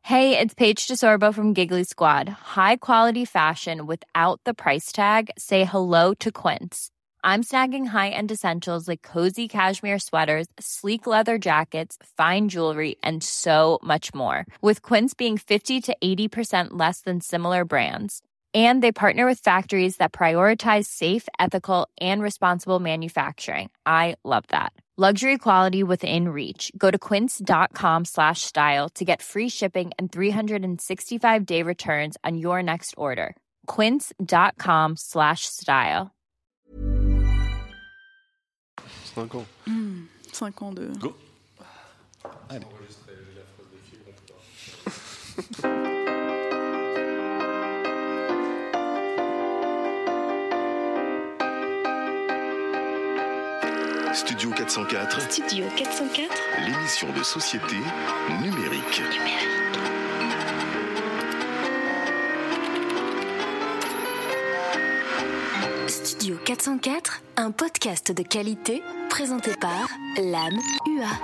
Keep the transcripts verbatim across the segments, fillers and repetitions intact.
Hey, it's Paige DeSorbo from Giggly Squad. High quality fashion without the price tag. Say hello to Quince. I'm snagging high-end essentials like cozy cashmere sweaters, sleek leather jackets, fine jewelry, and so much more. With Quince being fifty to eighty percent less than similar brands. And they partner with factories that prioritize safe, ethical, and responsible manufacturing. I love that. Luxury quality within reach. Go to quince.com slash style to get free shipping and three sixty-five day returns on your next order. Quince.com slash style. cinq ans. Mmh, cinq ans de... Go. Allez. Studio quatre cent quatre. Studio quatre cent quatre. L'émission de société numérique. Numérique. Studio quatre cent quatre, un podcast de qualité présenté par l'âme U A.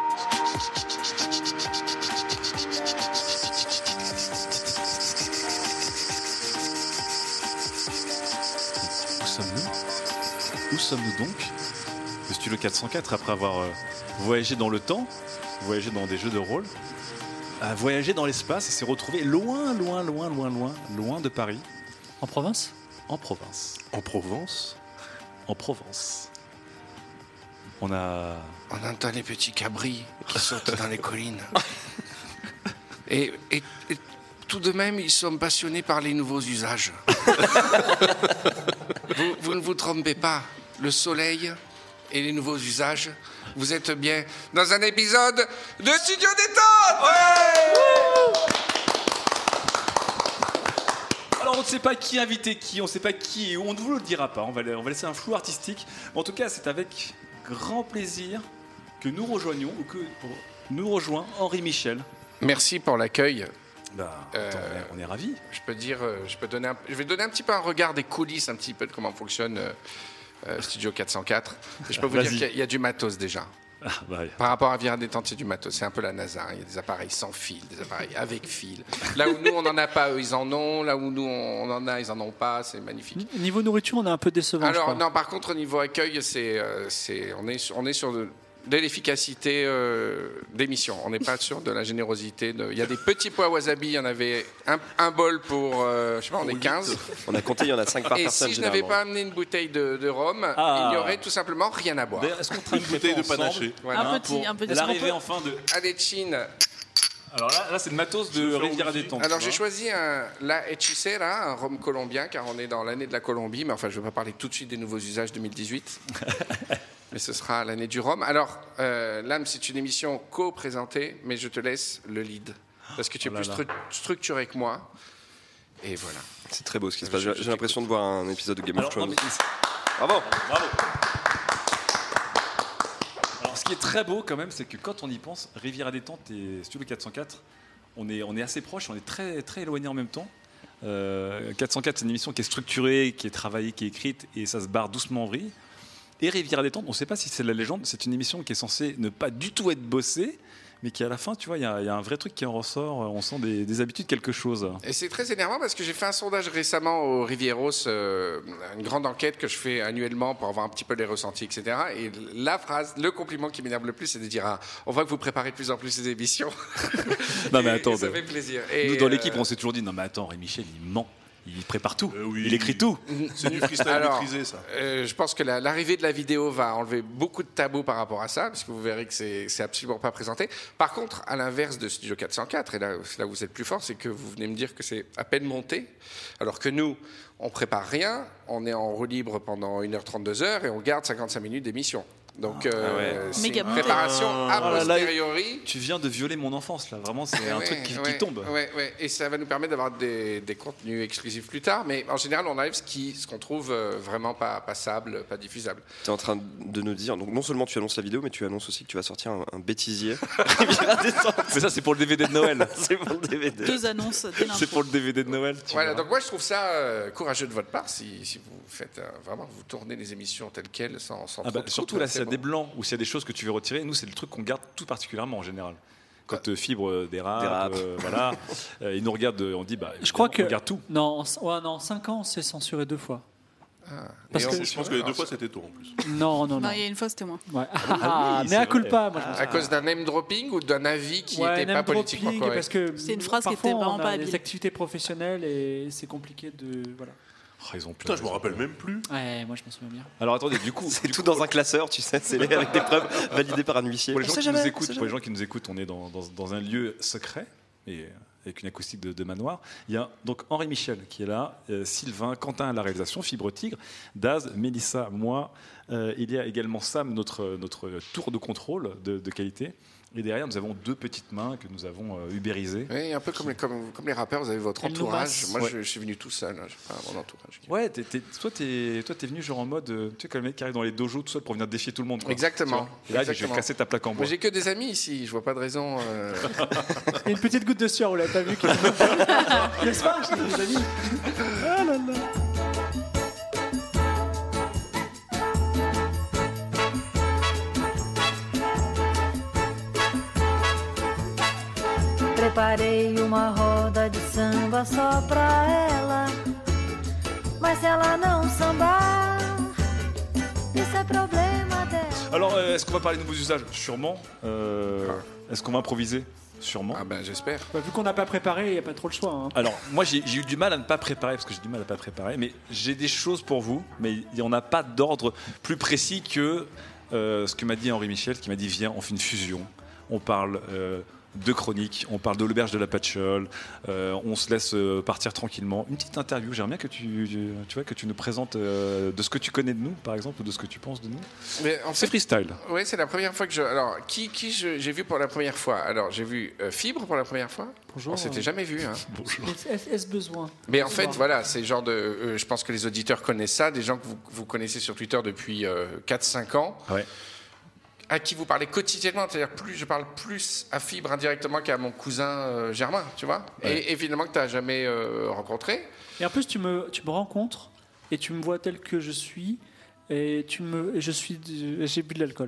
Où sommes-nous ? Où sommes-nous donc ? Le Studio quatre cent quatre, après avoir euh, voyagé dans le temps, voyagé dans des jeux de rôle, a voyagé dans l'espace et s'est retrouvé loin, loin, loin, loin, loin, loin de Paris. En province ? En province. En Provence. En Provence. On a... On entend les petits cabris qui sautent dans les collines. Et, et, et tout de même, ils sont passionnés par les nouveaux usages. vous, vous ne vous trompez pas. Le soleil et les nouveaux usages, vous êtes bien dans un épisode de Studio Détente. Ouais. Alors on ne sait pas qui inviter qui, on ne sait pas qui et où, on ne vous le dira pas, on va, on va laisser un flou artistique. Mais en tout cas, c'est avec grand plaisir que nous rejoignons, ou que nous rejoint Henri Michel. Merci pour l'accueil. Bah, Euh, attends, on est, on est ravis. Je peux dire, euh, je peux donner, un, je vais donner un petit peu un regard des coulisses, un petit peu de comment fonctionne euh, euh, Studio quatre cent quatre. Et je peux vous Vas-y. dire qu'il y a, il y a du matos déjà. Ah, bah, Par rapport à Vira Détente, c'est du matos. C'est un peu la NASA. Hein. Il y a des appareils sans fil, des appareils avec fil. Là où nous, on n'en a pas, eux, ils en ont. Là où nous, on en a, ils en ont pas. C'est magnifique. Niveau nourriture, on est un peu décevant. je Alors, crois. non, par contre, au niveau accueil, c'est, euh, c'est, on, est, sur- on est sur de, de l'efficacité euh, d'émission. On n'est pas sur de la générosité. De... Il y a des petits pois wasabi. Il y en avait un, un bol pour, euh, je sais pas, on est quinze. On a compté, il y en a cinq par Et personne. si je n'avais généralement. pas amené une bouteille de, de rhum, Ah. il n'y aurait tout simplement rien à boire. D'ailleurs, est-ce qu'on traîne Une bouteille de ensemble, panaché. Voilà. Un hein, petit, pour un petit. l'arrivée Est-ce qu'on enfin de... Allez, Chine. Alors là, là c'est le matos de Riviera Détente. Alors tu j'ai vois. choisi un La Hechicera, un rhum colombien, car on est dans l'année de la Colombie, mais enfin je ne vais pas parler tout de suite des nouveaux usages deux mille dix-huit, mais ce sera l'année du rhum. Alors, euh, l'âme, c'est une émission co-présentée, mais je te laisse le lead, parce que tu es Oh là plus là. stru- structuré que moi, et voilà. C'est très beau ce qui se Je- passe. je J'ai j'ai l'impression de voir un épisode de Game Alors, of Thrones. non, mais- Bravo. Bravo. Alors, ce qui est très beau quand même, c'est que quand on y pense, Riviera Détente et Studio quatre cent quatre, on est, on est assez proches, on est très, très éloignés en même temps. Euh, quatre cent quatre, c'est une émission qui est structurée, qui est travaillée, qui est écrite, et ça se barre doucement en vrille. Et Riviera Détente, on ne sait pas si c'est la légende, c'est une émission qui est censée ne pas du tout être bossée, mais qui à la fin, tu vois, il y, a il y a un vrai truc qui en ressort, on sent des, des habitudes, quelque chose. Et c'est très énervant parce que j'ai fait un sondage récemment au Rivieros, euh, une grande enquête que je fais annuellement pour avoir un petit peu les ressentis, et cetera. Et la phrase, le compliment qui m'énerve le plus, c'est de dire ah, on voit que vous préparez de plus en plus ces émissions. Non mais Et- attends, et ça de- fait plaisir. Et, nous dans l'équipe, euh, on s'est toujours dit, non mais attends, Rémi Michel, il ment. Il prépare tout, Euh, oui. il écrit tout. C'est du freestyle Alors, maîtrisé, ça. euh, je pense que la- l'arrivée de la vidéo va enlever beaucoup de tabous par rapport à ça, parce que vous verrez que c'est c'est absolument pas présenté. Par contre, à l'inverse de Studio quatre cent quatre, et là, c'est là où vous êtes plus fort, c'est que vous venez me dire que c'est à peine monté, alors que nous, on prépare rien, on est en roue libre pendant une heure trente, deux heures, et on garde cinquante-cinq minutes d'émission. Donc, euh, ouais. c'est Méga une monté. préparation a Oh là là, posteriori. Tu viens de violer mon enfance là, vraiment c'est un Ouais, truc qui, ouais, qui tombe. Ouais, ouais. Et ça va nous permettre d'avoir des, des contenus exclusifs plus tard, mais en général, on arrive ce qui- ce qu'on trouve euh, vraiment pas passable, pas diffusable. Tu es en train de nous dire, donc non seulement tu annonces la vidéo, mais tu annonces aussi que tu vas sortir un, un bêtisier. Riviera Détente. Mais ça c'est pour le D V D de Noël. C'est pour le D V D. Deux annonces dès l'intro. C'est pour le D V D de Noël. tu Voilà, verras. donc moi je trouve ça euh, courageux de votre part si, si vous faites euh, vraiment, vous tournez les émissions telles quelles sans, sans Ah trop bah, de surtout coupe, là, c'est s'il y a bon. des blancs ou s'il y a des choses que tu veux retirer, nous c'est le truc qu'on garde tout particulièrement en général. Quand euh, Fibre dérape, Dérape. euh, voilà, euh, ils nous regardent, euh, on dit, bah, Je crois que. on regarde tout. Non, en, ouais, non, en cinq ans, c'est censuré deux fois. Parce Et que- on- Je pense que les deux fois c'était tôt en plus. Non, non, non. Non, il y a une fois, c'était moi. Ouais. Ah oui, mais à c'est culpa, moi je me À souviens. cause d'un name dropping ou d'un avis qui Ouais, n'était pas name politiquement dropping, parce correct. que C'est une phrase qui parfois, était vraiment on a pas des habile. activités professionnelles et c'est compliqué de voilà. Oh, ils ont plus Putain, je me raison. rappelle même plus. Ouais, moi je m'en souviens bien. Alors attendez, du coup, C'est tout dans un classeur, tu sais, c'est avec des preuves validées par un huissier. Pour les, On gens sait qui jamais, nous on écoutent, sait pour les jamais. gens qui nous écoutent, on est dans, dans- dans un lieu secret et euh, avec une acoustique de, de manoir. Il y a donc Henri Michel qui est là, euh, Sylvain, Quentin à la réalisation, Fibre Tigre, Daz, Mélissa, moi. Euh, il y a également Sam, notre, notre tour de contrôle de, de qualité. Et derrière, nous avons deux petites mains que nous avons euh, ubérisées. Oui, un peu comme les, comme, comme les rappeurs, vous avez votre Elle nous entourage. masse. Moi, Ouais. je, je suis venu tout seul, hein, j'ai pas mon entourage. Ouais, t'es- t'es- toi, t'es toi, t'es venu genre en mode, euh, tu sais, comme le mec qui arrive dans les dojos tout seul pour venir défier tout le monde. Quoi. Exactement. Tu vois. Et là, je vais Exactement. casser ta plaque en bois. Moi, j'ai que des amis ici, je vois pas de raison. euh, Il y a une petite goutte de sueur, vous l'avez pas vu. N'est-ce pas, les amis? Ah là là. Preparei uma roda de samba só pra ela. Mas se ela não sambar, isso é problema dela. Alors, euh, est-ce qu'on va parler de nouveaux usages? Sûrement. Euh, Est-ce qu'on va improviser? Sûrement. Ah ben, j'espère. Bah, vu qu'on n'a pas préparé, il n'y a pas trop le choix. Hein. Alors, moi, j'ai j'ai eu du mal à ne pas préparer, parce que j'ai du mal à ne pas préparer, mais j'ai des choses pour vous, mais il n'y en a pas d'ordre plus précis que euh, ce que m'a dit Henri Michel, qui m'a dit, viens, on fait une fusion, on parle euh, de chroniques, on parle de l'auberge de la Patchole, euh, on se laisse euh, partir tranquillement. Une petite interview, j'aimerais bien que tu, tu vois, que tu nous présentes euh, de ce que tu connais de nous, par exemple, ou de ce que tu penses de nous. Mais en C'est fait, freestyle. oui, c'est la première fois que je. Alors, qui, qui je- j'ai vu pour la première fois? Alors, j'ai vu euh, Fibre pour la première fois. Bonjour. On s'était jamais vu. Hein. Bonjour. Est-ce est-ce besoin? Mais en C'est fait, bon. voilà, c'est le genre de. euh, je pense que les auditeurs connaissent ça, des gens que vous, vous connaissez sur Twitter depuis euh, quatre cinq ans, Ouais. à qui vous parlez quotidiennement. C'est-à-dire, plus, je parle plus à Fibre indirectement qu'à mon cousin euh, Germain, tu vois. Ouais. Et évidemment que tu n'as jamais euh, rencontré. Et en plus, tu me, tu me rencontres et tu me vois tel que je suis. Et tu me, et je suis, j'ai bu de l'alcool.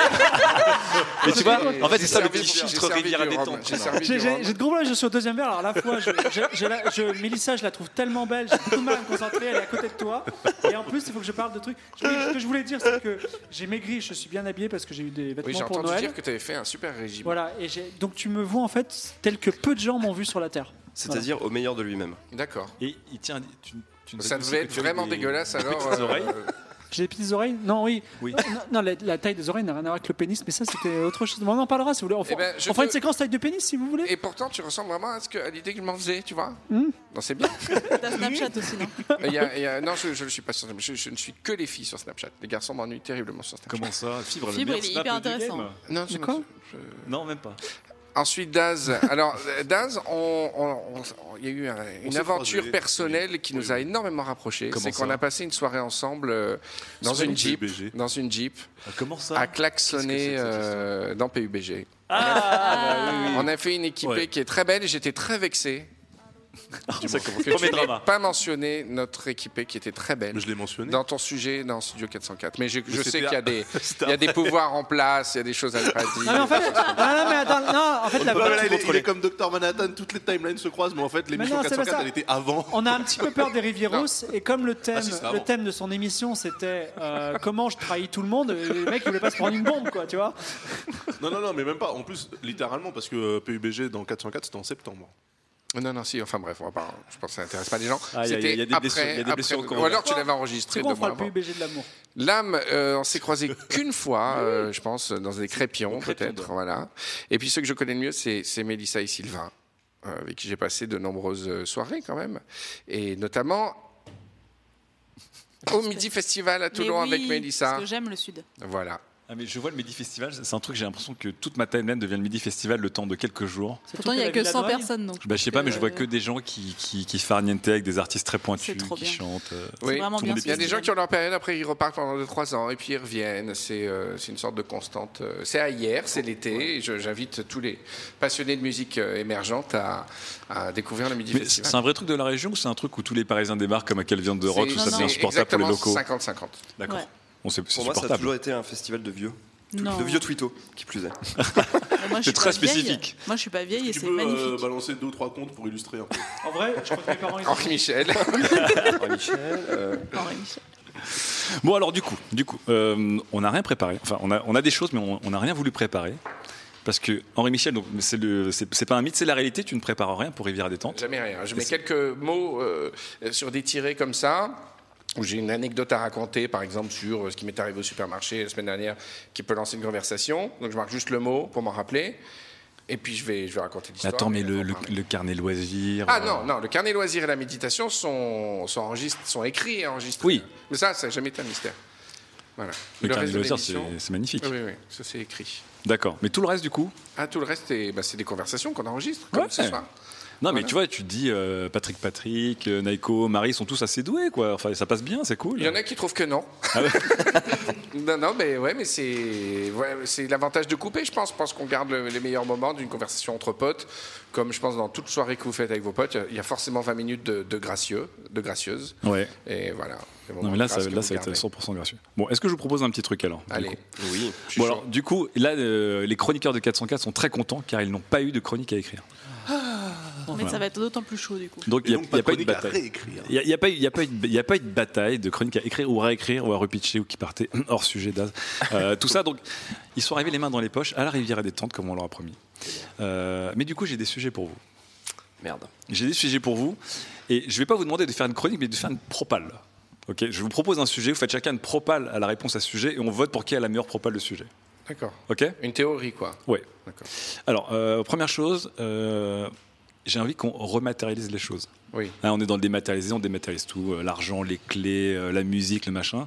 Mais tu vois, en fait, c'est ça le servi petit du- filtre j'ai servi Rivière à du rhum, détente. j'ai Non. servi J'ai du j'ai- rhum. j'ai de gros problèmes, je suis au deuxième verre. Alors à la fois, je, je- j'ai la- je- Mélissa, je la trouve tellement belle, j'ai beaucoup de mal à me concentrer, elle est à côté de toi. Et en plus, il faut que je parle de trucs. Je voulais- ce que je voulais dire, c'est que j'ai maigri, je suis bien habillé parce que j'ai eu des Oui, vêtements j'ai pour entendu Noël. dire que tu avais fait un super régime. Voilà, et j'ai- donc tu me vois en fait tel que peu de gens m'ont vu sur la Terre. C'est-à-dire au meilleur de lui-même. D'accord. Et il tient. Tu, tu nous as Ça dit aussi devait que être tu avais vraiment des- dégueulasse des alors. petites euh, oreilles. J'ai des petites oreilles? Non, oui. Oui. Non, non, la, la taille des oreilles n'a rien à voir avec le pénis, mais ça c'était autre chose. Bon, on en parlera si vous voulez. On, fera- Eh ben, je on fera te- une séquence taille de pénis si vous voulez. Et pourtant, tu ressembles vraiment à, ce que, à l'idée que je m'en faisais, tu vois. Hmm. Non, c'est bien. T'as Snapchat aussi, non? Il y a- il y a- non, je ne le suis pas sur Snapchat. Je, je ne suis que les filles sur Snapchat. Les garçons m'ennuient terriblement sur Snapchat. Comment ça? Fibre, le Fibre, meilleur il est snap hyper du intéressant. game. Non, je- D'accord. je- Non, même pas. Ensuite, Daz. Alors, euh, Daz, on- on- on- il y a eu un- une s'est aventure croisés. personnelle qui nous a énormément rapprochés. Comment C'est qu'on ça a passé une soirée ensemble euh, dans Sur une le Jeep, P U B G. dans une Jeep, Ah, comment ça? à klaxonner Qu'est-ce que c'est que cette euh, dans P U B G. Ah, bah oui, oui. On a fait une équipée Ouais. qui est très belle et j'étais très vexé Ça commence. que Premier tu n'aies drama. pas mentionné notre équipée qui était très belle. Mais je l'ai mentionné. Dans ton sujet, dans Studio quatre cent quatre. Mais je, je Mais sais c'était qu'il y a à- des, c'était il y a des après. pouvoirs en place, il y a des choses à ne pas dire. Non, mais en fait, ah, non, mais attends, non, en fait, la Non, mais là, il, est, il contrôler. est comme Docteur Manhattan, toutes les timelines se croisent, mais en fait, l'émission non, c'est pas quatre cent quatre, ça. elle était avant. On a un petit peu peur des Rivieros et comme le thème, Ah, si, c'est le avant. thème de son émission c'était euh, comment je trahis tout le monde, les mecs ils voulaient pas se prendre une bombe quoi, tu vois. Non, non, non, mais même pas. En plus, littéralement, parce que euh, P U B G dans quatre cent quatre, c'était en septembre. Non, non, si, enfin bref, on va pas, je pense que ça n'intéresse pas les gens. Ah, il y a- C'était il y a des après, blessures- il y a des après- blessures au corps. Ou alors tu l'avais enregistré C'est quoi, on deux mois fera le avant. P U B G de l'amour. L'âme, euh, on s'est croisés qu'une fois, euh, je pense, dans des crépions Au crépion peut-être, d'or. voilà. Et puis ceux que je connais le mieux, c'est c'est Mélissa et Sylvain, euh, avec qui j'ai passé de nombreuses euh, soirées quand même, et notamment au Midi Festival à Toulon Mais oui, avec Mélissa. Parce que j'aime le Sud. Voilà. Ah, mais je vois le Midi Festival, c'est un truc, j'ai l'impression que toute ma timeline devient le Midi Festival le temps de quelques jours. C'est Pourtant, tout il n'y a la que Villa cent Noailles. personnes. Donc Bah, je sais pas, mais je vois que euh, des gens qui, qui, qui farniente avec des artistes très pointus, C'est trop qui bien. chantent. euh. Oui, vraiment tout le bien, monde- il y a ce des gens festival. qui ont leur période, après ils repartent pendant deux trois ans, et puis ils reviennent. C'est euh, c'est une sorte de constante. euh, C'est à hier, c'est l'été, et je- j'invite tous les passionnés de musique euh, émergente à, à découvrir le Midi Mais Festival. c'est un vrai truc de la région ou c'est un truc où tous les Parisiens débarquent comme à quelle viande de rock, C'est- où ça non, devient non. insupportable pour les exactement locaux? cinquante cinquante. D'accord. Ouais. Bon, c'est c'est Pour moi, ça a supportable. toujours été un festival de vieux. Non. De vieux twittos, qui plus est. Moi, je C'est suis très pas vieille. spécifique. Moi, je suis pas vieille et Tu c'est peux euh, magnifique. balancer deux ou trois comptes pour illustrer un peu. En vrai, je crois que mes parents ils ont- Henri Michel. Oh, Michel, euh, Henri Michel. Bon alors du coup, du coup, euh, on n'a rien préparé. Enfin, on a, on a des choses, mais on on n'a rien voulu préparer. Parce que Henri Michel, donc c'est le, c'est, c'est pas un mythe, c'est la réalité. Tu ne prépares rien pour Rivière à détente. Jamais rien. Je mets quelques mots euh, sur des tirés comme ça, où j'ai une anecdote à raconter, par exemple, sur ce qui m'est arrivé au supermarché la semaine dernière, qui peut lancer une conversation. Donc je marque juste le mot pour m'en rappeler. Et puis je vais, je vais raconter l'histoire. Attends, mais et le, en le, parler. le carnet loisirs. Ah euh, non, non, le carnet loisirs et la méditation sont, sont, enregistrés, sont écrits et enregistrés. Oui. Mais ça, ça n'a jamais été un mystère. Voilà. Le, carnet reste de loisirs, c'est, l'émission- c'est magnifique. Oui, oui, ça c'est écrit. D'accord. Mais tout le reste, du coup. Ah, tout le reste, c'est bah, c'est des conversations qu'on enregistre, comme Ouais. ce soir. Non, mais Voilà. tu vois, tu te dis euh, Patrick, Patrick, euh, Naiko, Marie sont tous assez doués, quoi. Enfin, ça passe bien, c'est cool. Il y en a qui trouvent que non. Ah ouais. non, non, mais ouais, mais c'est ouais, c'est l'avantage de couper, je pense. Je pense qu'on garde le- les meilleurs moments d'une conversation entre potes. Comme je pense dans toute soirée que vous faites avec vos potes, il y a forcément vingt minutes de, de gracieux, de gracieuse. Ouais. Et voilà. les moments Non, mais là, de grâce ça, que là, vous ça va être gardez. cent pour cent gracieux. Bon, est-ce que je vous propose un petit truc alors du Allez. coup oui. Je suis Bon, chaud. alors, du coup, là, euh, les chroniqueurs de quatre cent quatre sont très contents car ils n'ont pas eu de chronique à écrire. Mais Voilà. ça va être d'autant plus chaud du coup. Donc, il Et n'y a, donc, il y a pas pas de eu de chronique à bataille. réécrire. Il n'y a, a, pas eu- il y a, pas eu de- il y a pas eu de bataille, de chronique à écrire ou à réécrire ou à repitcher ou qui partait hors sujet d'Az. Euh, tout ça, donc, ils sont arrivés les mains dans les poches à la rivière à détente, comme on leur a promis. Euh, mais du coup, j'ai des sujets pour vous. Merde. J'ai des sujets pour vous. Et je ne vais pas vous demander de faire une chronique, mais de faire une propale. Ok, je vous propose un sujet, vous faites chacun une propale à la réponse à ce sujet et on vote pour qui a la meilleure propale de sujet. D'accord. Ok ? Une théorie, quoi. Ouais. D'accord. Alors, euh, première chose, euh, j'ai envie qu'on rematérialise les choses. Oui. Hein, on est dans le dématérialisé, on dématérialise tout, euh, l'argent, les clés, euh, la musique, le machin.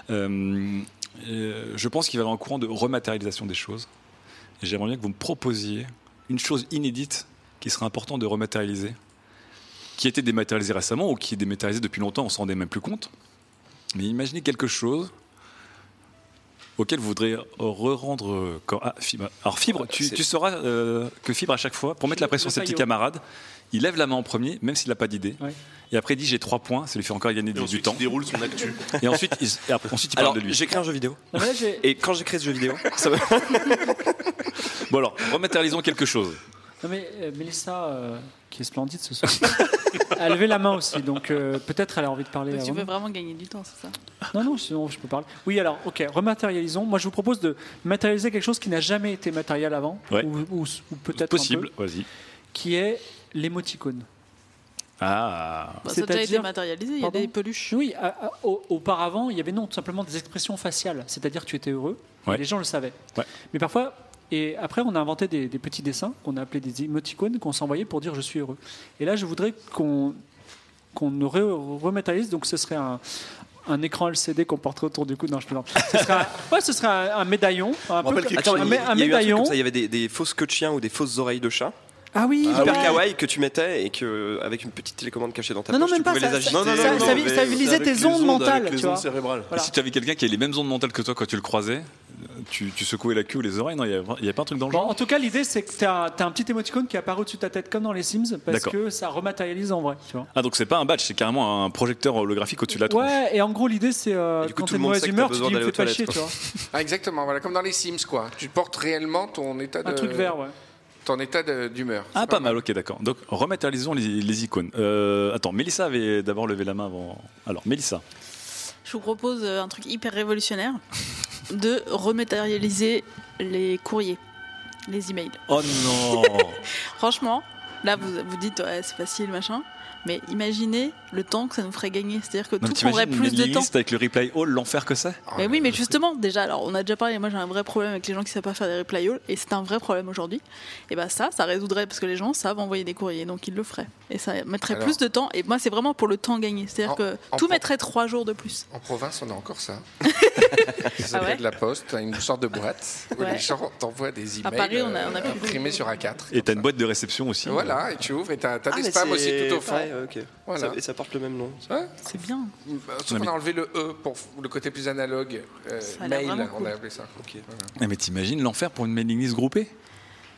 Euh, euh, je pense qu'il va y avoir un courant de rematérialisation des choses. Et j'aimerais bien que vous me proposiez une chose inédite qui serait important de rematérialiser, qui a été dématérialisée récemment ou qui est dématérialisée depuis longtemps, on s'en rendait même plus compte. Mais imaginez quelque chose auquel vous voudriez re-rendre euh, corps. Ah, Fibre. Alors Fibre, tu, C'est- tu sauras euh, que Fibre à chaque fois, pour mettre la pression le sur ses petits faillot. camarades, il lève la main en premier, même s'il n'a pas d'idée. Ouais. Et après il dit j'ai trois points, ça lui fait encore gagner Et du, ensuite, du temps. il déroule son actu. Et ensuite, il, et après- ensuite il parle Alors, de lui. j'ai créé un jeu vidéo. Non, mais là, j'ai- Et quand j'ai créé ce jeu vidéo, ça me- Bon alors, rematérialisons quelque chose. Non mais euh, Mélissa, euh, qui est splendide ce soir, a levé la main aussi, donc euh, peut-être elle a envie de parler. Donc, tu avant veux nous. vraiment gagner du temps, c'est ça? Non, non, sinon je peux parler. Oui, alors, ok, rematérialisons. Moi, je vous propose de matérialiser quelque chose qui n'a jamais été matériel avant, Ouais. ou, ou- ou peut-être Possible, un peu, vas-y. qui est l'émoticône. Ah, Bah, ça a déjà été C'est-à-dire- matérialisé, il y a Pardon des peluches. Oui, à- à- au- auparavant, il y avait non, tout simplement des expressions faciales, c'est-à-dire tu étais heureux, Ouais. et les gens le savaient. Ouais. Mais parfois, et après, on a inventé des, des petits dessins qu'on a appelés des émoticônes qu'on s'envoyait pour dire je suis heureux. Et là, je voudrais qu'on qu'on re- rematérialise, donc ce serait un, un écran L C D qu'on porterait autour du cou. Non, je plaisante. Ce serait un, ouais, ce serait un, un médaillon, un, peu rappelle comme- quelque Attends, un, il mé- y a un eu un truc médaillon. comme ça, il y avait des, des fausses queues de chien ou des fausses oreilles de chat. Ah oui, Hyper ouais. kawaii que tu mettais et que avec une petite télécommande cachée dans ta Non, non, poche, même tu pas, pouvais ça- les agiter. ça- Non, non, non, ça- ça- mais- ça visait avec tes les ondes mentales, avec les tu vois. ondes cérébrales. Voilà. si tu avais quelqu'un qui a les mêmes ondes mentales que toi quand tu le croisais, tu, tu secouais la queue ou les oreilles, non, il n'y a, il y a pas un truc dans le Bon, genre. en tout cas, l'idée, c'est que tu as, un petit émoticône qui apparaît au-dessus de ta tête, comme dans les Sims, parce D'accord. que ça rematérialise en vrai. Tu vois. Ah, donc c'est pas un badge, c'est carrément un projecteur holographique au-dessus de la tronche. Ouais, et en gros, l'idée, c'est euh, Et du coup, quand tout t'es de le monde mauvaise sait que humeur, t'as tu besoin dis, me d'aller fais aux pas chier, tu toilettes, vois. Ah, exactement, voilà, comme dans les Sims, quoi. Tu portes réellement ton état de, Un truc vert, ouais. ton état de- d'humeur. Ah, C'est pas mal, ok, d'accord. Donc, rematérialisons les, les icônes. Euh, attends, Mélissa avait d'abord levé la main avant. Alors, Mélissa. Je vous propose euh, un truc hyper révolutionnaire de rematérialiser les courriers, les emails. Oh non. Franchement, là vous vous dites ouais, c'est facile machin, mais imaginez le temps que ça nous ferait gagner, c'est-à-dire que Non, mais tout prendrait t'imagines plus une de temps. liste avec le replay all, l'enfer que c'est. Mais oui, mais justement, déjà, alors on a déjà parlé, moi j'ai un vrai problème avec les gens qui savent pas faire des reply all, et c'est un vrai problème aujourd'hui. Et bah ça, ça résoudrait parce que les gens savent envoyer des courriers, donc ils le feraient. Et ça mettrait Alors- plus de temps, et moi c'est vraiment pour le temps gagné, c'est-à-dire En- que en tout pro- mettrait trois jours de plus. En province, on a encore ça. Ça Ah s'appelle ouais de la poste, t'as une sorte de boîte où Ouais. les gens t'envoient des emails À Paris, on a- on a euh, plus. imprimés sur A quatre. Et t'as une boîte de réception aussi. Voilà, et tu ouvres et t'as t'as Ah, des mais spams aussi c'est tout au fond. pareil, ok. Voilà. Ça- et ça porte le même nom. Ouais. C'est bien. Bah, Sauf Non, qu'on mais- a enlevé le E pour le côté plus analogue. Euh, Ça a l'air mail, vraiment on cool. a appelé ça. Ok. Ah, mais t'imagines l'enfer pour une mailing list groupée.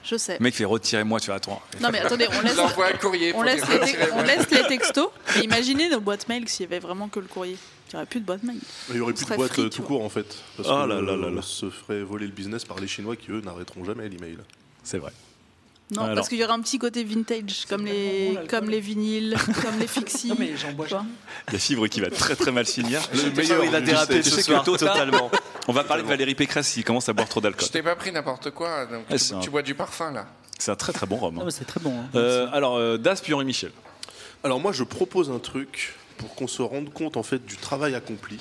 Je sais. Le mec fait retirez-moi, tu vois, attends. Non mais attendez, on laisse, J'envoie un courrier. on pour laisse, dire les, te- retirez-moi. on laisse les textos. Et imaginez nos boîtes mail s'il y avait vraiment que le courrier. Il n'y aurait plus de boîte mail. Il y aurait On plus de serait boîte free, euh, tu tout vois. court en fait. Parce Oh que là là là euh, là. se ferait voler le business par les Chinois qui eux n'arrêteront jamais l'email. C'est vrai. Non, Alors. parce qu'il y aurait un petit côté vintage, comme les, bon, l'alcool. comme les vinyles, comme les fixies. Non, mais j'en bois Tu vois. jamais. La fibre qui va très très mal finir. Le meilleur, il a tu dérapé sais. ce sais que soir, tôt ou tard- totalement. On va parler de Valérie Pécresse s'il commence à boire trop d'alcool. Je t'ai pas pris n'importe quoi. Donc Ouais, tu, c'est un- tu bois du parfum là. C'est un très très bon rhum. Non, hein. mais c'est très bon. hein. Euh, alors, euh, Das puis Henri Michel. Alors moi je propose un truc pour qu'on se rende compte en fait du travail accompli.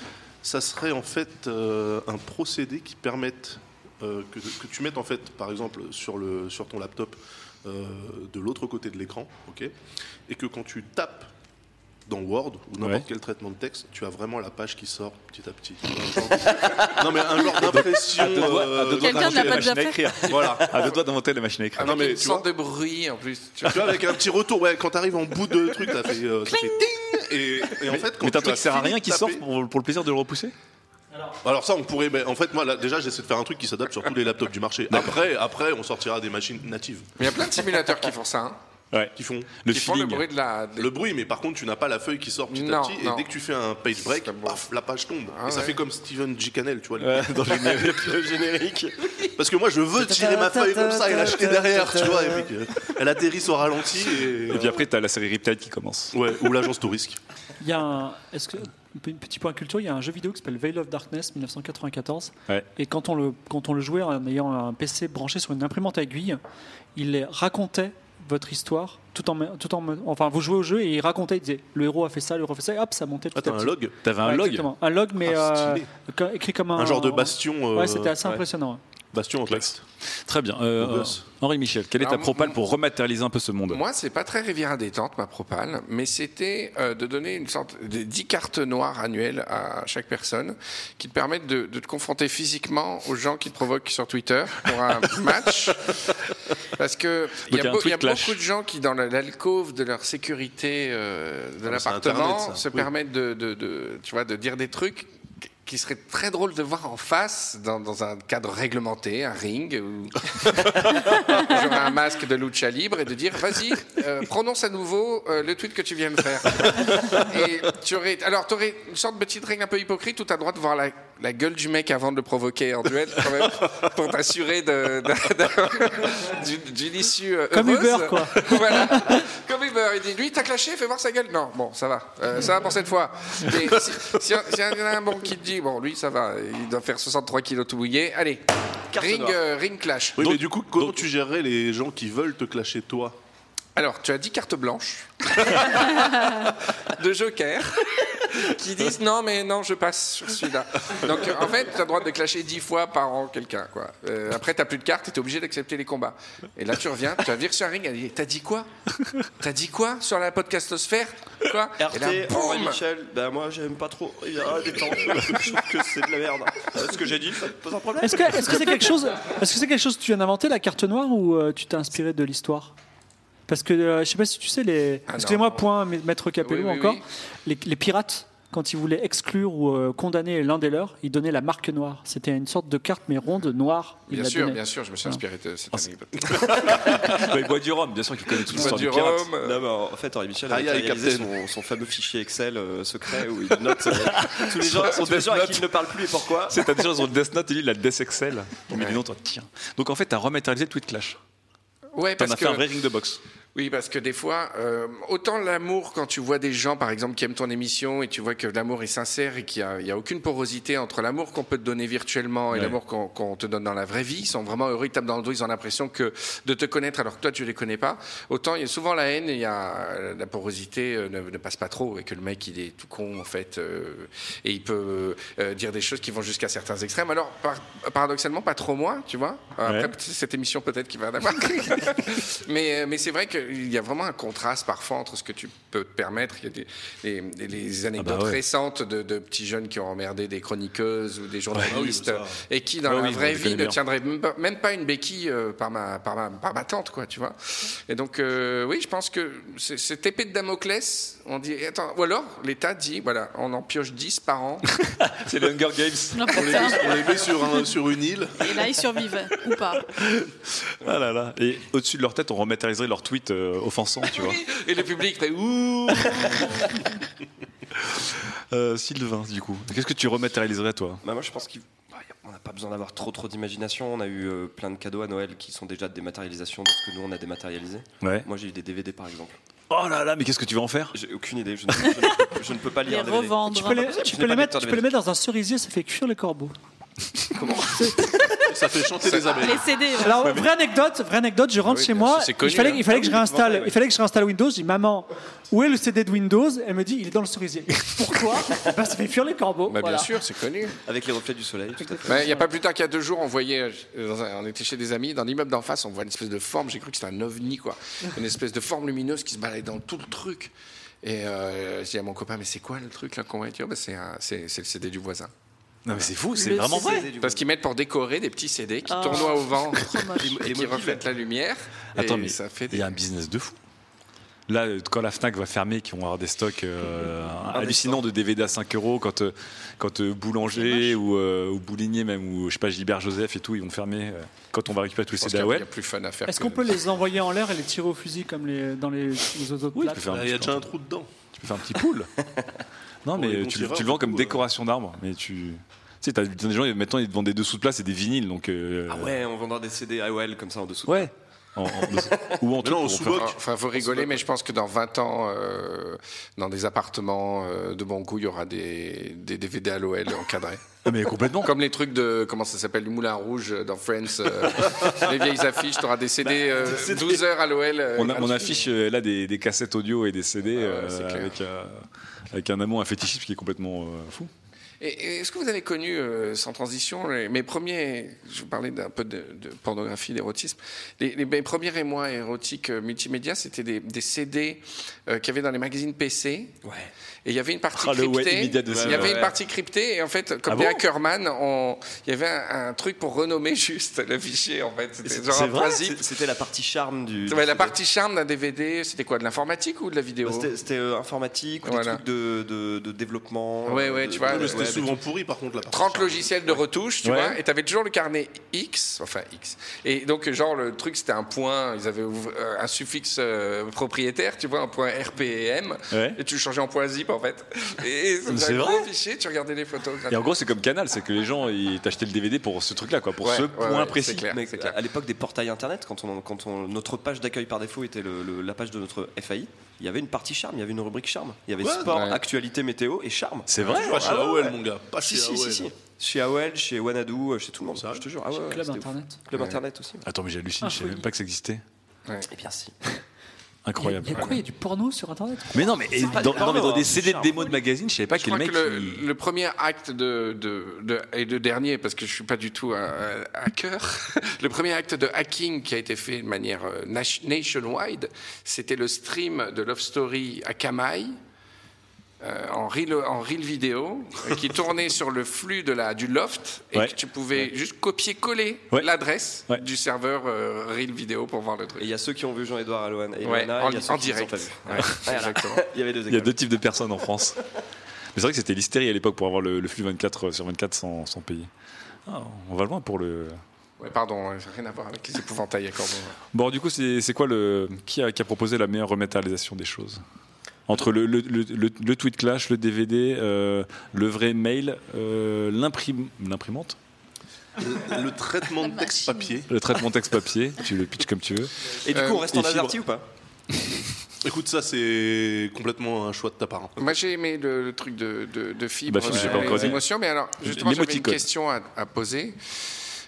Ça serait en fait euh, un procédé qui permette euh, que, que tu mettes en fait par exemple sur, le, sur ton laptop euh, de l'autre côté de l'écran, ok, et que quand tu tapes dans Word ou n'importe Ouais. quel traitement de texte, tu as vraiment la page qui sort petit à petit. Non mais un genre d'impression. À deux doigts- à deux doigts Quelqu'un d'inventer n'a la pas machine déjà à fait écrire. Voilà. À deux doigts d'inventer la machine à écrire. non, Avec mais une tu sorte vois- de bruit en plus. Tu Tu vois, avec un petit retour, ouais, quand tu arrives en bout de truc, ça fait, euh, ça fait ting, et, et en fait, quand Mais t'as un tu truc as qui sert à fini rien de qui taper- sort pour, pour le plaisir de le repousser. Alors ça, on pourrait. Ben, en fait, moi, là, déjà, j'essaie de faire un truc qui s'adapte sur tous les laptops du marché. Après, après, on sortira des machines natives Mais il y a plein de simulateurs qui font ça. Hein. Ouais. qui font Le qui font le feeling. bruit de la. des- le bruit, mais par contre, tu n'as pas la feuille qui sort petit Non, à petit. non. Et dès que tu fais un page break, C'est bon. paf, la page tombe. Ah et ça ouais. fait comme Steven G. Cannell, tu vois. le- Ouais, dans le générique. le générique. Parce que moi, je veux tirer ma feuille comme ça et l'acheter derrière, tu vois. Et puis, euh, elle atterrit au ralenti. Et, Et puis après, t'as la série Riptide qui commence. ouais, ou l'agence Tourisque. Il y a un, est-ce que, un petit point culture, il y a un jeu vidéo qui s'appelle Veil of Darkness dix-neuf cent quatre-vingt-quatorze. Ouais. Et quand on, le, quand on le jouait en ayant un P C branché sur une imprimante à aiguille, il racontait votre histoire tout en, tout en enfin vous jouez au jeu et il racontait, il disait le héros a fait ça, le héros a fait ça, et hop ça montait petit Ah, t'as à un petit. log T'avais un Ouais, log. exactement. Un log mais Ah, euh, stylé. co- écrit comme un, Un genre de bastion. euh, Ouais, c'était assez ouais. impressionnant. Bastion en texte. Très bien. Euh, Beau gosse. Henri Michel, quelle est ta Alors, propale m- pour rematérialiser un peu ce monde? Moi, c'est pas très Riviera détente, ma propale, mais c'était euh, de donner une sorte de dix cartes noires annuelles à chaque personne qui te permettent de, de te confronter physiquement aux gens qui te provoquent sur Twitter pour un match. Parce que il y Donc, il y a a, un beau- tweet il y a clash. beaucoup de gens qui, dans la- l'alcôve de leur sécurité euh, de Ah, mais c'est l'appartement, Internet, ça. se Oui. permettent de, de, de- tu vois, de dire des trucs qui serait très drôle de voir en face dans, dans un cadre réglementé, un ring où j'aurais un masque de lucha libre et de dire vas-y euh, prononce à nouveau euh, le tweet que tu viens de faire. Et tu aurais alors tu aurais une sorte de petite règle un peu hypocrite où tu as le droit de voir la, la gueule du mec avant de le provoquer en duel quand même pour t'assurer de, de- de- d'une, d'une issue euh, Comme heureuse. Uber, quoi. Voilà. Comme Uber, il dit lui t'as clashé, fais voir sa gueule. Non, bon ça va, Euh, ça va pour cette fois. Mais si, si, si y en a un bon qui te dit bon lui ça va, il doit faire soixante-trois kilos tout mouillé. Allez, Carte ring, noire. euh, ring clash. Oui, Donc- mais du coup, comment donc- tu gérerais les gens qui veulent te clasher toi? Alors, tu as dix cartes blanches de joker qui disent non, mais non, je passe sur celui-là. Donc, en fait, tu as le droit de clasher dix fois par an quelqu'un. Quoi. Euh, après, tu n'as plus de cartes et tu es obligé d'accepter les combats. Et là, tu reviens, tu vas venir sur un ring, elle dit t'as dit quoi T'as dit quoi sur la podcastosphère Quoi R Et là, T, Henri boum Michel, bah moi j'aime pas trop Riviera détente. Je trouve que c'est de la merde. Euh, Ce que j'ai dit, ça te pose un problème? Est-ce que est-ce que c'est quelque chose est-ce que c'est quelque chose que tu viens d'inventer, la carte noire, ou euh, tu t'es inspiré de l'histoire? Parce que euh, je sais pas si tu sais les Ah excusez-moi non. point maître Capello Oui, oui, encore oui. Les, les pirates, quand ils voulaient exclure ou euh, condamner l'un des leurs, ils donnaient la marque noire. C'était une sorte de carte mais ronde noire. Ils Bien la sûr, donnaient. bien sûr, je me suis inspiré de cette anecdote. Ouais, il boit du rhum, bien sûr qu'il connaît toute Il boit l'histoire du du pirate. rhum. euh, Non, mais en fait, Henri Michel a Aïe, aïe, réalisé Captain. son, son fameux fichier Excel euh, secret où il note euh, tous les gens, tous les gens à qui il ne parle plus et pourquoi. C'est t'as des gens sur le Death Note et lui il a le Death Excel. Il met des noms, toi, tiens. Donc en fait, t'as rematérialisé le tweet clash. Ouais, T'en parce as fait que un vrai ring de boxe. Oui, parce que des fois, euh, autant l'amour, quand tu vois des gens, par exemple, qui aiment ton émission et tu vois que l'amour est sincère et qu'il n'y a, il y a aucune porosité entre l'amour qu'on peut te donner virtuellement et Ouais. l'amour qu'on qu'on te donne dans la vraie vie, ils sont vraiment heureux, ils tapent dans le dos, ils ont l'impression que de te connaître alors que toi, tu les connais pas. Autant il y a souvent la haine, il y a euh, la porosité euh, ne, ne passe pas trop et que le mec, il est tout con, en fait, euh, et il peut euh, dire des choses qui vont jusqu'à certains extrêmes. Alors, par- paradoxalement, pas trop moi, tu vois. Après, Ouais. c'est cette émission peut-être qui va en avoir. mais, euh, mais c'est vrai que qu'il y a vraiment un contraste parfois entre ce que tu peux te permettre. Il y a des, les, les anecdotes Ah bah ouais. récentes de, de petits jeunes qui ont emmerdé des chroniqueuses ou des journalistes Ah oui, ça. et qui, dans Ah la oui, on vraie les vie, connaît ne bien. tiendraient même pas, même pas une béquille euh, par, ma, par, ma, par ma tante, quoi, tu vois. Et donc, euh, oui, je pense que c'est- cette épée de Damoclès, on dit, attends, ou alors l'État dit, voilà, on en pioche dix par an. C'est le Hunger Games. Non, On les met, on les met sur, un- sur une île. Et là, ils survivent, ou pas. Ah là là. Et au-dessus de leur tête, on rematérialiserait leurs tweets euh, offensants, tu vois. Et le public fait ouh. Euh, Sylvain, du coup, qu'est-ce que tu rematérialiserais, toi? Bah, moi, je pense qu'on n'a pas besoin d'avoir trop trop d'imagination. On a eu euh, plein de cadeaux à Noël qui sont déjà des matérialisations de ce que nous on a dématérialisé. Ouais. Moi, j'ai eu des D V D par exemple. Oh là là, mais qu'est-ce que tu vas en faire? J'ai aucune idée. Je ne, je ne peux, je ne peux pas Les lire un D V D. revendre. Tu peux les, Je tu n'ai peux pas les mettre, de lecteur tu D V D. peux les mettre dans un cerisier, ça fait cuire les corbeaux. Comment Ça fait chanter les abeilles. Les C D, ouais. Alors, vraie anecdote, vraie anecdote, je rentre Ah oui, chez bien moi, sûr, c'est connu, il fallait, hein. il fallait que je Ah oui, réinstalle, ouais. il fallait que je réinstalle Windows. Je dis maman, où est le C D de Windows? Elle me dit il est dans le cerisier. Pourquoi? Bah, ça fait fuir les corbeaux. Bah, voilà. Bien sûr, c'est connu. Avec les reflets du soleil, tout à fait. Ouais, Il n'y a pas plus tard qu'il y a deux jours, on voyait, euh, dans un- on était chez des amis, dans l'immeuble d'en face, on voit une espèce de forme, j'ai cru que c'était un ovni, quoi. Une espèce de forme lumineuse qui se baladait dans tout le truc. Et euh, j'ai dit à mon copain, mais c'est quoi le truc là qu'on va dire bah, c'est, un- c'est, c'est le C D du voisin. Non, mais c'est fou, c'est Le vraiment C D. vrai. Parce qu'ils mettent pour décorer des petits C D qui Oh. tournoient au vent moche. et qui reflètent la lumière. Attends, et mais ça fait il des... y a un business de fou. Là, euh, quand la Fnac va fermer, qu'ils vont avoir des stocks euh, hallucinants de D V D à cinq euros, quand, euh, quand euh, Boulanger ou, euh, ou Boulinier, même, ou je sais pas, Gilbert Joseph et tout, ils vont fermer. euh, quand on va récupérer tous les Je pense C D qu'il y à a- il y Well. a plus fun à faire. Est-ce que- qu'on peut les envoyer en l'air et les tirer au fusil comme les, dans les, les autres Oui, plaques tu peux faire un Il y a petit- déjà un trou dedans. tu peux faire un petit pool. Non, Pour les mais bons tu, tireurs, tu le vends comme du coup, décoration d'arbre. Mais tu. Tu sais, t'as des gens, maintenant, ils te vendent des dessous de place et des vinyles. Donc, euh, Ah ouais, on vendra des C D A O L comme ça en dessous. Ouais. En- en- ou en Mais tout, non, en pour sous-boc. faire- Enfin, faut rigoler, mais je pense que dans vingt ans, euh, dans des appartements euh, de bon goût, il y aura des, des D V D à l'O L encadrés. Ah, mais complètement. Comme les trucs de, comment ça s'appelle, du Moulin Rouge dans Friends, euh, les vieilles affiches, tu auras des C D, euh, douze heures à l'O L. euh, On, a- on gratuits. affiche euh, là des, des cassettes audio et des C D Ah ouais, euh, c'est clair. avec, euh, avec un amour, un fétichisme qui est complètement euh, fou. Et, et est-ce que vous avez connu, euh, sans transition, les- mes premiers, je vous parlais d'un peu de, de pornographie, d'érotisme, les, les- mes premiers émois érotiques euh, multimédia, c'était des, des C D euh, qu'il y avait dans les magazines P C. Ouais. Et il y avait une partie Ah, le ouais cryptée. immédiat de il ça. y avait Ouais. une partie cryptée et en fait, comme Ah des bon hackerman, on- il y avait un, un truc pour renommer juste le fichier. En fait, c'était C'est genre c'est un vrai, point zip. c'est- c'était la partie charme du. Ouais, du la C D. partie charme d'un D V D, c'était quoi, de l'informatique ou de la vidéo? Bah, C'était c'était, euh, informatique ou Voilà. des trucs de, de, de développement. Ouais, euh, ouais, de- tu vois, de- Mais c'était ouais, souvent pourri par contre la partie. trente logiciels de retouche, tu Ouais. vois, et t'avais toujours le carnet X, enfin X. Et donc, genre, le truc, c'était un point, ils avaient ouvert- euh, un suffixe euh, propriétaire, tu vois, un point R P et M, Ouais. et tu le changeais en point zip, en fait. Et Mais c'est c'est un vrai gros fichier, tu regardais les photos. Et en gros, c'est comme Canal, c'est que les gens ils t'achetaient le D V D pour ce truc-là, quoi, pour Ouais, ce ouais, point ouais, précis. c'est clair. Mais c'est clair. à l'époque des portails internet, quand, on, quand on, notre page d'accueil par défaut était le- le- la page de notre F A I, il y avait une partie charme, il y avait une rubrique charme. Il y avait Ouais, sport, ouais. actualité, météo et charme. C'est vrai. Pas chez Ah ouais, A O L, ouais. mon gars. Pas Si, chez si, A O si, L. si. Chez A O L, chez Wanadu, chez tout le monde, Ça je te jure. Ah ouais, ouais, Club c'était Internet. ouf. Club Internet aussi. Attends, mais j'hallucine, Ah, je savais oui. même pas que ça existait. Eh bien si. Il y, a, Incroyable. il y a quoi? Il y a du porno sur Internet? Mais non, mais et pas dans, des non, mais dans pornos, des hein, C D de charme. démo de magazine, je savais pas Je quel crois mec. que le, il- le premier acte de, de, de- et le dernier, parce que je suis pas du tout un, un hacker, le premier acte de hacking qui a été fait de manière euh, nation- nationwide, c'était le stream de Love Story à Kamaï. euh, en, reel, en reel vidéo euh, qui tournait sur le flux de la, du loft et Ouais. que tu pouvais juste copier-coller Ouais. l'adresse Ouais. du serveur euh, reel vidéo pour voir le truc. Et il y a ceux qui ont vu Jean-Édouard Alohan et Ouais, Loana, en, et il y a ceux en qui les ont direct. pas vus. Ouais, Voilà. exactement. Il y avait deux Il y a écoles. deux types de personnes en France. Mais c'est vrai que c'était l'hystérie à l'époque pour avoir le, le flux vingt-quatre sur vingt-quatre sans, sans payer. Ah, on va loin pour le. Ouais, pardon, ça n'a rien à voir avec les épouvantails à cordon. Bon, du coup, c'est c'est quoi le. Qui a, qui a proposé la meilleure rematérialisation des choses? Entre le, le, le, le- le tweet clash, le D V D, euh, le vrai mail, euh, l'imprim- l'imprimante, Le, le traitement de texte papier. le traitement texte papier, tu le pitches comme tu veux. Et du Euh, coup, on reste en et fibre. azerty ou pas? Écoute, ça c'est complètement un choix de ta part. hein. Moi, j'ai aimé le, le truc de, de, de fibre Bah, fibre, j'ai sur pas les encore dit. émotions, mais alors, justement, j'avais une L'émoticône. question à, à poser.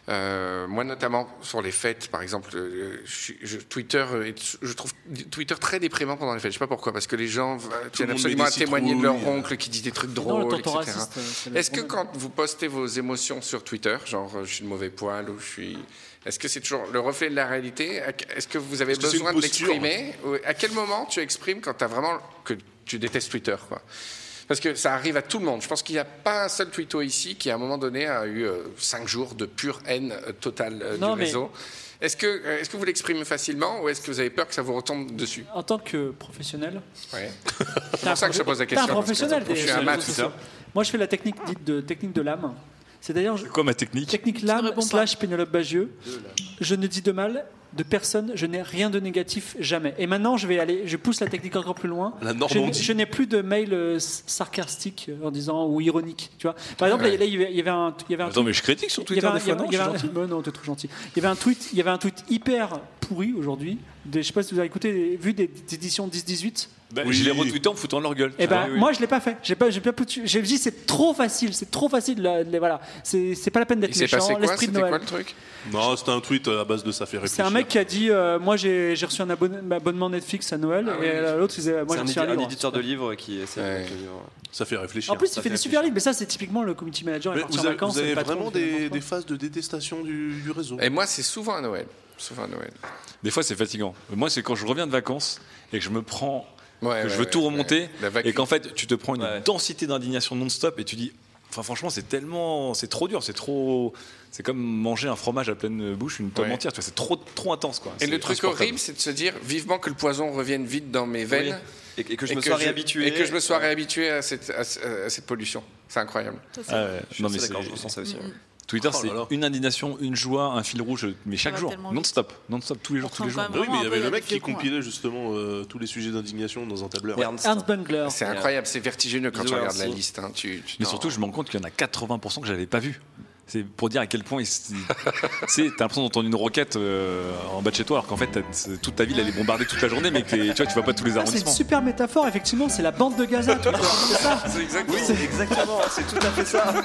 Euh, moi, notamment sur les fêtes, par exemple, euh, je, je- Twitter, euh, est- je trouve Twitter très déprimant pendant les fêtes. Je sais pas pourquoi, parce que les gens euh, tiennent monde absolument met à des témoigner de leur citrouilles, oncle qui dit des trucs Non, le drôles, tonton et cetera. raciste, euh, c'est le Est-ce que problème. quand vous postez vos émotions sur Twitter, genre euh, je suis de mauvais poil ou je suis, est-ce que c'est toujours le reflet de la réalité? Est-ce que vous avez Est-ce que c'est besoin une de posture l'exprimer? Ou à quel moment tu exprimes quand tu as vraiment que tu détestes Twitter, quoi? Parce que ça arrive à tout le monde. Je pense qu'il n'y a pas un seul twitto ici qui, à un moment donné, a eu euh, cinq jours de pure haine euh, totale euh, Non, du mais- réseau. Est-ce que, euh, est-ce que vous l'exprimez facilement ou est-ce que vous avez peur que ça vous retombe dessus? En tant que professionnel, Ouais. t'es C'est pour ça que je pose la T'es question. un parce que professionnel je des suis un réseaux maths, sociaux. Moi, je fais la technique dite de technique de l'âme. C'est d'ailleurs je- C'est quoi ma technique? technique ne l'âme réponds pas. slash Pénélope Bagieux. Je ne dis de mal de personne, je n'ai rien de négatif jamais. Et maintenant, je vais aller, je pousse la technique encore plus loin. La Je n'ai- Normandie. Je n'ai plus de mails euh, sarcastiques euh, en disant ou ironiques, tu vois. Par exemple, Ouais. là, il y avait- il y avait un, il y avait un Attends, tweet- mais je critique sur il y Twitter avait un- des fois, il y non? avait- il y Je suis avait un- gentil. Bon, non, t'es trop gentil. Il y avait un tweet, il y avait un tweet hyper pourri aujourd'hui. Des- Je sais pas si vous avez écouté, vu des, des éditions dix dix-huit. Bah, Oui. Je les retweetais en me foutant de leur gueule. Eh tu ben, vois. moi, je l'ai pas fait. J'ai pas, j'ai pas foutu- j'ai dit c'est trop facile, c'est trop facile. là, les- voilà, c'est c'est pas la peine d'être Il s'est passé méchant. quoi? L'esprit de C'était quoi Noël. le truc? Non, c'était un tweet à base de ça fait réfléchir. C'est un mec qui a dit euh, moi j'ai j'ai reçu un abonne- abonnement Netflix à Noël Ah oui, et oui. euh, l'autre il disait moi C'est j'ai un, reçu édi- un un livre. éditeur de livres qui essaie Ouais. de mettre le livre. Ça fait réfléchir. En plus, Ça il fait des fait super réfléchir. livres, mais ça c'est typiquement le community manager est Mais parti vous en avez, vacances. vous avez c'est le patron vraiment qui fait des, n'importe des quoi. phases de détestation du, du réseau. Et moi, c'est souvent à Noël. Souvent à Noël. Des fois, c'est fatigant. Moi, c'est quand je reviens de vacances et que je me prends, Ouais, que ouais, je veux ouais, tout ouais. remonter La vacu. et qu'en fait, tu te prends une Ouais. densité d'indignation non-stop et tu dis, enfin, franchement, c'est tellement, c'est trop dur, c'est trop, c'est comme manger un fromage à pleine bouche, une pomme Ouais. entière. Tu vois, c'est trop, trop intense, quoi. Et C'est le truc insupportable. horrible, c'est de se dire vivement que le poison revienne vite dans mes veines. Et, et que je me sois réhabitué. Et que je me sois réhabitué à cette, à, ce- à cette pollution. C'est incroyable. Ça, c'est- Ah ouais. Je suis Non, assez mais d'accord, c'est- je ressens ça aussi. ouais. Twitter, Oh c'est là là. une indignation, une joie, un fil rouge, mais chaque va jour, tellement vite. non-stop, non-stop, tous les jours, On tous les sent jours. quand Bah oui, mais il y Vraiment, avait un le peu mec qui vieux con, compilait justement euh, tous les sujets d'indignation dans un tableur. Ernst. Ernst Bungler. C'est incroyable, c'est vertigineux quand Bisous, tu regardes la Ernst. liste. hein. Tu, tu Mais t'en- surtout, je me rends compte qu'il y en a quatre-vingts pour cent que j'avais pas vu. C'est pour dire à quel point il s- il- tu sais, t'as l'impression d'entendre une roquette euh, en bas de chez toi, alors qu'en fait, t'as- c'est- toute ta ville elle est bombardée toute la journée, mais que t'es- tu vois, tu vois pas tous les Ah, c'est une arrondissements. super métaphore, effectivement, c'est la bande de Gaza, Twitter, c'est ça. C'est exactement. Oui, exactement, c'est tout à fait ça.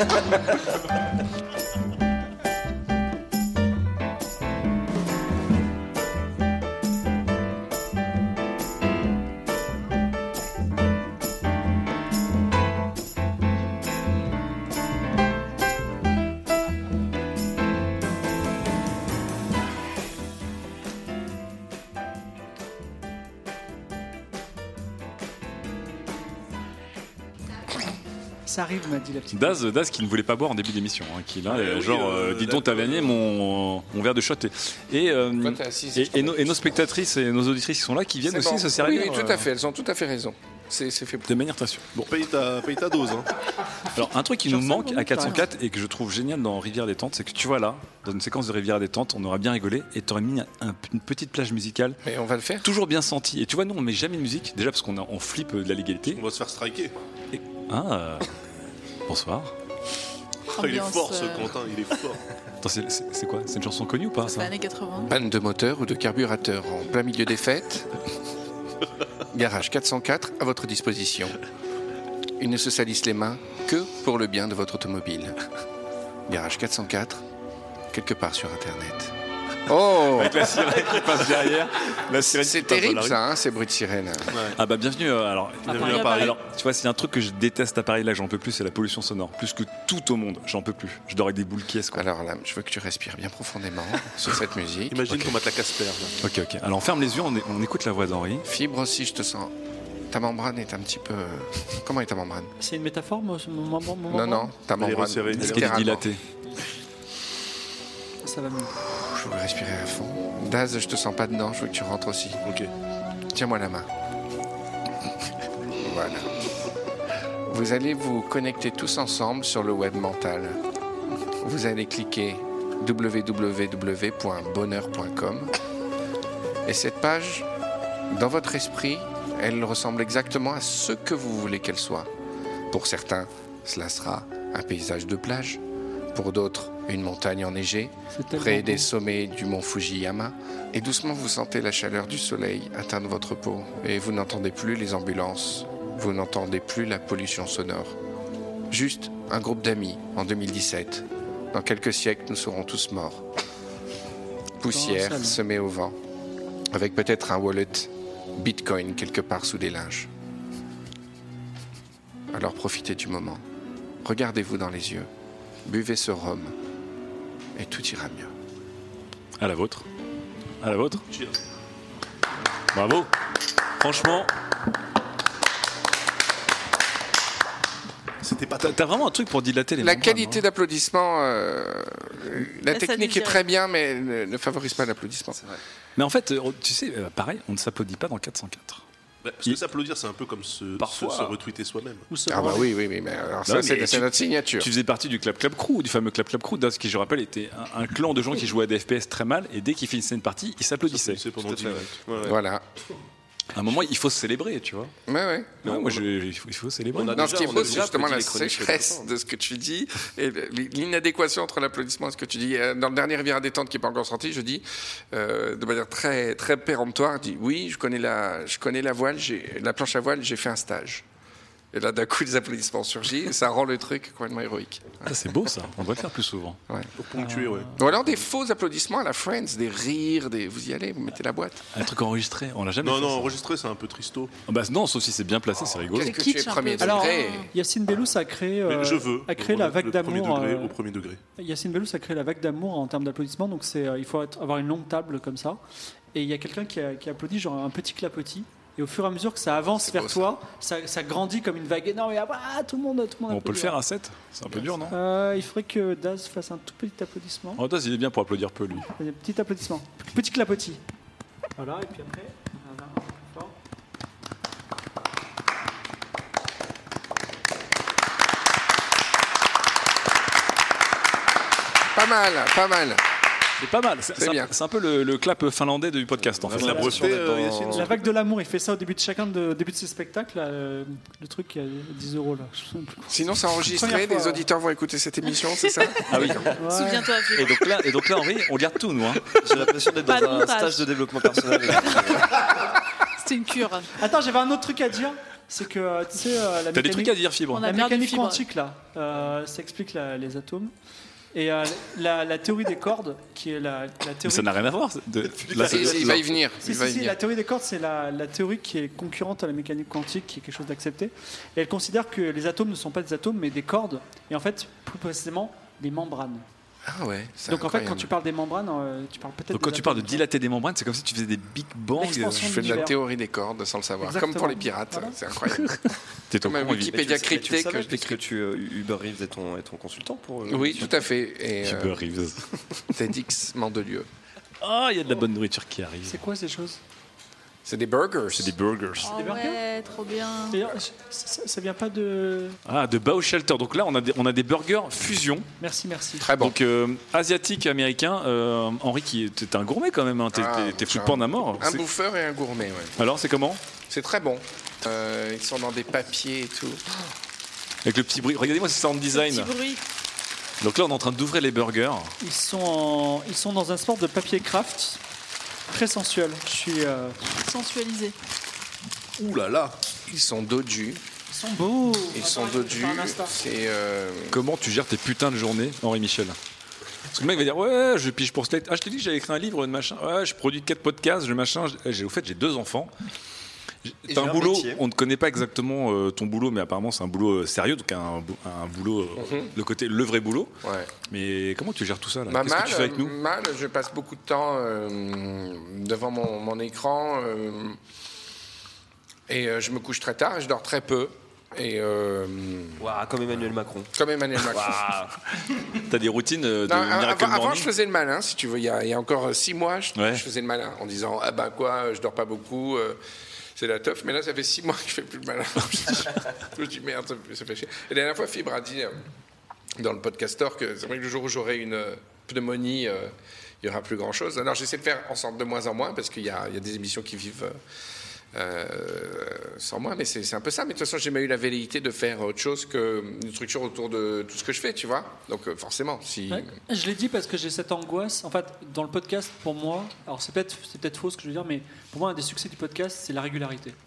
Ça arrive, m'a dit la petite. Daz, Daz qui ne voulait pas boire en début d'émission, hein, qui là, Ouais, euh, oui, genre, euh, euh, dis donc, t'as d'accord. gagné mon, mon verre de shot. Et, et, euh, Toi, t'es assise, et, je et nos, t'en- et nos spectatrices et nos auditrices qui sont là, qui viennent C'est aussi bon. se servir. Oui, oui, tout euh, à fait. Elles ont tout à fait raison. C'est c'est fait pour. De manière très sûre. Bon. Paye ta, paye ta dose. Hein. Alors, un truc qui Genre nous ça, manque vraiment, à quatre cent quatre et que je trouve génial dans Rivière Détente, c'est que tu vois là, dans une séquence de Rivière Détente, on aurait bien rigolé et t'aurais mis un- une petite plage musicale, Mais on va le faire. toujours bien sentie. Et tu vois, nous, on met jamais de musique, déjà parce qu'on a- on flippe de la légalité. On va se faire striker. Ah, euh, bonsoir. Ah, il est Ambiance, fort ce euh, Quentin, il est fort. Attends, c'est- c'est c'est quoi? C'est une chanson connue ou pas C'est ça? années quatre-vingts. Panne de moteur ou de carburateur en plein milieu des fêtes. Garage quatre cent quatre à votre disposition. Il ne se salisse les mains que pour le bien de votre automobile. Garage quatre cent quatre, quelque part sur Internet. Oh, Avec la sirène qui passe derrière. La sirène qui c'est passe dans terrible la rue. ça, hein, ces bruits de sirène. Ah bah bienvenue euh, alors, Bienvenue Paris. à Paris. alors tu vois, c'est un truc que je déteste à Paris là, j'en peux plus, c'est la pollution sonore. Plus que tout au monde, j'en peux plus. Je dors avec des boules qui quoi. Alors là, je veux que tu respires bien profondément sur cette musique. Imagine qu'on mate la Casper. là. Ok, ok. Alors on ferme les yeux, on, est- on écoute la voix d'Henri. Fibre aussi, je te sens. Ta membrane est un petit peu. Comment est ta membrane? C'est une métaphore, moi, ce- mon, mon, mon- mon- Non, non, ta Elle est membrane. resserrée. Est-ce qu'elle est littéralement. dilatée? Ça va mieux. Je veux respirer à fond. Daz, je te sens pas dedans, je veux que tu rentres aussi. Ok. Tiens-moi la main. Voilà. Vous allez vous connecter tous ensemble sur le web mental. Vous allez cliquer w w w point bonheur point com et cette page, dans votre esprit, elle ressemble exactement à ce que vous voulez qu'elle soit. Pour certains, cela sera un paysage de plage. Pour d'autres, une montagne enneigée, C'est tellement près beau. des sommets du mont Fujiyama, et doucement vous sentez la chaleur du soleil atteindre votre peau, et vous n'entendez plus les ambulances, vous n'entendez plus la pollution sonore. Juste un groupe d'amis en deux mille dix-sept, Dans quelques siècles, nous serons tous morts. Poussière Dans un semée au vent, avec peut-être un wallet Bitcoin quelque part sous des linges. Alors profitez du moment. Regardez-vous dans les yeux. Buvez ce rhum. Et tout ira mieux. À la vôtre. À la vôtre. Bravo. Franchement. C'était pas T'as, t'as vraiment un truc pour dilater les La membranes, qualité hein. d'applaudissement, euh, la Là, ça technique est digère. très bien, mais ne, ne favorise pas l'applaudissement. Mais en fait, euh, tu sais, euh, pareil, on ne s'applaudit pas dans quatre cent quatre. Bah, parce que s'applaudir, c'est un peu comme se, Parfois. se, se retweeter soi-même. Ou se Ah bah rendre- oui, oui, oui, mais alors ça, Non, c'est, mais c'est tu- notre signature. Tu faisais partie du Clap Clap Crew, du fameux Clap Clap Crew, dans ce qui, je rappelle, était un, un clan de gens qui jouaient à des F P S très mal, et dès qu'ils finissaient une partie, ils s'applaudissaient. C'est pendant Tout à dix fait, minutes. ouais. Ouais, ouais. Voilà. À un moment, il faut se célébrer, tu vois. Ouais, ouais. Non, Non, moi, on- je, il faut, il faut célébrer. on a Non, déjà- ce qui est on a beau, c'est déjà justement applaudi la les chroniques sécheresse longtemps. de ce que tu dis et l'inadéquation entre l'applaudissement et ce que tu dis. Euh, Dans le dernier Rivière à détente qui n'est pas encore sorti, je dis euh, de manière très, très péremptoire, je dis oui, je connais la, je connais la voile, j'ai, la planche à voile, j'ai fait un stage. Et là, d'un coup, les applaudissements surgissent et ça rend le truc complètement héroïque. Ah, c'est beau ça, on devrait le faire plus souvent. Ouais. Pour ponctuer, ouais. Ou alors des faux applaudissements à la Friends, des rires, des... vous y allez, vous mettez la boîte. Un truc enregistré, on l'a jamais Non, fait. non, ça. enregistré, c'est un peu tristo. Ah bah non, sauf si c'est bien placé, c'est rigolo. Qu'est-ce que kitsch, tu es un premier peu. Alors, degré Yacine Bellous a créé, Mais euh, je veux. a créé le- la vague le premier d'amour. degré euh, au premier degré. Yacine Bellous a créé la vague d'amour en termes d'applaudissements. Donc c'est, euh, il faut être- avoir une longue table comme ça. Et il y a quelqu'un qui, a- qui applaudit genre un petit clapotis. Et au fur et à mesure que ça avance C'est vers beau, ça. toi, ça, ça grandit comme une vague énorme. Et ah, ah, tout le monde, tout le monde On peut le applaudit. faire à sept. C'est un peu dur, non? Euh, il faudrait que Daz fasse un tout petit applaudissement. Oh, Daz, il est bien pour applaudir peu, lui. Un petit applaudissement. Petit clapotis. Voilà, et puis après, on a un peu fort. Pas mal, pas mal. C'est pas mal. C'est, C'est c'est un, bien. c'est un peu le, le clap finlandais du podcast, en fait. de la l'impression breveté, d'être dans- euh, Yacine La vague de l'amour, il fait ça au début de chacun de, au début de ses spectacles. là, euh, le truc qui a dix euros là. Je sais plus. Sinon, c'est enregistré, Première fois, les ouais. auditeurs vont écouter cette émission, c'est ça? Ah oui. Ouais. Souviens-toi, Et Philippe. donc là, et donc là, Henri, on garde tout, nous. Hein. J'ai l'impression d'être Pas dans de un montage. stage de développement personnel. C'était une cure. Attends, j'avais un autre truc à dire. C'est que, euh, tu sais, euh, la T'as des mécanique, trucs à dire, Fibre. On a la perdu mécanique Fibre. quantique, là, euh, ça explique la- les atomes. Et euh, la, la théorie des cordes, qui est la, la Mais théorie. ça n'a rien à voir. c'est De, là, Si, si, il va y venir. Si, il va si, y si, venir. la théorie des cordes, c'est la, la théorie qui est concurrente à la mécanique quantique, qui est quelque chose d'accepté. Et elle considère que les atomes ne sont pas des atomes, mais des cordes. Et en fait, plus précisément, des membranes. Ah ouais, c'est Donc en fait, incroyable. quand tu parles des membranes, euh, tu parles peut-être. donc quand des tu parles de atomes. dilater des membranes, c'est comme si tu faisais des big bangs. L'expansion Je fais de la d'univers. théorie des cordes sans le savoir. Exactement. Comme pour les pirates, Voilà. c'est incroyable. T'es au Comme un courant, Vivi. Wikipédia Mais tu le- mais tu le crypté que savais, je puisque décris. tu, euh, Uber Reeves est ton, est ton consultant pour. euh, Oui, tout à fait. Et Tu euh, peux arriver. TEDx Mandelieu. Ah, il y a de la bonne nourriture qui arrive. C'est quoi ces choses C'est des burgers. C'est des burgers. Oh Des burgers ouais, trop bien. D'ailleurs, ça, ça vient pas de. Ah, de Bao Shelter. Donc là, on a des, on a des burgers fusion. Merci, merci. Très bon. Donc euh, asiatique, américain. Euh, Henri, qui est t'es un gourmet quand même. Hein. T'es, Ah, t'es, t'es food un- porn à mort. Un C'est- bouffeur et un gourmet, ouais. Alors, c'est comment? C'est très bon. Euh, ils sont dans des papiers et tout. Avec le petit bruit. Regardez-moi ce sound design. Petit bruit. Donc là, on est en train d'ouvrir les burgers. Ils sont, en- ils sont dans un sport de papier craft très sensuel. Je suis. euh, Sensualisé. Ouh là là. Ils sont dodus. Ils sont beaux. Ils sont Attends, je vais dodus. faire un Insta. C'est. euh, Comment tu gères tes putains de journées, Henri Michel? Parce que le mec va dire ouais, je pige pour Slate. Ah, je t'ai dit que j'avais écrit un livre, de machin. Ouais, je produis quatre podcasts, je machin. J'ai, au fait, j'ai deux enfants. J'ai- Et T'as j'ai un un boulot. métier. On ne connaît pas exactement euh, ton boulot, mais apparemment c'est un boulot euh, sérieux, donc un, bou- un boulot, euh, Mhm. le côté le vrai boulot. ouais. Mais comment tu gères tout ça là? Bah, Qu'est-ce mal, que tu fais avec nous? euh, mal, je passe beaucoup de temps euh, devant mon, mon écran euh, et euh, je me couche très tard et je dors très peu. Et euh, Ouah, comme Emmanuel Macron. comme Emmanuel Macron. T'as des routines euh, de Non, Miracle avant, avant, Morning? je faisais le malin, si tu veux. Il y a, il y a encore six mois, je, Ouais. je faisais le malin en disant ah ben quoi, je dors pas beaucoup, euh, c'est la teuf. Mais là, ça fait six mois que je fais plus le malin. Je me dis merde, ça, ça fait chier. Et la dernière fois, Fibre a dit euh, dans le podcaster que c'est vrai que le jour où j'aurai une euh, pneumonie, euh, il y aura plus grand chose. Alors j'essaie de faire en sorte de moins en moins parce qu'il y a, il y a des émissions qui vivent. Euh, euh, sans moi, mais c'est c'est un peu ça. Mais de toute façon, j'ai jamais eu la velléité de faire autre chose qu'une structure autour de tout ce que je fais, tu vois. Donc euh, forcément, si. Ouais. Je l'ai dit parce que j'ai cette angoisse. En fait, dans le podcast, pour moi, alors c'est peut-être, c'est peut-être faux ce que je veux dire, mais pour moi, un des succès du podcast, c'est la régularité.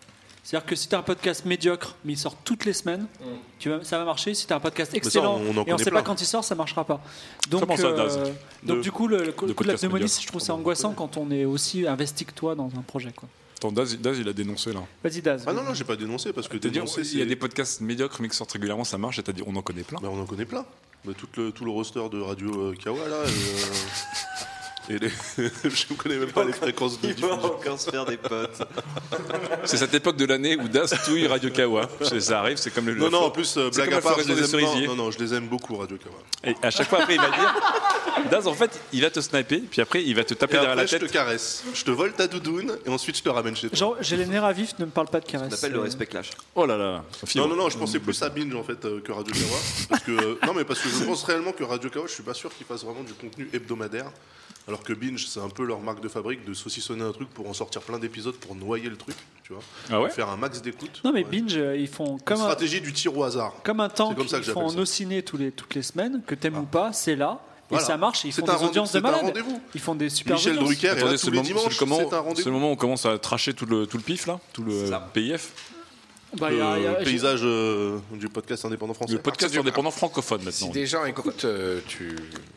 C'est-à-dire que si tu as un podcast médiocre, mais il sort toutes les semaines, Mm. tu vas, ça va marcher. Si tu as un podcast ça, excellent on en et on connaît ne sait plein. pas quand il sort, ça ne marchera pas. Donc, Comment ça, Daz donc De- du coup, le, le coup de la podcast pneumonie, médiocre. je trouve ça angoissant quand on est aussi investi que toi dans un projet. Quoi. Attends, Daz, Daz, il a dénoncé là. Vas-y, Daz. Ah non, non, j'ai pas dénoncé parce que T'as dit, dénoncer, il y a c'est- des podcasts médiocres mais qui sortent régulièrement, ça marche. Et t'as dit, on en connaît plein. Bah, on en connaît plein. Bah, tout, le, tout le roster de Radio euh, Kawa là. Et, euh, et les... je ne connais même pas les fréquences de Il va diffusion. encore se faire des potes. C'est cette époque de l'année où Daz touille Radio Kawa. C'est- Ça arrive, c'est comme le. Non, non, en plus, euh, c'est blague comme à la part, je floraison les des aime, cerisiers. non, non, non, je les aime beaucoup, Radio Kawa. Et à chaque fois, après, il va dire Daz, en fait, il va te sniper, puis après, il va te taper Et derrière après, la je tête. te caresse. Je te vole ta doudoune et ensuite je te ramène chez toi. Genre, j'ai les nerfs à vif, ne me parle pas de On caresse. appelle le Euh, respect clash. Oh là là. Non, non, non, je pensais plus à Binge en fait euh, que Radio Kawa. Parce que, euh, non, mais parce que je pense réellement que Radio Kawa, je suis pas sûr qu'ils fassent vraiment du contenu hebdomadaire. Alors que Binge, c'est un peu leur marque de fabrique de saucissonner un truc pour en sortir plein d'épisodes pour noyer le truc, tu vois. Ah ouais Faire un max d'écoute. Non, mais Ouais. Binge, euh, ils font Une comme un, stratégie du tir au hasard. comme un temps C'est comme ça que qu'ils font j'appelle en ça. ociné tous les, toutes les semaines, que t'aimes ou pas, c'est là. Et Voilà. ça marche, et ils C'est font un des rendez- audiences de c'est un malades. rendez-vous. Ils font des super Michel audiences. Drucker est là Attendez, tous c'est les le, moment, c'est dimanches, le comment- c'est un c'est le rendez-vous. moment où on commence à tracher tout le, tout le pif là, tout le Ça. P I F. Bah, il y a- il y a- Le paysage euh, du podcast indépendant français. Le podcast du- indépendant francophone Si maintenant. des gens écoutent, euh, tu,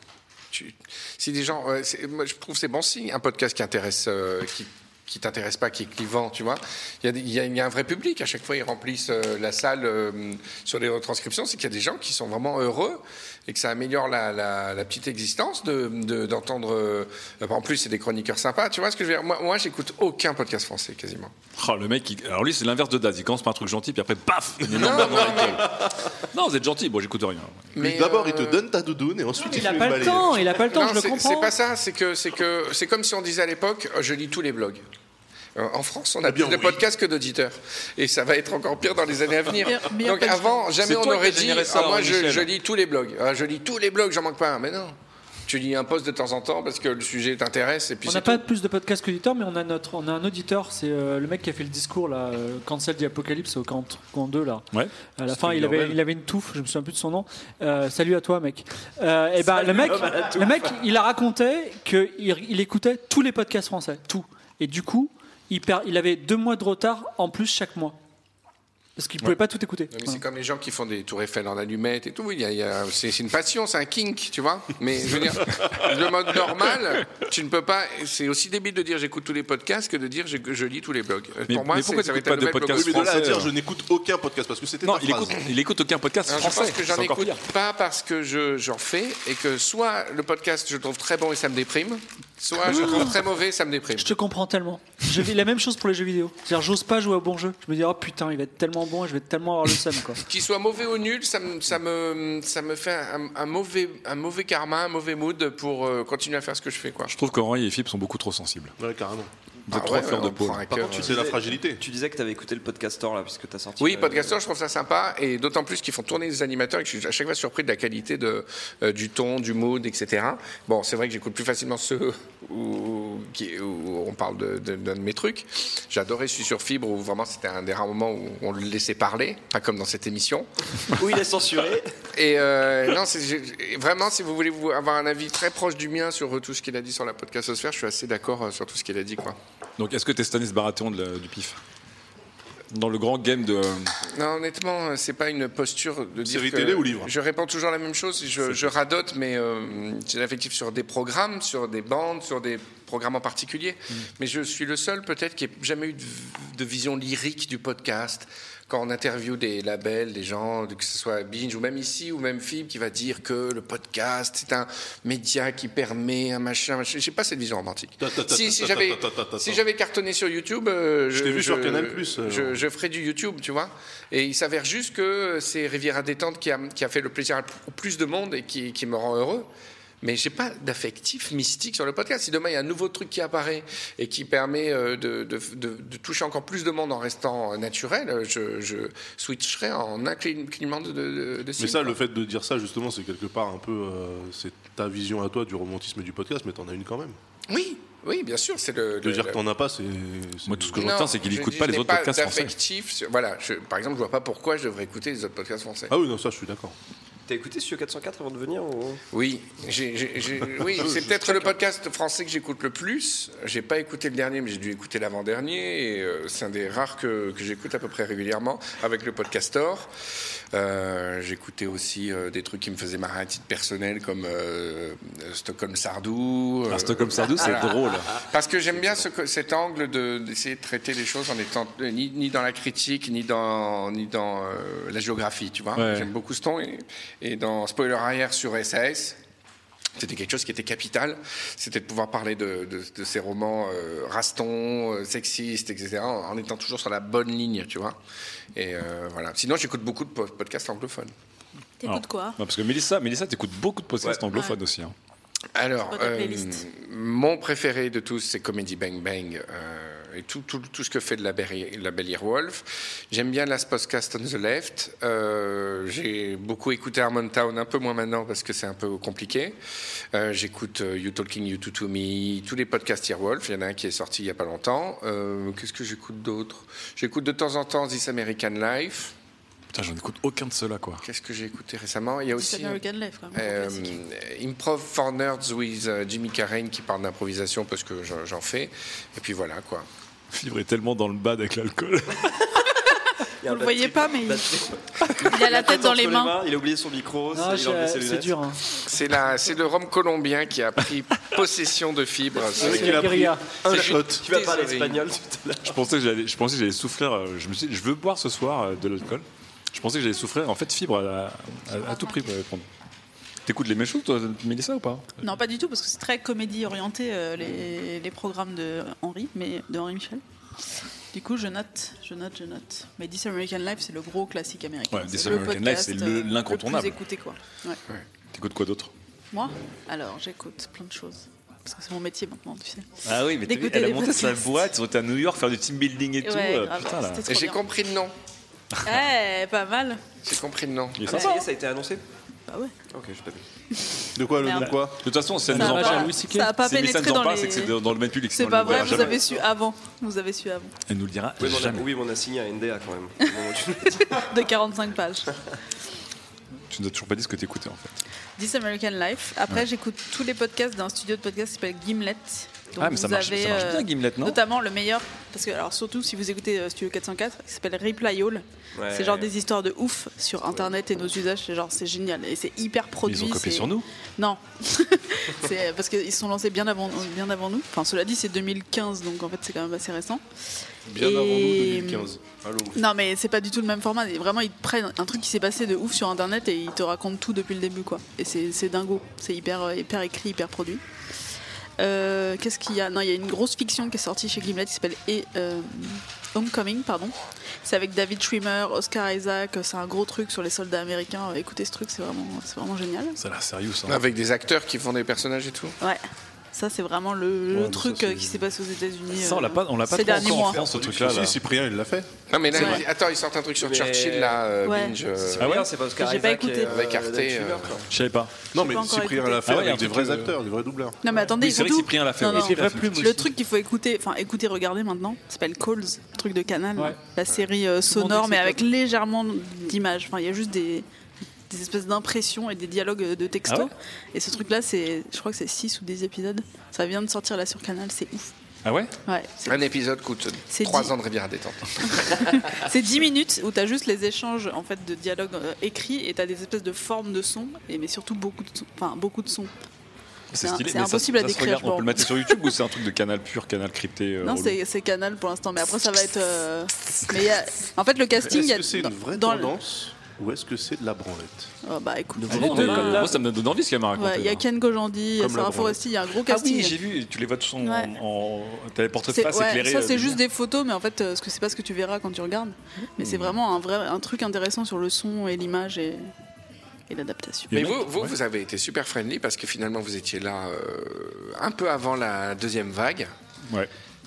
tu- si des gens, ouais, c'est- moi, je trouve que c'est bon signe, un podcast qui intéresse, euh, qui, qui t'intéresse pas, qui est clivant, tu vois. Il y, a des- il y a, il y a un vrai public. À chaque fois, ils remplissent euh, la salle euh, sur les retranscriptions. C'est qu'il y a des gens qui sont vraiment heureux et que ça améliore la, la- la petite existence de, de- d'entendre. euh, en plus, c'est des chroniqueurs sympas. Tu vois ce que je veux dire? Moi, moi, j'écoute aucun podcast français quasiment. Oh, le mec, il- alors lui, c'est l'inverse de Daz. Il commence par un truc gentil, puis après, paf une énorme Non, barre dans la non, gueule. Non, vous êtes gentil. Bon, j'écoute rien. Lui, D'abord, il te euh, donne ta doudoune et ensuite il, Il te a fait pas une le balayette. temps, il a pas le temps, Non, je le c'est- comprends. C'est pas ça, c'est que c'est que c'est comme si on disait à l'époque, euh, je lis tous les blogs. Euh, En France, on a Eh bien, plus de oui. podcasts que d'auditeurs, et ça va être encore pire dans les années à venir. Mais- mais y a Donc pas de- avant, jamais C'est on toi qui aurait as dit, généré ça, ah, moi je, Michel. je lis tous les blogs, Ah, je lis tous les blogs, j'en manque pas un. Mais non, tu lis un post de temps en temps parce que le sujet t'intéresse et puis On c'est n'a pas tout. plus de podcasts qu'auditeurs, mais on a, notre, on a un auditeur, c'est euh, le mec qui a fait le discours, là, euh, Cancel the Apocalypse au quarante-deux, là. Ouais. À la C'était fin, il avait, Orwell. il avait une touffe, je me souviens plus de son nom. Euh, salut à toi, mec. Euh, et ben, le mec, le mec, il a raconté qu'il il écoutait tous les podcasts français, tout. Et du coup, il, perd, il avait deux mois de retard en plus chaque mois. Parce qu'il ne pouvait pas tout écouter. Mais Voilà. c'est comme les gens qui font des tours Eiffel en allumettes et tout. Il y a- il y a- c'est c'est une passion, c'est un kink, tu vois. Mais je veux dire, le mode normal, tu ne peux pas. C'est aussi débile de dire j'écoute tous les podcasts que de dire je, je lis tous les blogs. Mais- Pour moi, mais c'est- pourquoi ça va t'écoutes être pas la de nouvelle podcasts Oui, mais de là à français, dire euh. je n'écoute aucun podcast parce que c'était Non, ta il phrase. écoute, il écoute aucun podcast Alors, je français. pense que j'en C'est encore écoute pire. pas parce que je, j'en fais et que soit le podcast je le trouve très bon et ça me déprime, soit je le trouve très mauvais et ça me déprime. Je te comprends tellement. Je vis la même chose pour les jeux vidéo. C'est-à-dire, j'ose pas jouer au bon jeu. Je me dis, oh putain, il va être tellement bon et je vais tellement avoir le seum, quoi. Qu'il soit mauvais ou nul, ça me, ça me, ça me fait un, un mauvais, un mauvais karma, un mauvais mood pour euh, continuer à faire ce que je fais, quoi. Je trouve qu'Henri et Philippe sont beaucoup trop sensibles. Ouais, carrément. Vous êtes Ah trop ouais, fleurs ouais, de on peau. prend un Par cœur, contre, tu euh, C'est la disais- fragilité. Tu disais que tu avais écouté le Podcaster là, puisque tu as sorti. Oui, euh, Podcaster, je trouve ça sympa, et d'autant plus qu'ils font tourner des animateurs et que je suis à chaque fois surpris de la qualité de, euh, du ton, du mood, et cetera. Bon, c'est vrai que j'écoute plus facilement ceux où, qui- où on parle de, de- d'un de mes trucs. J'adorais Je suis sur Fibre, où vraiment c'était un des rares moments où on le laissait parler, pas comme dans cette émission. Où il est censuré. Et euh, non, c'est, j'ai- vraiment, si vous voulez vous avoir un avis très proche du mien sur tout ce qu'il a dit sur la podcastosphère, je suis assez d'accord euh, sur tout ce qu'il a dit, quoi. Donc, est-ce que t'es Stanis Baratheon de la- du pif dans le grand game de. Non, honnêtement, c'est pas une posture de dire Série que télé ou livre? Je réponds toujours la même chose. Je, je radote, mais euh, j'ai l'affectif sur des programmes, sur des bandes, sur des programmes en particulier. Mais je suis le seul, peut-être, qui ait jamais eu de, de vision lyrique du podcast. Quand on interviewe des labels, des gens, que ce soit Binge ou même ici, ou même Fib, qui va dire que le podcast, c'est un média qui permet un machin. machin. J'ai pas cette vision romantique. Ta, ta, ta, Si, ta, si ta, j'avais ta, ta, ta, ta. si j'avais cartonné sur YouTube, euh, Je t'ai vu sur Canal plus, euh. je, je ferais du YouTube, tu vois. Et il s'avère juste que c'est Riviera Détente qui a, qui a fait le plaisir au plus de monde et qui, qui me rend heureux. Mais j'ai pas d'affectif mystique sur le podcast. Si demain il y a un nouveau truc qui apparaît et qui permet euh, de, de, de, de toucher encore plus de monde en restant naturel, je, je switcherai en un cli- clignement de, de, de Mais cils, ça, quoi. le fait de dire ça, justement, c'est quelque part un peu. euh, c'est ta vision à toi du romantisme du podcast, mais t'en as une quand même. Oui, oui, bien sûr, c'est le. De le- dire le- que t'en as pas, c'est. c'est- Moi, tout ce que je Non, retiens, c'est qu'il je n'écoute dis, pas je les n'ai autres podcasts français. d'affectif sur- Voilà, je- par exemple, je vois pas pourquoi je devrais écouter les autres podcasts français. Ah oui, non, ça, je suis d'accord. T'as écouté Studio quatre cent quatre avant de venir ou... Oui, j'ai, j'ai, j'ai, oui c'est peut-être le podcast français que j'écoute le plus. J'ai pas écouté le dernier, mais j'ai dû écouter l'avant-dernier. Et euh, c'est un des rares que, que j'écoute à peu près régulièrement avec le Podcastor. Euh, j'écoutais aussi euh, des trucs qui me faisaient marrer à titre personnel, comme euh, Stockholm Sardou. Ah, Stockholm Sardou, c'est voilà. drôle. Parce que j'aime bien ce, cet angle de, d'essayer de traiter les choses en étant ni, ni dans la critique, ni dans, ni dans euh, la géographie, tu vois. Ouais. J'aime beaucoup ce ton. Et, et dans Spoiler arrière sur S A S, c'était quelque chose qui était capital, c'était de pouvoir parler de, de, de ces romans euh, rastons, euh, sexistes, et cetera, en, en étant toujours sur la bonne ligne, tu vois. Et euh, voilà. Sinon, j'écoute beaucoup de po- podcasts anglophones. T'écoutes quoi? Non, parce que Mélissa, Mélissa, t'écoutes beaucoup de podcasts Ouais. anglophones Ouais. aussi. Hein. Alors, C'est quoi ta euh, playlist? mon préféré de tous, c'est Comedy Bang Bang euh, et tout, tout, tout ce que fait de la, Berry, la Belle Earwolf. J'aime bien Last Podcast on the Left. Euh, j'ai beaucoup écouté Harmontown, un peu moins maintenant parce que c'est un peu compliqué. Euh, j'écoute euh, You Talking, You To To Me, tous les podcasts Earwolf. Il y en a un qui est sorti il n'y a pas longtemps. Euh, qu'est-ce que j'écoute d'autre? J'écoute de temps en temps This American Life. Putain, j'en écoute aucun de ceux-là, quoi. Qu'est-ce que j'ai écouté récemment? Il y a C'est aussi American Life, quand même. euh, classique. Improv for Nerds with euh, Jimmy Carrey qui parle d'improvisation parce que j'en, j'en fais. Et puis voilà, quoi. Fibre est tellement dans le bad avec l'alcool. Il y a un Vous le bad voyez trip. pas, mais il- Bad trip. Il a la tête dans les entre mains. Il a oublié son micro, Ah, il a enlevé ses c'est lunettes. dur. Hein. C'est, la, c'est le rhum colombien qui a pris possession de Fibre. C'est vrai C'est qu'il la a pris guérilla. un C'est shot. juste Tu vas parler désolé. espagnol tout à l'heure. Je pensais que j'allais, je pensais que j'allais souffrir. euh, Je me suis dit, je veux boire ce soir euh, de l'alcool. Je pensais que j'allais souffrir. En fait, Fibre à, à- à tout prix pour répondre. T'écoutes les mêmes choses, toi, Mélissa, ou pas? Non, pas du tout, parce que c'est très comédie orienté, euh, les, les programmes de Henri, mais de Henri Michel. Du coup, je note, je note, je note. Mais This American Life, c'est le gros classique américain. Ouais, C'est This le American Life, podcast, c'est le- euh, l'incontournable. Le plus écouté, quoi. Ouais. T'écoutes quoi d'autre? Moi, alors, j'écoute plein de choses. Parce que c'est mon métier maintenant, tu sais. Ah oui, mais t'as vu, D'écouter elle a des monté sa podcasts. boîte, ils ont été à New York faire du team building et tout. Ouais, euh, grave, putain, là. c'était trop Et j'ai bien. compris le nom. Eh, pas mal. J'ai compris le nom. Il est Ça, sympa, y est, hein. ça a été annoncé? Bah ouais. Ok, je t'ai vu. De quoi, le Merde. nom de quoi? De toute façon, si elle Ça nous a en hommage pas- à parle, Louis C K. ça a pas si Mélissa pénétré nous en dans parle, les... c'est que c'est dans le même public. C'est sinon pas elle nous le vrai, dira vous jamais. avez su avant. Vous avez su avant. Elle nous le dira Oui, mais on a- jamais. oui, mais on a signé un N D A quand même. Au moment où tu le dis. De quarante-cinq pages. Tu nous as toujours pas dit ce que t'écoutais, en fait. This American Life. Après, j'écoute tous les podcasts d'un studio de podcast qui s'appelle Gimlet. Donc Ah, mais ça vous marche, avez, ça marche euh, bien, Gimlet, non? Notamment le meilleur, parce que alors surtout si vous écoutez euh, Studio quatre cent quatre, qui s'appelle Reply All. Ouais. C'est genre des histoires de ouf sur Internet et nos usages. C'est genre c'est génial et c'est hyper produit. Ils ont copié c'est- sur nous. Non, c'est parce qu'ils se sont lancés bien avant, bien avant nous. Enfin, cela dit, c'est deux mille quinze, donc en fait c'est quand même assez récent. Bien Et- avant nous, deux mille quinze. Allô. Non, mais c'est pas du tout le même format. Et vraiment, ils te prennent un truc qui s'est passé de ouf sur Internet et ils te racontent tout depuis le début, quoi. Et c'est c'est dingo. C'est hyper, euh, hyper écrit, hyper produit. Euh, Qu'est-ce qu'il y a? Non, il y a une grosse fiction qui est sortie chez Gimlet qui s'appelle et, euh, Homecoming, pardon. C'est avec David Schwimmer, Oscar Isaac. C'est un gros truc sur les soldats américains. Écoutez ce truc, c'est vraiment, c'est vraiment génial. Ça a l'air sérieux, ça. Avec des acteurs qui font des personnages et tout. Ouais. Ça, c'est vraiment le, le Ouais, mais truc ça, c'est- euh, qui s'est passé aux États-Unis. Ça, on l'a euh, pas, on l'a pas ces trop derniers encore mois. en France, ce truc-là. Si, là. Cyprien, il l'a fait. Non, mais là, C'est vrai. il- attends, ils sortent un truc sur Mais- Churchill, là, euh, Ouais. Binge. euh, Ah ouais, c'est pas Oscar J'ai pas Isaac écouté. et, euh, Avec Arte, David Schwimmer, euh, quoi. Je savais pas. Non, J'ai mais pas encore Cyprien écouté. l'a fait Ah ouais, avec un des truc, vrais euh, acteurs, des vrais doubleurs. Non, mais attendez, Oui, il c'est faut vrai que tout. Cyprien l'a fait. Non, oui, non. C'est tout à vrai fait. plume aussi. Le truc qu'il faut écouter, enfin écouter, regarder maintenant, s'appelle Calls, truc de Canal, Ouais. la série euh, Tout le monde sonore, dit que mais c'est avec top. légèrement d'images. Enfin, il y a juste des, des espèces d'impressions et des dialogues de texto. Ah ouais Et ce truc-là, c'est, je crois que c'est six ou dix épisodes. Ça vient de sortir là sur Canal, c'est ouf. Ah ouais? Ouais, c'est, Un épisode coûte C'est trois dit. ans de rivière à détente. c'est dix minutes où t'as juste les échanges en fait de dialogues euh, écrits et t'as des espèces de formes de sons, et mais surtout beaucoup de sons. Enfin, beaucoup de sons. C'est un- stylé. c'est mais ça- impossible à ça se décrire, regarde- je On peut pense. le mettre sur YouTube ou c'est un truc de Canal pur, Canal crypté? euh, Non, relou c'est, c'est Canal pour l'instant, mais après ça va être. euh, Mais il y a... en fait, le casting, il y Est-ce a que c'est dans- une vraie dans le- tendance ou est-ce que c'est de la branlette? Oh, bah écoute, Les on deux, va- comme là. Moi, ça me donne envie ce qu'elle m'a raconté. Ouais, il y a là. Ken Kojandi, il y a Comme la Sarah branlette. Foresti, il y a un gros Ah casting. oui, j'ai vu. Tu les vois tous en. Ouais. en... T'as les portraits de C'est- face ouais, éclairés. ça euh, c'est de juste lumière. des photos, mais en fait, euh, ce que c'est pas ce que tu verras quand tu regardes. Mais c'est vraiment un vrai, un truc intéressant sur le son et l'image et, et l'adaptation. Mais Il y a vous, mec- vous, ouais. vous avez été super friendly parce que finalement vous étiez là euh, un peu avant la deuxième vague. Ouais.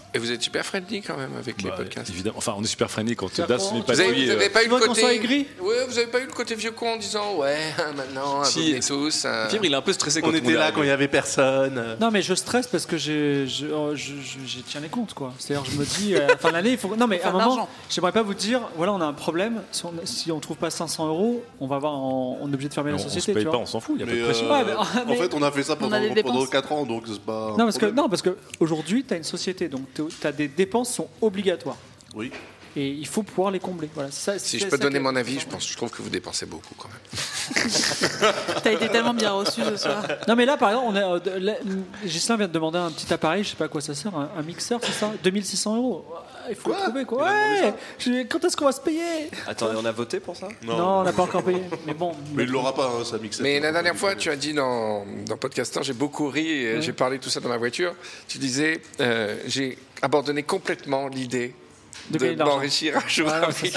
Et vous êtes super friendly quand même avec les Bah, podcasts. Évidemment. Enfin, on est super friendly quand C'est Das quoi n'est Vous pas avez, souillé, vous avez euh. pas eu Tu le veux qu'on soit côté aigri Ouais, vous avez pas eu le côté vieux con en disant ouais maintenant Si. vous venez tous. euh, Fibre, il est un peu stressé quand On tout le était monde là est quand il n'y arrivé. avait personne. Non, mais je stresse parce que j'ai, je, oh, je, je- j'y tiens les comptes, quoi. C'est-à-dire, je me dis, euh, à la fin de l'année, il faut. Non, mais à Faire un de moment, l'argent. j'aimerais pas vous dire, voilà, on a un problème. Si on, si on trouve pas cinq cents euros, on va avoir, en- on est obligé de fermer On, la on se société. paye tu pas, vois. on s'en fout, il y a pas Mais, de pression. euh, Ouais, mais- mais- en fait, on a fait ça On pendant, a des pendant dépenses. quatre ans, donc c'est pas. Non, parce que problème. non, parce que aujourd'hui, tu as une société, donc tu as des dépenses qui sont obligatoires. Oui. Et il faut pouvoir les combler. Voilà. c'est Ça, Si c'est je peux ça donner que- mon avis, je pense, je trouve que vous dépensez beaucoup quand même. T'as été tellement bien reçu ce soir. Non, mais là, par exemple, on a, euh, de- là, Ghislain vient de demander un petit appareil, je sais pas à quoi ça sert, un, un mixeur, c'est ça deux mille six cents euros. Il faut Quoi le trouver, quoi. Il a demandé Ouais. Je- Quand est-ce qu'on va se payer? Attendez, on a voté pour ça? Non, on n'a pas encore payé. Mais bon. Mais il l'aura pas, hein, sa mixette. Mais la dernière fois, tu as dit dans, dans Podcastant, j'ai beaucoup ri et Ouais. j'ai parlé de tout ça dans ma voiture. Tu disais, euh, j'ai abandonné complètement l'idée De de, gagner de l'argent. m'enrichir un jour Ah, non, avec.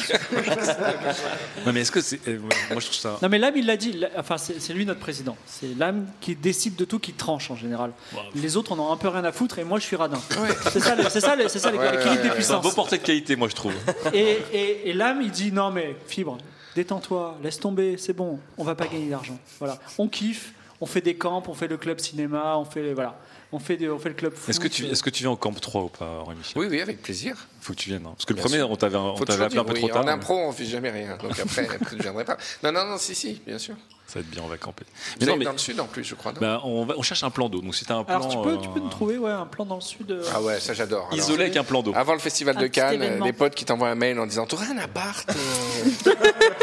Non, mais est-ce que c'est. euh, Moi, je trouve ça. Non, mais l'âme, il l'a dit. la- Enfin, c'est c'est lui notre président. C'est l'âme qui décide de tout, qui tranche en général. Les autres, on en a un peu rien à foutre et moi, je suis radin. C'est ça, le- c'est ça, le- c'est ça l'équilibre Ouais, ouais, des ouais. C'est un puissances. beau portrait de qualité, moi, je trouve. Et, et- et l'âme, il dit non, mais Fibre, détends-toi, laisse tomber, c'est bon, on va pas gagner d'argent. Voilà, on kiffe, on fait des camps, on fait le club cinéma, on fait voilà, on fait, des- on fait le club foot. Est-ce que, tu, est-ce que tu viens au camp trois ou pas, Henri Michel? Oui, oui, avec plaisir. Faut que tu viennes. hein. Parce que le Bien premier, sûr. on t'avait, on Faut t'avait toujours appelé un peu dire trop oui. tard. En impro, on fait jamais rien. Donc après, après je ne viendrai pas. Non, non, non, si, si, bien sûr. Ça va être bien, on va camper. Vous Mais non, êtes mais dans le sud en plus, je crois. non bah, on, va- on cherche un plan d'eau. Donc si t'as un plan. Alors tu peux, tu peux euh, nous trouver ouais, un plan dans le sud. euh, Ah ouais, ça j'adore. Alors, Isolé avec un plan d'eau. Avant le festival Un de petit Cannes, événement. les potes qui t'envoient un mail en disant t'aurais un appart euh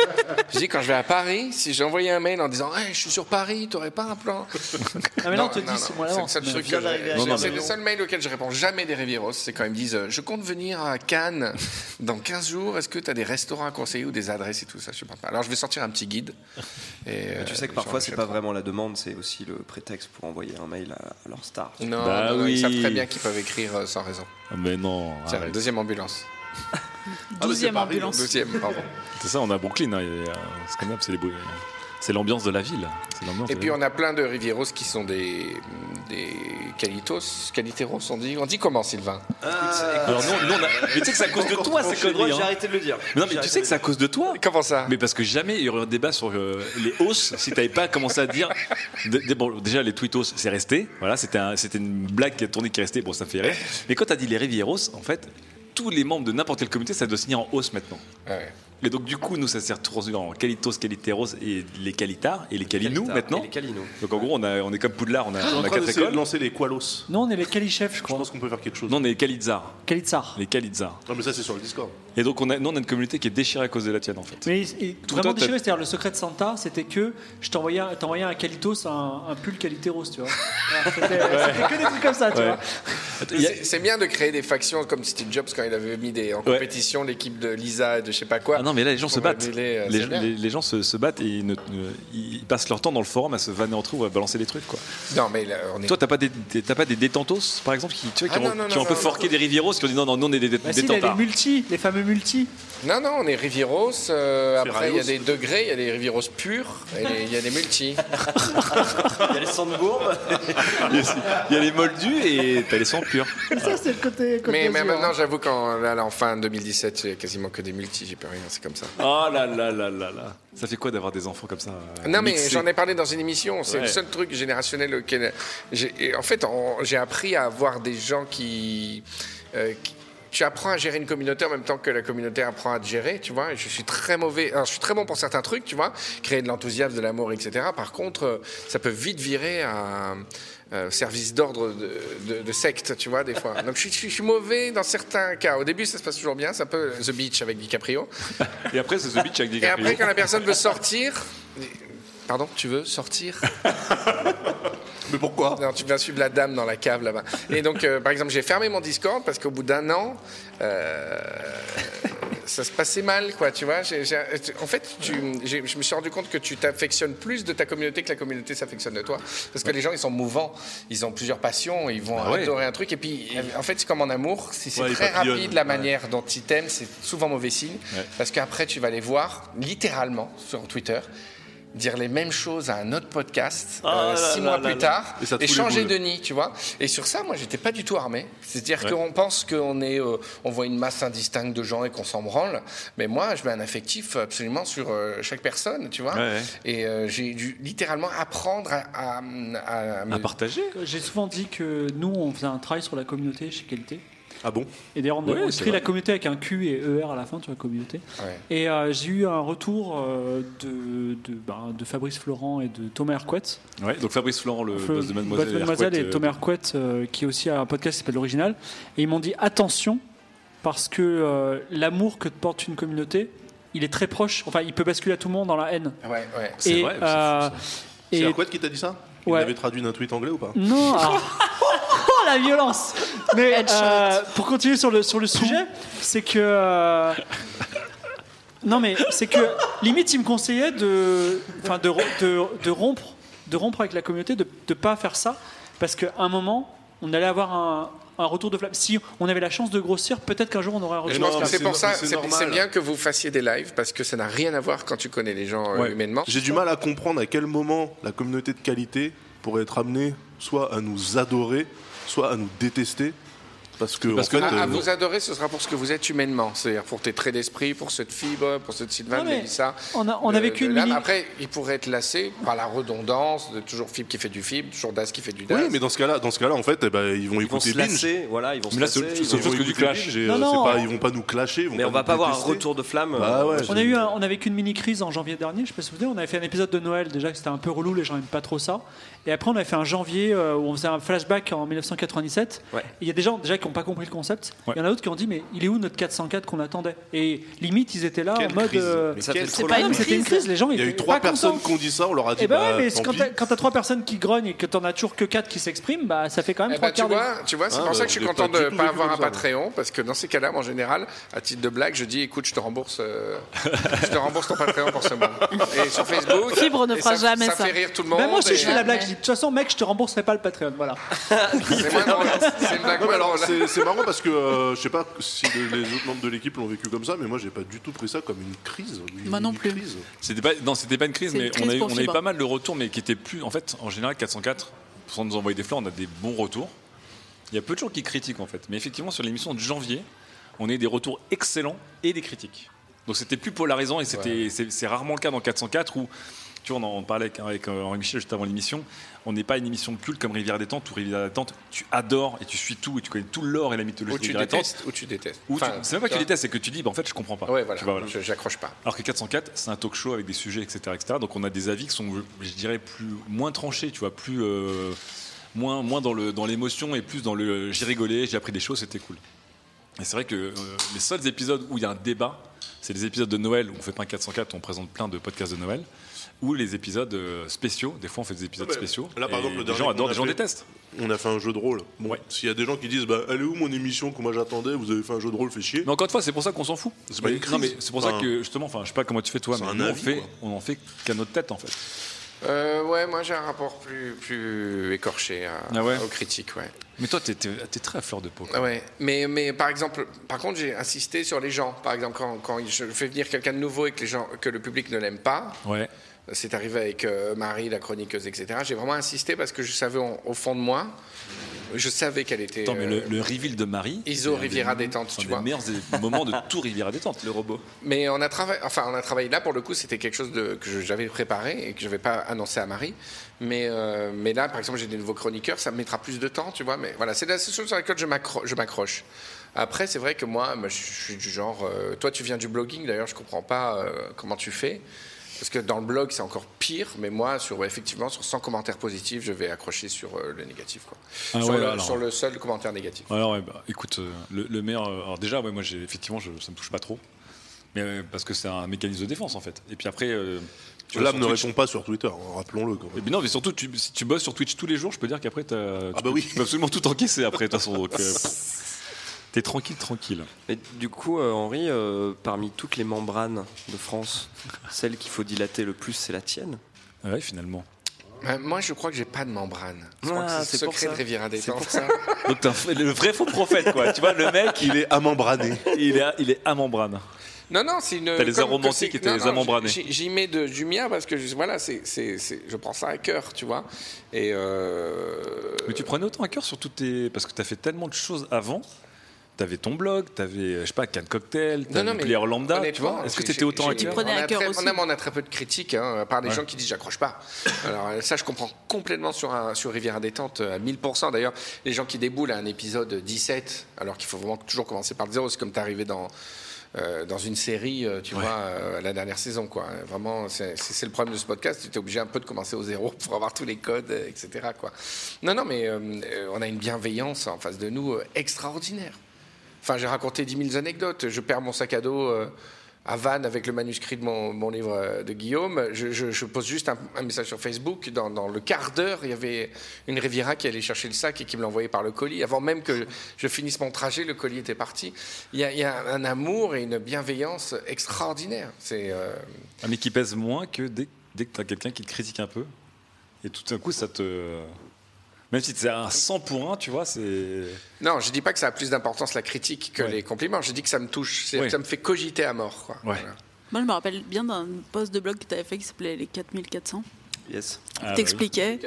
Je dis quand je vais à Paris, si j'ai envoyé un mail en disant hey, je suis sur Paris, t'aurais pas un plan Ah mais là, on te dit six mois à c'est le l'avance. seul Mais- truc vient que d'arriver j'ai- à Non, non, c'est mais- le seul mail auquel je réponds jamais des Rivieros, c'est quand ils me disent euh, je compte venir à Cannes dans quinze jours, est-ce que tu as des restaurants à conseiller ou des adresses et tout ça, je sais pas. Alors je vais sortir un petit guide. Et, euh, Tu sais que j'en parfois, c'est pas achèterai. vraiment la demande, c'est aussi le prétexte pour envoyer un mail à, à leur star. Non, Bah non, non, ils oui. savent très bien qu'ils peuvent écrire euh, sans raison. Ah, Mais non. Tiens, arrête. deuxième ambulance. Douzième Paris, ambulance. Deuxième, pardon. C'est ça, on a Brooklyn. Hein, et, euh, Scandinave, c'est les beaux- c'est l'ambiance de la ville. C'est l'ambiance Et de puis la on a plein de Rivieros qui sont des, des qualitos, qualiteros, on dit. On dit comment, Sylvain ville. Alors nous, nous, on a... Mais tu sais que c'est à cause de toi, ces conneries. J'ai hein. arrêté de le dire. Mais non, mais tu sais que c'est à cause de toi. Comment ça Mais parce que jamais il y aurait un débat sur euh, les hausses si t'avais pas commencé à dire. de- de- bon, déjà, les tweetos, c'est resté. Voilà, c'était un- c'était une blague qui a tourné qui est restée. Bon, ça fait rire. Mais quand t'as dit les Rivieros, en fait, tous les membres de n'importe quelle communauté, ça doit signer en hausse maintenant. Ouais. Et donc, du coup, nous, ça sert toujours en qualitos, qualiteros et les qualitas et les qualinous Calita maintenant. et les Calinos. Donc, en gros, on, a, on est comme Poudlard, on a, On est on en a train quatre d'essayer de écoles. lancer les Qualos. Nous, on est les Kalichefs, je Je crois. pense qu'on peut faire quelque chose. Non, on est les Kalitzar. Kalitzar. Les Kalitzar. Non, mais ça, c'est sur le Discord. Et donc, on a, nous, on a une communauté qui est déchirée à cause de la tienne, en fait. Mais il- il- Tout vraiment toi, t'as- déchiré, c'est-à-dire le secret de Santa, c'était que je t'envoyais un, t'envoyais un Calitos, un, un pull Caliteros, tu vois. Voilà, C'était c'était que des trucs comme ça, tu Ouais. vois. Il y a- C'est c'est bien de créer des factions comme Steve Jobs quand il avait mis des, en compétition l'équipe de Lisa et de je sais pas quoi. Ah non, mais là, les gens se On va battent. annuler, euh, Les, c'est bien. les- les gens se, se battent et ils, ne- ne- ils passent leur temps dans le forum à se vanner entre eux ou à balancer des trucs, quoi. Non, mais là, on est. Toi, t'as pas des, des- t'as pas des détentos, par exemple, qui, tu vois, qui Ah ont, non, non, qui ont non, un peu non, forqué non. des Rivieros, qui ont dit non, non, nous, on est des, des Bah si, il y a les détentards. multi, les fameux multi. Non, non, on est Rivieros. euh, après, il y a Ferrarios. des degrés, il y a des Rivieros purs et les- il y a des multi. Il y a les Sandbourg. Il y a- il y a les moldus et t'as les sangs purs. Ça, c'est le côté. côté Mais, mais azur, maintenant, hein. j'avoue, quand là, là, en fin deux mille dix-sept, il y a quasiment que des multi, j'ai plus rien, c'est comme ça. Oh là là là là là. Ça fait quoi d'avoir des enfants comme ça euh, Non, mais mixés j'en ai parlé dans une émission. C'est Ouais. le seul truc générationnel auquel. j'ai- et En fait, on- j'ai appris à avoir des gens qui. euh, qui- Tu apprends à gérer une communauté en même temps que la communauté apprend à te gérer, tu vois. Et je suis très mauvais. Alors, je suis très bon pour certains trucs, tu vois, créer de l'enthousiasme, de l'amour, et cetera. Par contre, euh, ça peut vite virer à un service d'ordre de, de- de secte, tu vois, des fois. Donc, je suis, je suis mauvais dans certains cas. Au début, ça se passe toujours bien. C'est un peu The Beach avec DiCaprio. Et après, c'est The Beach avec Et DiCaprio. après, quand la personne veut sortir. Pardon, tu veux sortir? Mais pourquoi? Non, tu vas suivre la dame dans la cave là-bas. Et donc, euh, par exemple, j'ai fermé mon Discord parce qu'au bout d'un an, euh, ça se passait mal, quoi, tu vois. J'ai- j'ai- en fait, tu, j'ai- je me suis rendu compte que tu t'affectionnes plus de ta communauté que la communauté s'affectionne de toi. Parce que les gens, ils sont mouvants, ils ont plusieurs passions, ils vont Ah ouais. adorer un truc. Et puis, en fait, c'est comme en amour, si c'est Ouais, ils très papillonnent. rapide la Ouais. manière dont ils t'aiment, c'est souvent mauvais signe. Ouais. Parce qu'après, tu vas les voir, littéralement, sur Twitter. dire les mêmes choses à un autre podcast Oh euh, là six là mois là plus là. tard Et ça te et fout les changer boules. de nid, tu vois. Et sur ça, moi, j'étais pas du tout armé. C'est-à-dire Ouais. qu'on pense qu'on est, euh, on voit une masse indistincte de gens et qu'on s'en branle. Mais moi, je mets un affectif absolument sur euh, chaque personne, tu vois. Ouais, ouais. Et euh, j'ai dû littéralement apprendre à, à, à- à me- À partager. J'ai souvent dit que nous, on faisait un travail sur la communauté chez Qualité. Ah bon? Et d'ailleurs, on a Ouais, on c'est écrit vrai. la communauté avec un Q et E R à la fin, tu vois, communauté. Ouais. Et euh, j'ai eu un retour euh, de, de, ben, de Fabrice Florent et de Thomas Hercouet. Ouais, donc Fabrice Florent, le Fle- boss de Mademoiselle, boss de Mademoiselle Hercouet, et euh, Thomas Hercouet, euh, qui aussi a un podcast qui s'appelle L'Original. Et ils m'ont dit attention, parce que euh, l'amour que te porte une communauté, il est très proche, enfin, il peut basculer à tout le monde dans la haine. Ouais, ouais. C'est et, vrai, c'est euh, fou, C'est et- Hercouet qui t'a dit ça? Il Ouais. avait traduit d'un tweet anglais ou pas? Non, alors- oh la violence. Mais euh, pour continuer sur le sur le sujet, c'est que euh, non mais c'est que limite il me conseillait de enfin de, de, de rompre de rompre avec la communauté, de ne pas faire ça parce qu'à un moment on allait avoir un, un retour de flamme. Si on avait la chance de grossir, peut-être qu'un jour on aurait un Je retour de pense que flamme. c'est pour c'est- ça, c'est c'est normal. c'est bien que vous fassiez des lives parce que ça n'a rien à voir quand tu connais les gens euh, Ouais. humainement. J'ai du mal à comprendre à quel moment la communauté de qualité pourrait être amenée soit à nous adorer, soit à nous détester. Parce que, Parce en que- fait, À, à euh, vous adorer, ce sera pour ce que vous êtes humainement, c'est-à-dire pour tes traits d'esprit, pour cette fibre, pour cette Sylvain, Non, mais Mélissa. on a- on de- a vécu de une l'âme. mini- Après, il pourrait être lassé par la redondance de toujours fibre qui fait du fibre, toujours Das qui fait du Das. oui, mais dans ce cas-là, dans ce cas-là, en fait, eh ben, ils vont Ils vont écouter se Binge. lasser, voilà, ils vont se Mais là, c'est lasser. autre ils chose vont- Ils vont que du écouter clash. Binge et, Non, euh, non. c'est pas, ils vont pas nous clasher. Ils vont Mais on pas va nous pas avoir un détester. retour de flamme. Bah ouais, euh, On a, eu un- on a vécu une mini-crise en janvier dernier, je sais pas si vous vous souvenez, on avait fait un épisode de Noël déjà, que c'était un peu relou, les gens n'aiment pas trop ça. Et après on avait fait un janvier euh, où on faisait un flashback en dix-neuf cent quatre-vingt-dix-sept. Ouais. Et il y a des gens déjà qui n'ont pas compris le concept. Ouais. Il y en a d'autres qui ont dit mais il est où notre quatre cent quatre qu'on attendait? Et limite ils étaient là Quelle en mode... crise. euh, Mais ça quelle fait crise. trop ah non, une mais c'était une crise. crise, les gens Il y a ils eu étaient trois pas personnes contents. qui ont dit ça, on leur a dit Et ben bah, ouais, mais tant quand pis. t'as quand t'as trois personnes qui grognent et que t'en as toujours que quatre qui s'expriment, bah ça fait quand même Eh trois ben, tu quarts de- vois, tu vois, c'est Ah, pour bah, ça que je suis je l'ai content pas de du ne tout pas vécu avoir un comme ça, Patreon, parce que dans ces cas-là, en général, à titre de blague, je dis écoute, je te rembourse, euh, je te rembourse ton Patreon pour ce mois. Et sur Facebook, Fibre ne et fera jamais ça ça. fait rire tout le monde. Ben moi aussi et- je fais la blague, je dis de toute façon mec je te rembourserai pas le Patreon, voilà. C'est moins drôle. C'est une blague Non, mais moins alors, drôle. c'est c'est marrant parce que euh, je sais pas si les, les autres membres de l'équipe l'ont vécu comme ça, mais moi j'ai pas du tout pris ça comme une crise. Une Moi non plus. crise. C'était pas, non, c'était pas une crise, C'est mais une crise on a, eu, pour on a eu Fibre. pas mal de retours, mais qui étaient plus. En fait, en général, quatre cent quatre, sans nous envoyer des fleurs, on a des bons retours. Il y a peu de gens qui critiquent, en fait. Mais effectivement, sur l'émission de janvier, on a eu des retours excellents et des critiques. Donc c'était plus polarisant et c'était, c'est, c'est rarement le cas dans quatre cent quatre où, tu vois, on en parlait avec, avec euh, Henri Michel juste avant l'émission. On n'est pas une émission de culte comme Rivière Détente, où Rivière Détente, tu adores et tu suis tout et tu connais tout le lore et la mythologie Ou de tu Rivière Détente. détestes, ou tu détestes. Ou tu- Enfin, c'est même pas que tu vois. détestes, c'est que tu dis, bah, en fait, je comprends pas. Ouais, voilà. Tu vois, voilà. Je- J'accroche pas. Alors que quatre cent quatre, c'est un talk show avec des sujets, et cetera, et cetera. Donc on a des avis qui sont, je dirais, plus moins tranchés, tu vois, plus euh, moins moins dans le dans l'émotion et plus dans le j'ai rigolé, j'ai appris des choses, c'était cool. Et c'est vrai que euh, les seuls épisodes où il y a un débat, c'est les épisodes de Noël où on fait pas un quatre cent quatre, on présente plein de podcasts de Noël, ou les épisodes euh, spéciaux. Des fois, on fait des épisodes Ouais, mais spéciaux. là, par et exemple, le des dernier gens qu'on adorent, a des gens fait- détestent. On a fait un jeu de rôle. Bon, Ouais. s'il y a des gens qui disent bah, elle est où mon émission que moi j'attendais, vous avez fait un jeu de rôle, fait chier. Mais encore une fois, c'est pour ça qu'on s'en fout. C'est pas une Non, mais crise. c'est pour Enfin, ça que justement, enfin, je sais pas comment tu fais toi, c'est mais un nous, on avis, fait, quoi. on en fait qu'à notre tête en fait. Euh, ouais, moi j'ai un rapport plus, plus écorché à- Ah ouais aux critiques, ouais. Mais toi, t'es, t'es, t'es très à fleur de peau. quoi. Ah ouais, mais, mais par exemple, par contre, j'ai insisté sur les gens. Par exemple, quand, quand je fais venir quelqu'un de nouveau et que, les gens, que le public ne l'aime pas, Ouais. c'est arrivé avec euh, Marie, la chroniqueuse, et cetera. J'ai vraiment insisté parce que je savais au, au fond de moi, je savais qu'elle était. Attends, mais euh, le, le reveal de Marie. Iso c'est un Riviera des- Détente, c'est un tu des vois. meilleurs é- moments de tout Riviera Détente, le robot. Mais on a travaillé, enfin, on a travaillé là pour le coup, c'était quelque chose de, que je- j'avais préparé et que je n'avais pas annoncé à Marie. Mais, euh, mais là, par exemple, j'ai des nouveaux chroniqueurs, ça me mettra plus de temps, tu vois. Mais voilà, c'est la seule chose sur laquelle je m'accro- je m'accroche. Après, c'est vrai que moi, moi, je suis du genre. euh, toi, tu viens du blogging, d'ailleurs, je comprends pas euh, comment tu fais. Parce que dans le blog, c'est encore pire, mais moi, sur, ouais, effectivement, sur cent commentaires positifs, je vais accrocher sur euh, le négatif. Quoi. Ah sur, ouais, le, alors. sur le seul commentaire négatif. Alors, ouais, bah, écoute, euh, le, le meilleur. euh, Alors, déjà, ouais, moi, j'ai, effectivement, je, ça me touche pas trop. Mais euh, parce que c'est un mécanisme de défense, en fait. Et puis après. euh, tu vois, L'âme sur ne Twitch- répond pas sur Twitter, hein, rappelons-le. Quand Et même. puis non, mais surtout, tu, si tu bosses sur Twitch tous les jours, je peux dire qu'après, t'as, tu, bah peux, oui. tu peux absolument tout encaisser après, de toute façon. Donc, euh, t'es tranquille, tranquille. Et du coup, euh, Henri, euh, parmi toutes les membranes de France, celle qu'il faut dilater le plus, c'est la tienne. Ah ouais, finalement. Euh, moi, je crois que j'ai pas de membrane. Je crois Ah, que c'est c'est le pour secret ça. de Riviera C'est Détente. pour ça. Donc, t'es un- le vrai faux prophète, quoi. Tu vois, le mec, Il est amembrané. il est, il est à membrane. Non, non, c'est une. T'as les comme- aromantiques comme et t'as c'est- les non, amants non, branés. j'y- J'y mets de, du mien parce que je- voilà, c'est, c'est, c'est- je prends ça à cœur, tu vois. Et euh, Mais tu prenais autant à cœur sur toutes tes. Parce que tu as fait tellement de choses avant. Tu avais ton blog, tu avais, je sais pas, Cannes Cocktail, tu Non, non, avais mais Player Lambda, tu honnêtement, vois. Est-ce que j'ai- tu étais autant j'ai- à cœur prenais on à a cœur très- aussi. on a- on a très peu de critiques, hein, à part des Ouais. gens qui disent j'accroche pas. Alors euh, ça, je comprends complètement sur, un, sur Rivière à détente à mille pour cent. D'ailleurs, les gens qui déboulent à un épisode dix-sept, alors qu'il faut vraiment toujours commencer par le zéro, c'est comme t'es arrivé dans. euh, dans une série, euh, tu Ouais. vois, euh, la dernière saison, quoi. Vraiment, c'est, c'est, c'est le problème de ce podcast. Tu es obligé un peu de commencer au zéro pour avoir tous les codes, euh, et cetera, quoi. Non, non, mais euh, euh, on a une bienveillance en face de nous euh, extraordinaire. Enfin, j'ai raconté dix mille anecdotes. Je perds mon sac à dos euh, à Vannes avec le manuscrit de mon, mon livre euh, de Guillaume. Je, je- je pose juste un, un message sur Facebook. Dans, dans le quart d'heure, il y avait une Riviera qui allait chercher le sac et qui me l'envoyait par le colis. Avant même que je finisse mon trajet, le colis était parti. Il y a, il y a un amour et une bienveillance extraordinaire. C'est, euh, Ah, mais qui pèse moins que dès, dès que tu as quelqu'un qui te critique un peu. Et tout d'un coup, ça te. Même si c'est un cent pour un, tu vois, c'est. Non, je dis pas que ça a plus d'importance la critique que Ouais. les compliments. Je dis que ça me touche. C'est- Ouais. Ça me fait cogiter à mort, quoi. Ouais. Voilà. Moi, je me rappelle bien d'un post de blog que tu avais fait qui s'appelait Les quatre mille quatre cents. Yes. Ah, T'expliquais.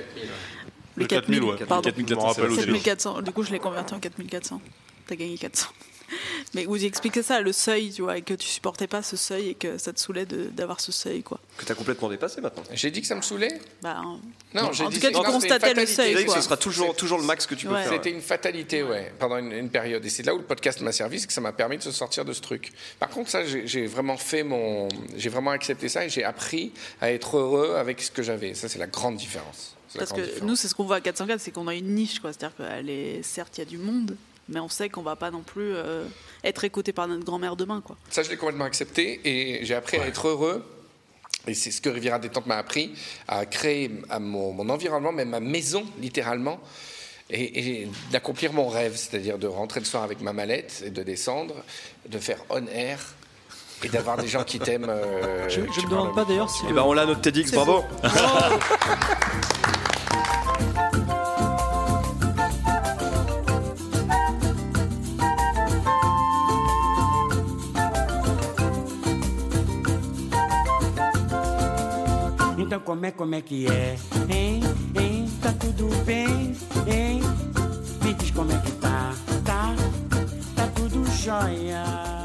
Le quatre mille, ouais. pardon. quatre mille Je me rappelle aussi. quatre mille quatre cents. Du coup, je l'ai converti en quatre mille quatre cents. T'as gagné quatre cents. Mais vous expliquez ça, le seuil, tu vois, et que tu supportais pas ce seuil et que ça te saoulait de- d'avoir ce seuil, quoi. Que t'as complètement dépassé maintenant. J'ai dit que ça me saoulait. Bah, hein. Non, j'ai en dit tout cas, que tu non, c'était une constatais le fatalité. seuil, C'est vrai que quoi. ce sera toujours, toujours le max que tu peux Ouais. faire. C'était une fatalité, ouais, pendant une, une période. Et c'est là où le podcast m'a servi, c'est que ça m'a permis de se sortir de ce truc. Par contre, ça, j'ai j'ai vraiment fait mon, j'ai vraiment accepté ça et j'ai appris à être heureux avec ce que j'avais. Ça, c'est la grande différence. C'est la Parce grande que différence. nous, c'est ce qu'on voit à quatre cent quatre, c'est qu'on a une niche, quoi. C'est-à-dire qu'elle est, certes, il y a du monde, mais on sait qu'on va pas non plus euh, être écouté par notre grand-mère demain, quoi. Ça, je l'ai complètement accepté et j'ai appris à être heureux. Et c'est ce que Riviera Détente m'a appris, à créer à mon, mon environnement, même ma maison, littéralement, et, et d'accomplir mon rêve, c'est-à-dire de rentrer le soir avec ma mallette et de descendre, de faire on air et d'avoir des gens qui t'aiment. euh, Je, je qui me parlent demande pas d'ailleurs si. Et le- ben on l'a notre TEDx, bravo. Então como é, como é que é, hein, hein, tá tudo bem, hein, me diz como é que tá, tá, tá tudo jóia.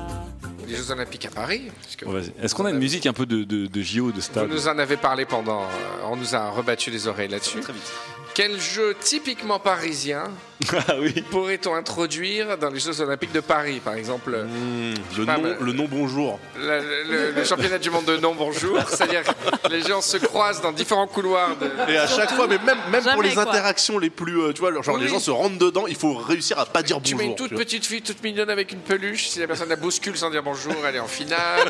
Les Jeux Olympiques à Paris. puisque Bon, vas-y. Est-ce qu'on a une musique un peu de, de, de J O, de Vous stade? nous en avez parlé pendant. euh, On nous a rebattu les oreilles là-dessus. Très vite. Quel jeu typiquement parisien Ah oui. pourrait-on introduire dans les Jeux Olympiques de Paris, par exemple Mmh, le, pas, nom, mais- le nom bonjour. le, le- le championnat du monde de non bonjour, c'est-à-dire que les gens se croisent dans différents couloirs. De... Et à chaque fois, mais même, même pour Jamais, les quoi. interactions les plus. euh, tu vois, genre Oui. les gens se rentrent dedans, il faut réussir à pas dire Tu bonjour. mets une toute tu vois. petite fille toute mignonne avec une peluche, si la personne la bouscule sans dire bonjour, elle est en finale,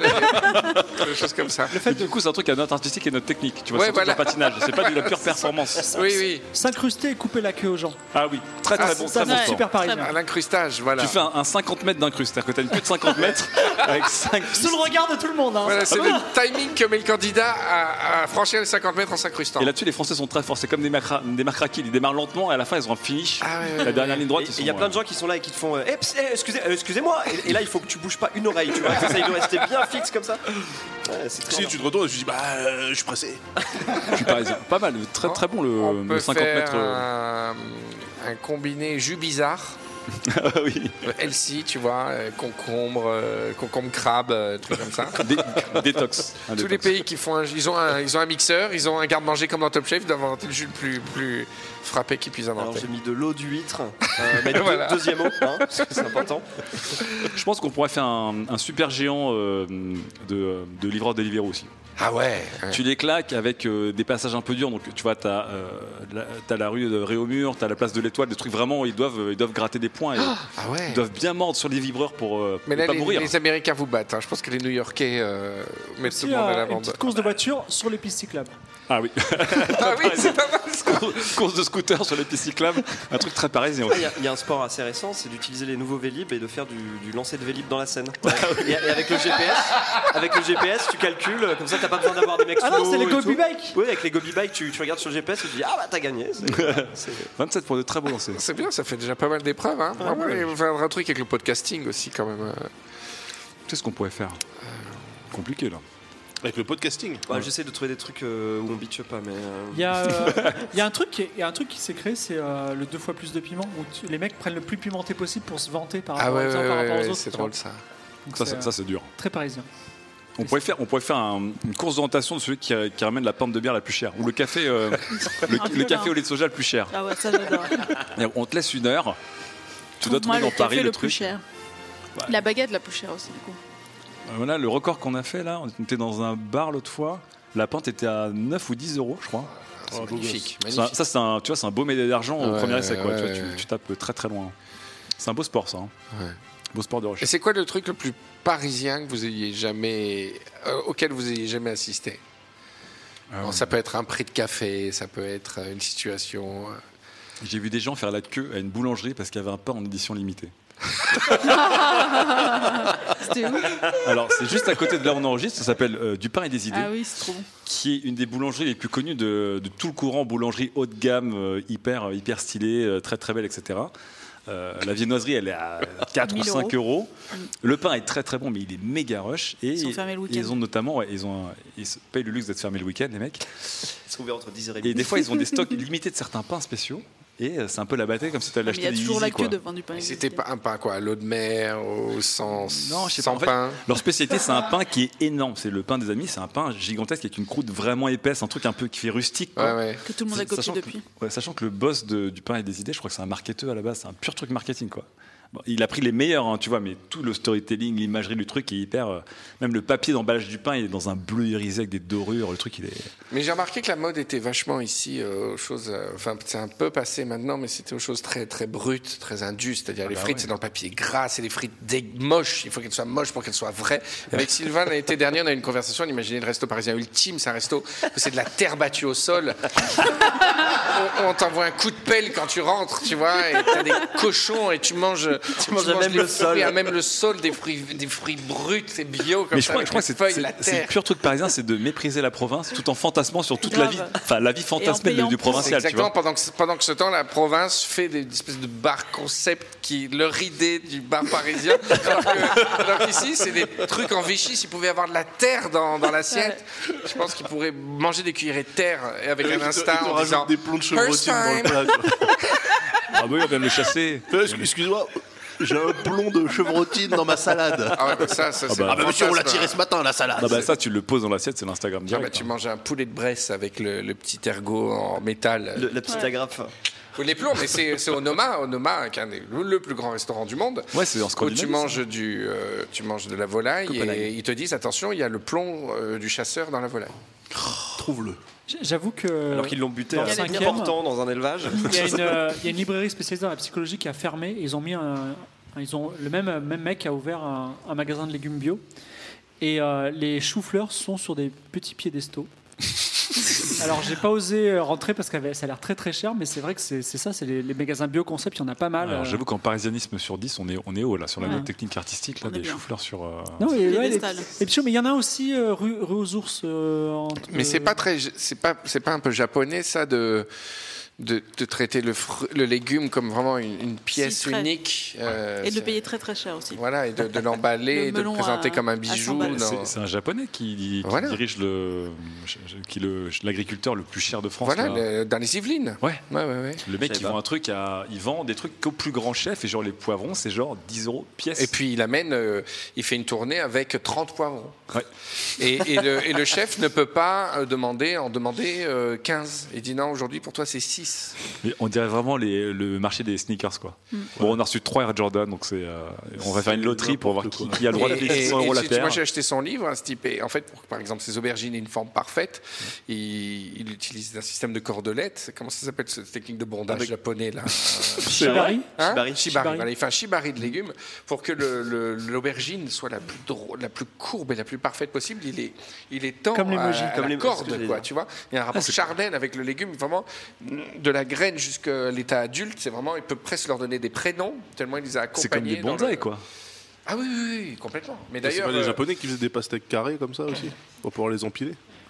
des choses comme ça. Le fait, du coup, c'est un truc à notre artistique et notre technique. Tu vois, Ouais, c'est un truc voilà. de patinage. C'est pas de la pure performance. Oui, oui, S'incruster et couper la queue aux gens. Ah oui. Très très Ah, bon. Ça, Très bon c'est sport. super parisien. à l'incrustage, voilà. Tu fais un, un cinquante mètres d'incruste, c'est-à-dire que tu as une queue de cinquante mètres avec cinq Sous le regard de tout le monde. Hein. Voilà, c'est le timing que met le candidat à, à franchir les cinquante mètres en s'incrustant. Et là-dessus, les Français sont très forts. C'est comme des macra- des marcraquis. Ils démarrent lentement et à la fin, ils ont un finish. Ah ouais, ouais, la dernière ouais. ligne droite, Et ils sont. il y a plein de euh, gens qui sont là et qui te font euh, Eh, ps- eh, excusez, euh, excusez-moi et, et là il faut que tu bouges pas une oreille, tu vois, que ça il doit rester bien fixe comme ça. Ouais, c'est très Si bien. tu te retournes et tu te dis, bah, euh, je suis pressé. Je suis parisien. Pas mal. Très très bon le, On peut le cinquante faire mètres. euh. un, un combiné jus bizarre. Ah oui. Elsie, tu vois, euh, concombre, euh, concombre crabe, euh, trucs comme ça. Dé- détox. Un Tous les détox. pays qui font un, ils ont un, ils ont un mixeur, ils ont un garde-manger comme dans Top Chef, ils doivent inventer le jus le plus, plus frappé qu'ils puissent Alors inventer. j'ai mis de l'eau d'huître, euh, mais deux- Voilà. deuxième eau, hein, parce que c'est important. Je pense qu'on pourrait faire un, un super géant euh, de, de livreur Deliveroo aussi. Ah ouais, ouais. Tu les claques avec euh, des passages un peu durs. Donc tu vois, t'as euh, la, t'as la rue de Réaumur, t'as la place de l'Étoile, des trucs vraiment. Ils doivent, ils doivent gratter des points. Et Ah ouais. Ils doivent bien mordre sur les vibreurs pour euh, Mais ne là, pas les, mourir. les Américains vous battent. hein. Je pense que les New-Yorkais euh, mettent tout Aussi, le monde à euh, la une bande. petite course de voiture sur les pistes cyclables. Ah oui. Ah oui, c'est pas mal ça. Course de scooter sur les pistes cyclables, un truc très parisien Il aussi. y, a- il y a un sport assez récent, c'est d'utiliser les nouveaux Vélib et de faire du, du lancer de Vélib dans la Seine. Et, et avec le G P S, avec le G P S, tu calcules, comme ça t'as pas besoin d'avoir des mecs Ah non, sous c'est les l'eau et Gobi tout. Bike. Oui, avec les Gobi Bike, tu, tu regardes sur le G P S et tu dis ah bah t'as gagné. C'est- c'est- vingt-sept pour de très beaux lancers. C'est bien, ça fait déjà pas mal d'épreuves. Hein. Ah Après, ouais. il faut faire un truc avec le podcasting aussi quand même. euh. Qu'est-ce qu'on pourrait faire Compliqué là. Avec le podcasting. Ouais, J'essaie de trouver des trucs euh, où on bitche pas, mais. euh, Il y, a, euh, il y a un truc qui est- il y a un truc qui s'est créé, c'est euh, le deux fois plus de piment, où tu- les mecs prennent le plus pimenté possible pour se vanter par Ah rapport, ouais, aux uns ouais, par rapport ouais, aux autres. c'est tu drôle vois. ça. Donc Ça, c'est, c'est- ça, c'est dur. euh, très parisien. On pourrait faire, on pourrait faire un- une course d'orientation de celui qui, qui ramène la pinte de bière la plus chère. Ou le café, euh, le, Un peu le café là. au lait de soja le plus cher. Ah ouais, ça j'adore. Et on te laisse une heure. Tu dois Trouve-moi trouver dans le Paris café le le truc. plus cher. Ouais. La baguette la plus chère aussi, du coup. Voilà, le record qu'on a fait là, on était dans un bar l'autre fois. La pinte était à neuf ou dix euros, je crois. C'est magnifique. Ça, magnifique. ça, c'est un, tu vois, c'est un beau médaille d'argent au Ouais, premier essai. Quoi. ouais, Tu, vois, ouais, tu- ouais. tu tapes très très loin. C'est un beau sport, ça. hein. Ouais. Beau sport de Et recherche. c'est quoi le truc le plus parisien que vous ayez jamais, euh, auquel vous ayez jamais assisté Ah Bon, ouais. Ça peut être un prix de café, ça peut être une situation. euh, J'ai vu des gens faire la queue à une boulangerie parce qu'il y avait un pain en édition limitée. C'était où? Alors, c'est juste à côté de là où on enregistre. Ça s'appelle euh, Du pain et des idées. Ah oui, c'est trop bon. Qui est une des boulangeries les plus connues de, de tout le courant boulangerie haut de gamme, euh, hyper, hyper stylée, euh, très très belle, et cetera. Euh, la viennoiserie, elle est à quatre ou mille cinq euros. Mm. Le pain est très très bon, mais il est méga rush. Et Ils sont fermés le week-end. ils ont notamment, ouais, ils, ont, ils se payent le luxe d'être fermés le week-end, les mecs. Ils sont ouverts entre dix heures Et des fois, ils ont des stocks limités de certains pains spéciaux. Et euh, c'est un peu la bataille, comme si tu allais Mais il y acheter a des toujours la Yeezy, queue quoi. devant du pain. Et c'était pas un pain quoi, à l'eau de mer, au sans, Non, je sais pas. sans En fait, pain. leur spécialité, c'est un pain qui est énorme. C'est le pain des amis. C'est un pain gigantesque avec une croûte vraiment épaisse, un truc un peu qui fait rustique. Quoi. Ouais, ouais. Que tout le monde a copié Sachant que- depuis. ouais, sachant que le boss de- du pain et des idées, je crois que c'est un marketeur à la base. C'est un pur truc marketing, quoi. Bon, il a pris les meilleurs, hein, tu vois, mais tout le storytelling, l'imagerie du truc est hyper. euh, même le papier d'emballage du pain, il est dans un bleu irisé avec des dorures. Le truc, il est. Mais j'ai remarqué que la mode était vachement ici euh, aux choses. euh, Enfin, c'est un peu passé maintenant, mais c'était aux choses très très brutes, très indus. C'est-à-dire les bah frites, ouais. c'est dans le papier gras, c'est les frites dé- moches. Il faut qu'elles soient moches pour qu'elles soient vraies. Avec Sylvain l'été dernier, on a eu une conversation. On imaginait le resto parisien ultime. C'est un resto où c'est de la terre battue au sol. on on t'envoie un coup de pelle quand tu rentres, tu vois, et t'as des cochons et tu manges. Tu manges à même les le sol. fruits, à même le sol, des fruits, des fruits bruts, c'est bio comme Mais je ça. crois, avec je crois que les c'est, feuilles, c'est- la c'est le terre. pur truc parisien, c'est de mépriser la province tout en fantasmant sur toute la Grave. vie, enfin la vie fantasmée payant du pour. provincial, tu Exactement, vois. pendant que, pendant que ce temps, la province fait des espèces de bars concept qui leur idée du bar parisien. Alors, que, alors qu'ici, c'est des trucs en Vichy. S'ils pouvaient avoir de la terre dans, dans l'assiette, je pense qu'ils pourraient manger des cuillerées de terre et avec un instinct en disant des plombs de chevrotine dans le First plat. quoi. Ah bah oui, on vient de le chasser. Euh, Excuse-moi, j'ai un plomb de chevrotine dans ma salade. Ah ouais, bah ça, ça, Ah c'est bah, un Ah bah monsieur, on l'a fantasme. tiré ce matin, la salade. Ah bah ça, tu le poses dans l'assiette, c'est l'Instagram Ah direct. bah, tu hein. manges un poulet de Bresse avec le, le petit ergot en métal. Le- la petite agrafe. Ou les plombs, mais c'est c'est au Noma, au Noma, qui est un des- le plus grand restaurant du monde. Ouais, c'est en Où Scandinavie. tu ça. manges du, euh, tu manges de la volaille Copenhague. et ils te disent attention, il y a le plomb euh, du chasseur dans la volaille. Trouve-le. J'avoue que. Alors qu'ils l'ont buté dans à le cinq cinquième, portants dans un élevage. Il y, a une, euh, il y a une librairie spécialisée dans la psychologie qui a fermé. Et ils ont mis un, un- ils ont le même même mec a ouvert un, un magasin de légumes bio. Et euh, les choux-fleurs sont sur des petits piédestaux. Alors j'ai pas osé euh, rentrer parce que ça a l'air très très cher, mais c'est vrai que c'est c'est ça, c'est les, les magasins bio concept, il y en a pas mal. Alors, euh. j'avoue qu'en parisianisme sur dix, on est, on est haut là, sur la Ouais. note technique artistique, là, On est des bien. choux-fleurs sur. euh, Non, et, ouais, les, Piédestal. les petits choux, mais il y en a aussi euh, rue, rue aux ours. euh, entre- Mais c'est pas très, c'est pas, c'est pas un peu japonais ça de de, de traiter le, fru- le légume comme vraiment une, une pièce Si, très. unique. euh, Et de le c'est- payer très très cher aussi. Voilà, et de, de l'emballer, Le et de le melon présenter à- comme un à bijou. cent balles. dans- C'est, c'est un japonais qui, qui Voilà. dirige le, qui le, l'agriculteur le plus cher de France. Voilà, là. le- dans les Yvelines. Ouais. Ouais, ouais, ouais. Le mec, Je sais il pas. vend un truc à, il vend des trucs qu'au plus grand chef et genre les poivrons, c'est genre dix euros pièce. Et puis il amène, euh, il fait une tournée avec trente poivrons. Ouais. Et, et le, et le chef ne peut pas euh, demander, en demander euh, quinze. Il dit non, aujourd'hui pour toi c'est six. Mais on dirait vraiment les, le marché des sneakers, quoi. Mm. Bon, on a reçu trois Air Jordan, donc c'est, euh, on va faire une loterie pour voir qui, N'importe quoi. qui a le droit Et- de payer et- six cents euros et la si- paire. Moi j'ai acheté son livre, ce type. Et en fait, pour que, par exemple, ces aubergines aient une forme parfaite, il, il utilise un système de cordelettes. Comment ça s'appelle cette technique de bondage Avec- japonais là Shibari. Hein Shibari. Shibari. Shibari. Voilà, il fait un shibari de légumes pour que le- le- l'aubergine soit la plus drôle, la plus courbe et la plus parfaite possible. Il est, il est temps Comme l'emoji, à, à comme la les- corde, c'est ce que j'allais quoi. dire. Tu vois, il y a un rapport c'est- charnel avec le légume, vraiment de la graine jusqu'à l'état adulte. C'est vraiment, il peut presque leur donner des prénoms tellement il les a accompagnés. C'est comme des dans bonsaïs, le- quoi. Ah oui, oui, oui, complètement. Mais C'est d'ailleurs, pas les euh, Japonais qui faisaient des pastèques carrés comme ça aussi, pour pouvoir les empiler.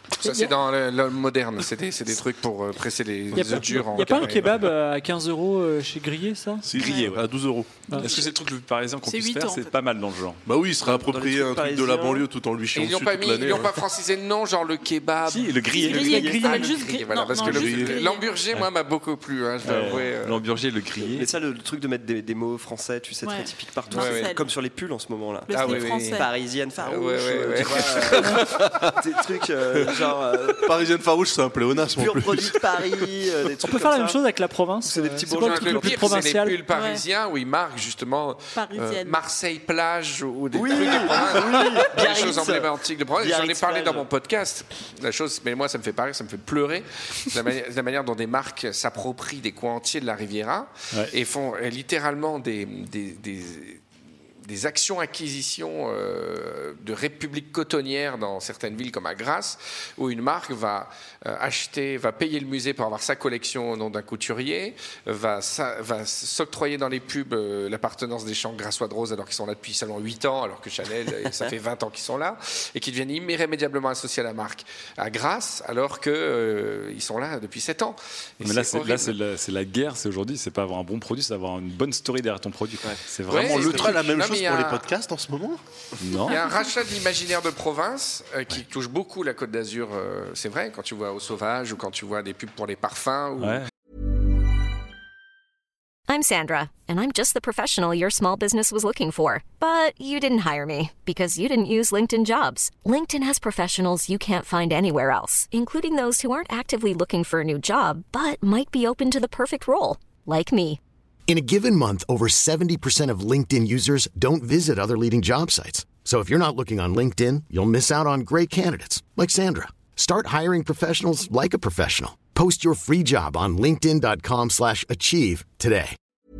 Ça, c'est dans le- l'homme moderne. C'est des, c'est des trucs pour euh, presser les, Il n'y les a, œufs durs en pas un carré. kebab euh, à quinze euros euh, chez Grillé, ça Si, Grillé, ouais. à douze euros. Ah. Est-ce que c'est le truc le plus parisien qu'on C'est puisse huit faire? ans, en C'est fait. pas mal dans le genre. Bah oui, il serait Dans approprié les un trucs truc de la parisiens. banlieue tout en lui Et chiant ils n'ont dessus pas, toute mis, ils l'année. n'ont hein. pas francisé le nom, genre le kebab. Si, le grillé. Grillé, le grillé. Ah, s'appelle le juste grillé, grillé. voilà, Non, parce non, que le- juste grillé. l'hamburger, moi, m'a beaucoup plu. Hein, je dois Euh, avouer. euh. L'hamburger, le grillé. Mais ça, le, le truc de mettre des, des mots français, tu sais, Ouais. très typique partout, Marcel. c'est comme sur les pulls en ce moment là. Le Ah slip oui, oui. français. Parisienne farouche, Ouais, ouais, euh, ouais. tu vois, euh, des trucs euh, genre euh, Parisienne farouche, c'est un pléonasme en pur plus. produit de Paris, euh, des On trucs peut faire comme la même ça. chose avec la province. C'est des petits euh, c'est bourgeois quoi le qui truc Le le plus pire, c'est les provincial pulls parisiens où ils marquent justement euh, Parisienne. Marseille plage ou des Oui, trucs de province, des Biarritz. choses emblématiques de province. J'en ai Biarritz parlé dans plage. mon podcast. La chose, mais moi ça me fait pas rire, ça me fait pleurer. La, mani- la manière dont des marques s'approprient des coins entiers de la Riviera Ouais. et font euh, littéralement des, des, des des actions-acquisitions euh, de républiques cotonnières dans certaines villes comme à Grasse, où une marque va euh, acheter, va payer le musée pour avoir sa collection au nom d'un couturier, va, sa- va s'octroyer dans les pubs euh, l'appartenance des champs grassois de rose alors qu'ils sont là depuis seulement huit ans, alors que Chanel, euh, ça fait vingt ans qu'ils sont là, et qui deviennent irrémédiablement associés à la marque à Grasse, alors qu'ils euh, sont là depuis sept ans. Et Mais là, c'est c'est, là, horrible. c'est, la, c'est la guerre, c'est aujourd'hui, c'est pas avoir un bon produit, c'est avoir une bonne story derrière ton produit. quoi. C'est Ouais, vraiment c'est le C'est truc. pas la même Non, mais chose il y pour a- les podcasts en ce moment. Non. Il y a un rachat de l'imaginaire de province euh, qui touche beaucoup la Côte d'Azur, euh, c'est vrai, quand tu vois Au Sauvage ou quand tu vois des pubs pour les parfums. Ou... Ouais. I'm Sandra, and I'm just the professional your small business was looking for. But you didn't hire me because you didn't use LinkedIn Jobs. LinkedIn has professionals you can't find anywhere else, including those who aren't actively looking for a new job, but might be open to the perfect role, like me. In a given month, over seventy percent of LinkedIn users don't visit other leading job sites. So if you're not looking on LinkedIn, you'll miss out on great candidates like Sandra. Start hiring professionals like a professional. Post your free job on linkedin dot com slash achieve today.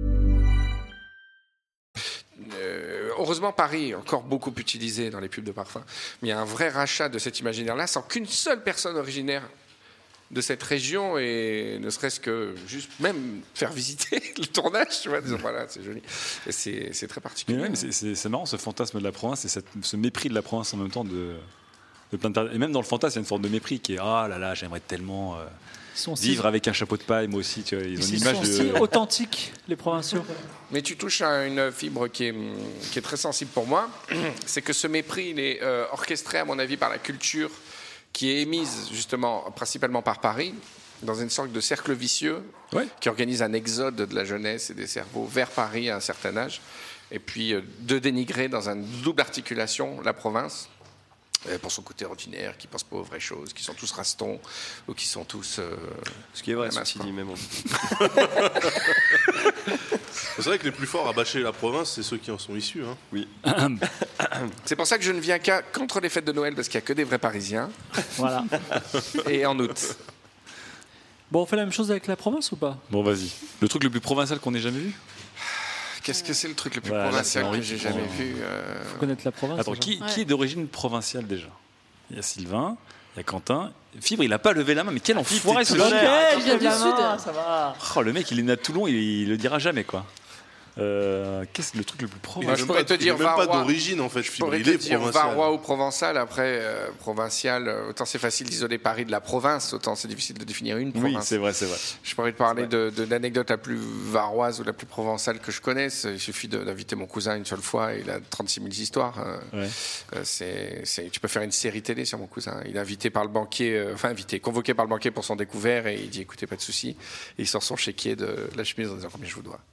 Euh, heureusement, Paris est encore beaucoup utilisé dans les pubs de parfums. Mais il y a un vrai rachat de cet imaginaire-là sans qu'une seule personne originaire de cette région et ne serait-ce que juste même faire visiter le tournage, tu vois, disons, voilà, c'est joli. Et c'est, c'est très Mais particulier. ouais, mais c'est, c'est, c'est marrant ce fantasme de la province et cette- ce mépris de la province en même temps de, de plein de per- et même dans le fantasme il y a une forme de mépris qui est ah là là j'aimerais tellement euh, Ils sont si- vivre avec un chapeau de paille moi aussi tu vois, ils ont une Ils image sont de si authentiques, les provinciaux. Mais tu touches à une fibre qui est, qui est très sensible pour moi, c'est que ce mépris il est euh, orchestré à mon avis par la culture qui est émise justement principalement par Paris, dans une sorte de cercle vicieux Ouais. qui organise un exode de la jeunesse et des cerveaux vers Paris à un certain âge, et puis euh, de dénigrer dans une double articulation la province euh, pour son côté ordinaire, qui ne pense pas aux vraies choses, qui sont tous rastons ou qui sont tous... euh, Ce qui est vrai, la masse, ceci quoi. dit, même. C'est vrai que les plus forts à bâcher la province, c'est ceux qui en sont issus. Hein. Oui. C'est pour ça que je ne viens qu'à contre les fêtes de Noël, parce qu'il n'y a que des vrais Parisiens, Voilà. et en août. Bon, on fait la même chose avec la province ou pas? bon vas-y le truc le plus provincial qu'on ait jamais vu. Qu'est-ce que c'est le truc le plus Voilà, là, c'est provincial Henri que j'ai qui jamais prend- vu euh, Faut connaître la province. Attends déjà. qui, Ouais. qui est d'origine provinciale déjà? Il y a Sylvain, il y a Quentin. Fibre il a pas levé la main mais quel enfoiré t'es ce tout gars. honnête. Ok, Il vient je lève du la main, sud. ça va. Oh, le mec il est né à Toulon il, il le dira jamais quoi. Euh, qu'est-ce que le truc le plus Il provincial? Moi, est je même pourrais pas- te dire il est même pas Varois. d'origine en fait. Je Fibre, pourrais il te est dire provincial. Varois ou provençal. Après, euh, provincial, euh, autant c'est facile d'isoler Paris de la province, autant c'est difficile de définir une Oui province. c'est vrai c'est vrai. Je pourrais te parler de, de l'anecdote la plus varoise ou la plus provençale que je connaisse. Il suffit de- d'inviter mon cousin une seule fois, il a trente-six mille histoires. Euh, Ouais. euh, c'est, c'est- tu peux faire une série télé sur mon cousin. Il est invité par le banquier, euh, enfin invité, convoqué par le banquier pour son découvert, et il dit écoutez, pas de souci. Et il sort son chéquier de la chemise en disant combien je vous dois.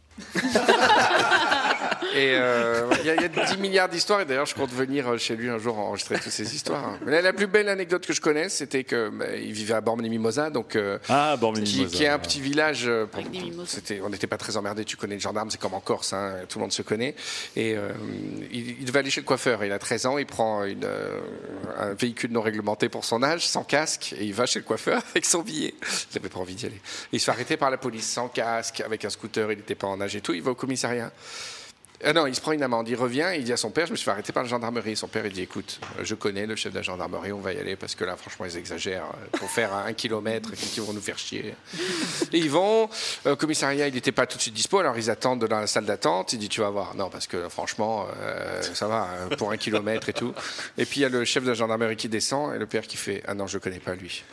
Et euh, il y, a- il y a dix milliards d'histoires, et d'ailleurs je compte venir chez lui un jour enregistrer toutes ces histoires. Mais la, la plus belle anecdote que je connaisse, c'était que bah, il vivait à Bormes-les-Mimosas, donc euh, Ah Bormes qui, qui est un petit village. euh, pour- Avec des mimosas. c'était, on n'était pas très emmerdés. Tu connais le gendarme, c'est comme en Corse, hein, tout le monde se connaît. Et euh, il, il devait aller chez le coiffeur. Il a treize ans, il prend une, euh, un véhicule non réglementé pour son âge, sans casque, et il va chez le coiffeur avec son billet. Il n'avait pas envie d'y aller. Et il se fait arrêter par la police sans casque, avec un scooter. Il n'était pas en âge et tout. Il va au commissariat. Ah non, il se prend une amende. Il revient, il dit à son père, je me suis fait arrêter par la gendarmerie. Son père, il dit, écoute, je connais le chef de la gendarmerie, on va y aller parce que là, franchement, ils exagèrent pour faire un kilomètre, ils vont nous faire chier. Et ils vont. Au commissariat, il n'était pas tout de suite dispo, alors ils attendent dans la salle d'attente. Il dit, tu vas voir. Non, parce que franchement, euh, ça va pour un kilomètre et tout. Et puis il y a le chef de la gendarmerie qui descend et le père qui fait, ah non, je connais pas lui.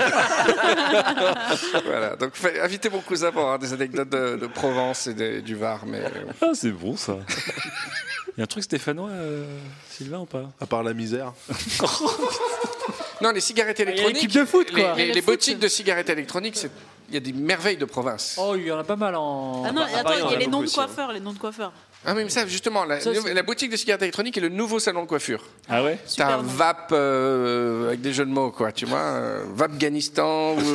Voilà. Donc, invitez mon cousin pour avoir des anecdotes de, de Provence et de, du Var, mais. Ah, c'est bon ça. Il y a un truc stéphanois, euh, Sylvain, ou pas? À part la misère. Non, les cigarettes électroniques. l'équipe de foot, quoi. Les, les, Et les le foot. boutiques de cigarettes électroniques, c'est- il y a des merveilles de province. Oh, il y en a pas mal en. Ah non, à et attends, Paris, on il y a en les noms beaucoup de aussi, hein. coiffeurs, les noms de coiffeurs. Ah oui, mais ça, justement, la, Ça, c'est- la boutique de cigarettes électroniques est le nouveau salon de coiffure. Ah ouais? T'as un vape euh, avec des jeux de mots, quoi, tu vois, euh, Vapganistan. ou-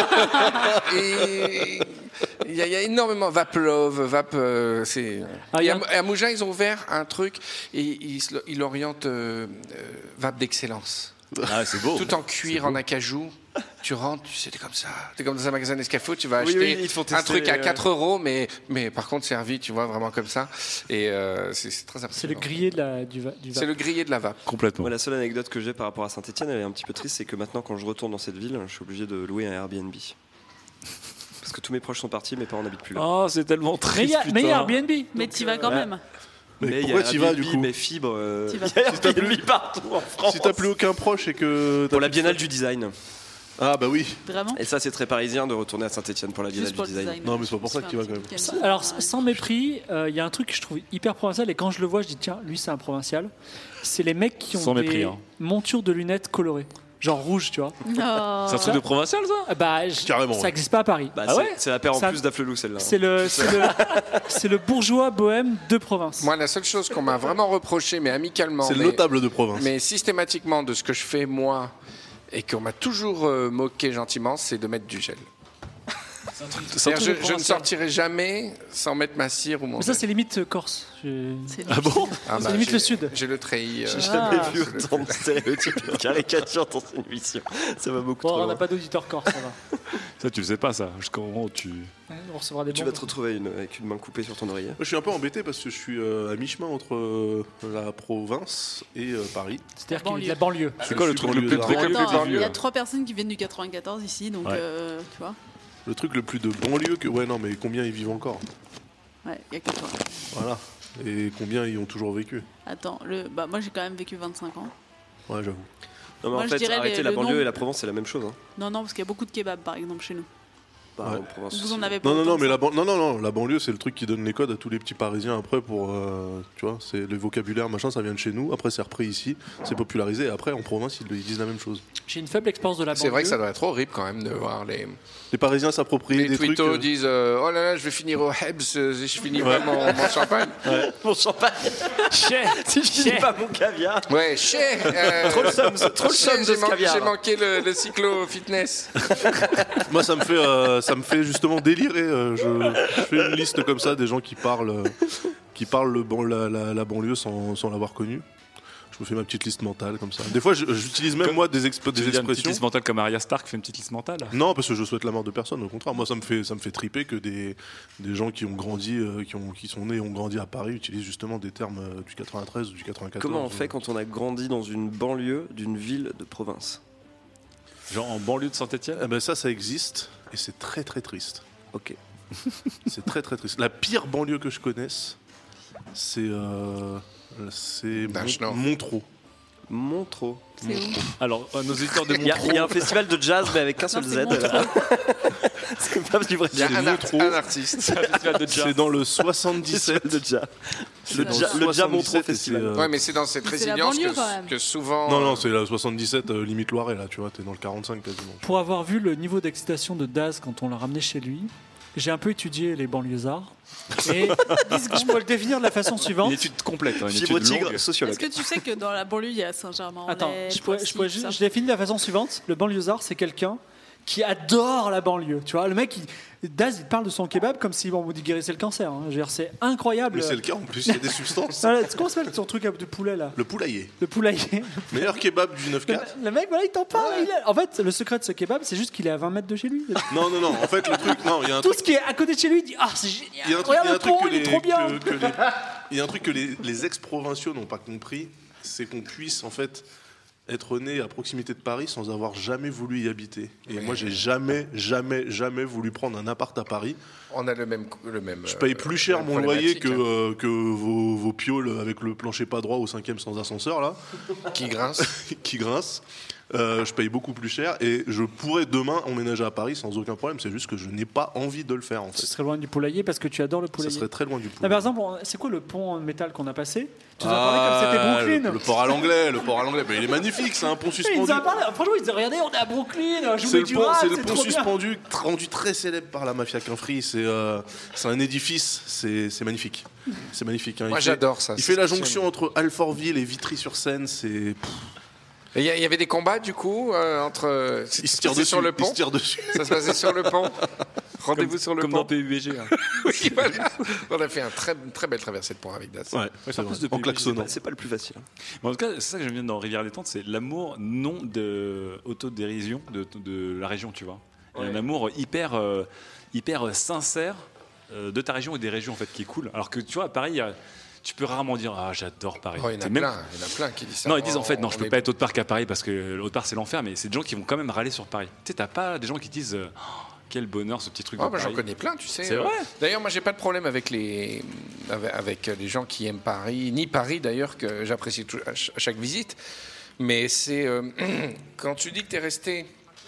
Et il y, a- il y a énormément Vape Love, Vape. euh, c'est. Ah, et il y a à, un- et à Mougins, ils ont ouvert un truc et ils se- ils l'orientent euh, euh, Vape d'excellence. Ah, c'est beau. Tout en cuir, en acajou. Tu rentres, tu sais, t'es comme ça. T'es comme dans un magasin Nescafé, tu vas Oui, acheter oui, ils te font un tester, truc à euh, quatre euros, mais, mais par contre servi, tu vois, vraiment comme ça. Et euh, c'est c'est très C'est impressionnant. le grillé de la, du, va- du C'est vape. le grillé de la vape. Complètement. Moi, la seule anecdote que j'ai par rapport à Saint-Etienne, elle est un petit peu triste, c'est que maintenant, quand je retourne dans cette ville, je suis obligé de louer un Airbnb. Parce que tous mes proches sont partis, mes parents n'habitent plus là. Oh, c'est tellement Mais il triste. y a, mais il y a putain. Airbnb. Mais tu vas quand ouais. même. Mais Mais il y a pourquoi t'y vas, Airbnb, du coup mes fibres, euh, T'y vas. il y a Si t'as Airbnb plus- partout en France. Si t'as plus aucun proche et que. t'as Pour la plus- Biennale du Design. Ah bah oui. Vraiment. Et ça, c'est très parisien de retourner à Saint-Etienne pour la Biennale Juste pour du le Design. design. Non, mais c'est pas pour ça que tu vas quand même. Alors, s- sans mépris, euh, il y a un truc que je trouve hyper provincial et quand je le vois, je dis tiens, lui c'est un provincial. C'est les mecs qui ont Sans des mépris, hein. montures de lunettes colorées, genre rouge, tu vois. Oh. C'est un truc de provincial, ça? Ah bah, je- Carrément, ça ouais. n'existe pas à Paris. Bah, Ah c'est, ouais c'est la paire en Ça- plus d'Afflelou, celle-là. C'est le, c'est le, c'est le bourgeois bohème de province. Moi, la seule chose qu'on m'a vraiment reproché, mais amicalement, C'est le mais, notable de province. mais systématiquement de ce que je fais moi, et qu'on m'a toujours euh, moqué gentiment, c'est de mettre du gel. C'est un C'est-à-dire, truc je, de je ne provincial. sortirai jamais sans mettre ma cire ou mon Mais ça, gel. c'est limite euh, corse. Je- Ah bon? Ah c'est bah, limite j'ai- le sud. J'ai le treillis. euh, J'ai Ah. jamais vu c'est le- autant de stéréotypes et de caricatures dans une émission. Ça va beaucoup Bon, trop on n'a loin. pas d'auditeur corse, ça va. Ça, tu le sais pas, ça. Jusqu'au moment où tu. On recevra des Tu bombes. vas te retrouver une- avec une main coupée sur ton oreiller. Moi, je suis un peu embêté parce que je suis euh, à mi-chemin entre euh, la province et euh, Paris. C'est-à-dire qu'il est de banlieue. la banlieue. C'est quoi le Je suis truc le plus banlieusard. le truc le plus Attends, il y vieux? a trois personnes qui viennent du quatre-vingt-quatorze ici, donc Ouais. euh, tu vois. Le truc le plus de banlieue que. Ouais, non, mais combien ils vivent encore? Ouais, il y a que toi. Voilà. Et combien ils ont toujours vécu? Attends, le, bah moi j'ai quand même vécu vingt-cinq ans. Ouais, j'avoue. Non, mais Moi, en je fait, dirais arrêter les- la le banlieue nombre- et la Provence, c'est la même chose. Hein. Non, non, parce qu'il y a beaucoup de kebabs par exemple chez nous. Pas Ouais. en Provence. Vous en avez pas Non, non, autant non, que mais ça. la, ban- non, non, non, la banlieue, c'est le truc qui donne les codes à tous les petits Parisiens après pour. euh, tu vois, c'est le vocabulaire, machin, ça vient de chez nous. Après, c'est repris ici, c'est popularisé. Et après, en province, ils, ils disent la même chose. J'ai une faible expérience de la banlieue. C'est vrai que ça doit être horrible quand même de voir les, Les Parisiens s'approprient les des trucs. twittos euh, disent euh, oh là là, je vais finir au Hebs, euh, je finis pas mon, mon champagne. Mon champagne. si je finis pas mon caviar. Ouais, chez. euh, Trop le seum, trop le chez, seum de j'ai ce man- caviar. J'ai manqué le, le cyclo fitness. Moi, ça me fait, euh, ça me fait justement délirer. euh, je, je fais une liste comme ça des gens qui parlent, euh, qui parlent le ban- la, la- la banlieue sans, sans l'avoir connue. Je me fais ma petite liste mentale comme ça. Des fois, je- j'utilise même Comme- moi des, exp- Tu des veux dire une petite expressions. liste mentale comme Arya Stark fait une petite liste mentale? Non, parce que je souhaite la mort de personne. Au contraire, moi, ça me fait, ça me fait triper que des, des gens qui ont grandi, euh, qui, ont, qui sont nés et ont grandi à Paris utilisent justement des termes euh, du quatre-vingt-treize ou du quatre-vingt-quatorze. Comment on fait quand on a grandi dans une banlieue d'une ville de province? Genre en banlieue de Saint-Etienne? Eh ben ça, ça existe et c'est très très triste. Ok. C'est très très triste. La pire banlieue que je connaisse, c'est euh, c'est Dachenor. Mon- Montreux. Montreux. C'est où? Alors, euh, nos auditeurs de Il y, a- Montreux. il y a un festival de jazz, mais avec qu'un seul Non, Z. c'est Montreux. C'est pas du vrai Il y a jazz. un, art- Montreux. un artiste. C'est un festival de jazz. C'est dans le soixante-dix-sept. de jazz. Le, Dans ja- le le Jazz Montreux soixante-dix-sept, et Festival. c'est, euh, Ouais, mais c'est dans cette Mais c'est la résilience banlieue, quand même. que, que souvent. Non, non, c'est la soixante-dix-sept, euh, limite Loiret, là, tu vois, t'es dans le quarante-cinq quasiment. Pour avoir vu le niveau d'excitation de Daz quand on l'a ramené chez lui, j'ai un peu étudié les banlieusards. Et je peux le définir de la façon suivante. Une étude complète, hein, une Fibre étude tigre, longue. Est-ce sociologue. que tu sais que dans la banlieue il y a Saint-Germain-en-Laye, Attends, je, pourrais, je, pourrais Poissy, juste- tout je ça. définis de la façon suivante. Le banlieusard, c'est quelqu'un qui adore la banlieue. Tu vois, le mec, il, Daz, il parle de son kebab comme si on vous guérissait le cancer. hein. Je veux dire, c'est incroyable. Mais c'est le cas en plus, il y a des substances. Voilà, comment s'appelle ton truc de poulet là? Le poulailler. Le poulailler. Meilleur kebab du neuf Le, quatre. le mec, voilà, il t'en parle. il est- En fait, le secret de ce kebab, c'est juste qu'il est à vingt mètres de chez lui. Non, non, non, en fait, le truc, non, il y a un Tout truc. ce qui est à côté de chez lui, il dit ah c'est génial. Il y a un truc, Regarde il y a un le truc pont, que il est les- trop bien. que- que les- Il y a un truc que les, les ex-provinciaux n'ont pas compris, c'est qu'on puisse en fait être né à proximité de Paris sans avoir jamais voulu y habiter. Et Oui. moi, j'ai jamais, jamais, jamais voulu prendre un appart à Paris. On a le même, le même. Je paye plus cher euh, mon loyer que, problématique, euh, que vos, vos pioles avec le plancher pas droit au cinquième sans ascenseur là. Qui grince. Qui grince. Euh, je paye beaucoup plus cher et je pourrais demain emménager à Paris sans aucun problème. C'est juste que je n'ai pas envie de le faire en fait. Ce serait loin du poulailler parce que tu adores le Ça poulailler. serait très loin du Là, poulailler. par exemple, on- c'est quoi le pont en métal qu'on a passé? Tu nous as parlé comme c'était Ah, Brooklyn. le, le port à l'anglais, le port à l'anglais. Ben, il est magnifique, c'est un pont Il suspendu. nous a parlé. Franchement, il disait regardez, on est à Brooklyn. Je vous C'est mets le du pont, rap, c'est le c'est pont trop bien. suspendu, rendu très célèbre par la mafia Quinfri. C'est euh, c'est un édifice, c'est c'est magnifique. C'est magnifique. hein. Moi, Il fait- j'adore ça, Il c'est fait la exceptionnel. jonction entre Alfortville et Vitry-sur-Seine. C'est pff, Et Il y, a- il y avait des combats du coup euh, entre. Ils se ça tirent passait dessus. sur le Ils pont. se tirent dessus. Ça se passait sur le pont. Rendez-vous Comme- sur le comme pont. dans P U B G. hein. Oui, voilà. On a fait un très, une très belle traversée de pont avec Das. Ouais, Ouais, c'est en vrai. plus de En P U B G, klaxonnant. C'est pas, c'est pas le plus facile. Mais en tout cas, c'est ça que j'aime bien dans Rivière Détente, c'est l'amour non de autodérision de, de la région, tu vois. Il y a un Ouais. amour hyper, euh, hyper sincère euh, de ta région et des régions en fait qui est cool. Alors que tu vois, à Paris, il y a- tu peux rarement dire ah j'adore Paris. Oh, il y en a C'est même- plein, il y en a plein qui disent ça. Non, ils disent en fait non, je On peux est- pas être autre part qu'à Paris parce que l'autre part c'est l'enfer. Mais c'est des gens qui vont quand même râler sur Paris. Tu sais, t'as pas des gens qui disent euh, oh, quel bonheur ce petit truc. Oh, de bah, j'en Paris. connais plein, tu sais. C'est Euh, vrai. D'ailleurs, moi, j'ai pas de problème avec les, avec, avec les gens qui aiment Paris, ni Paris d'ailleurs, que j'apprécie tout- à ch- à chaque visite. Mais c'est euh, quand tu dis que tu es resté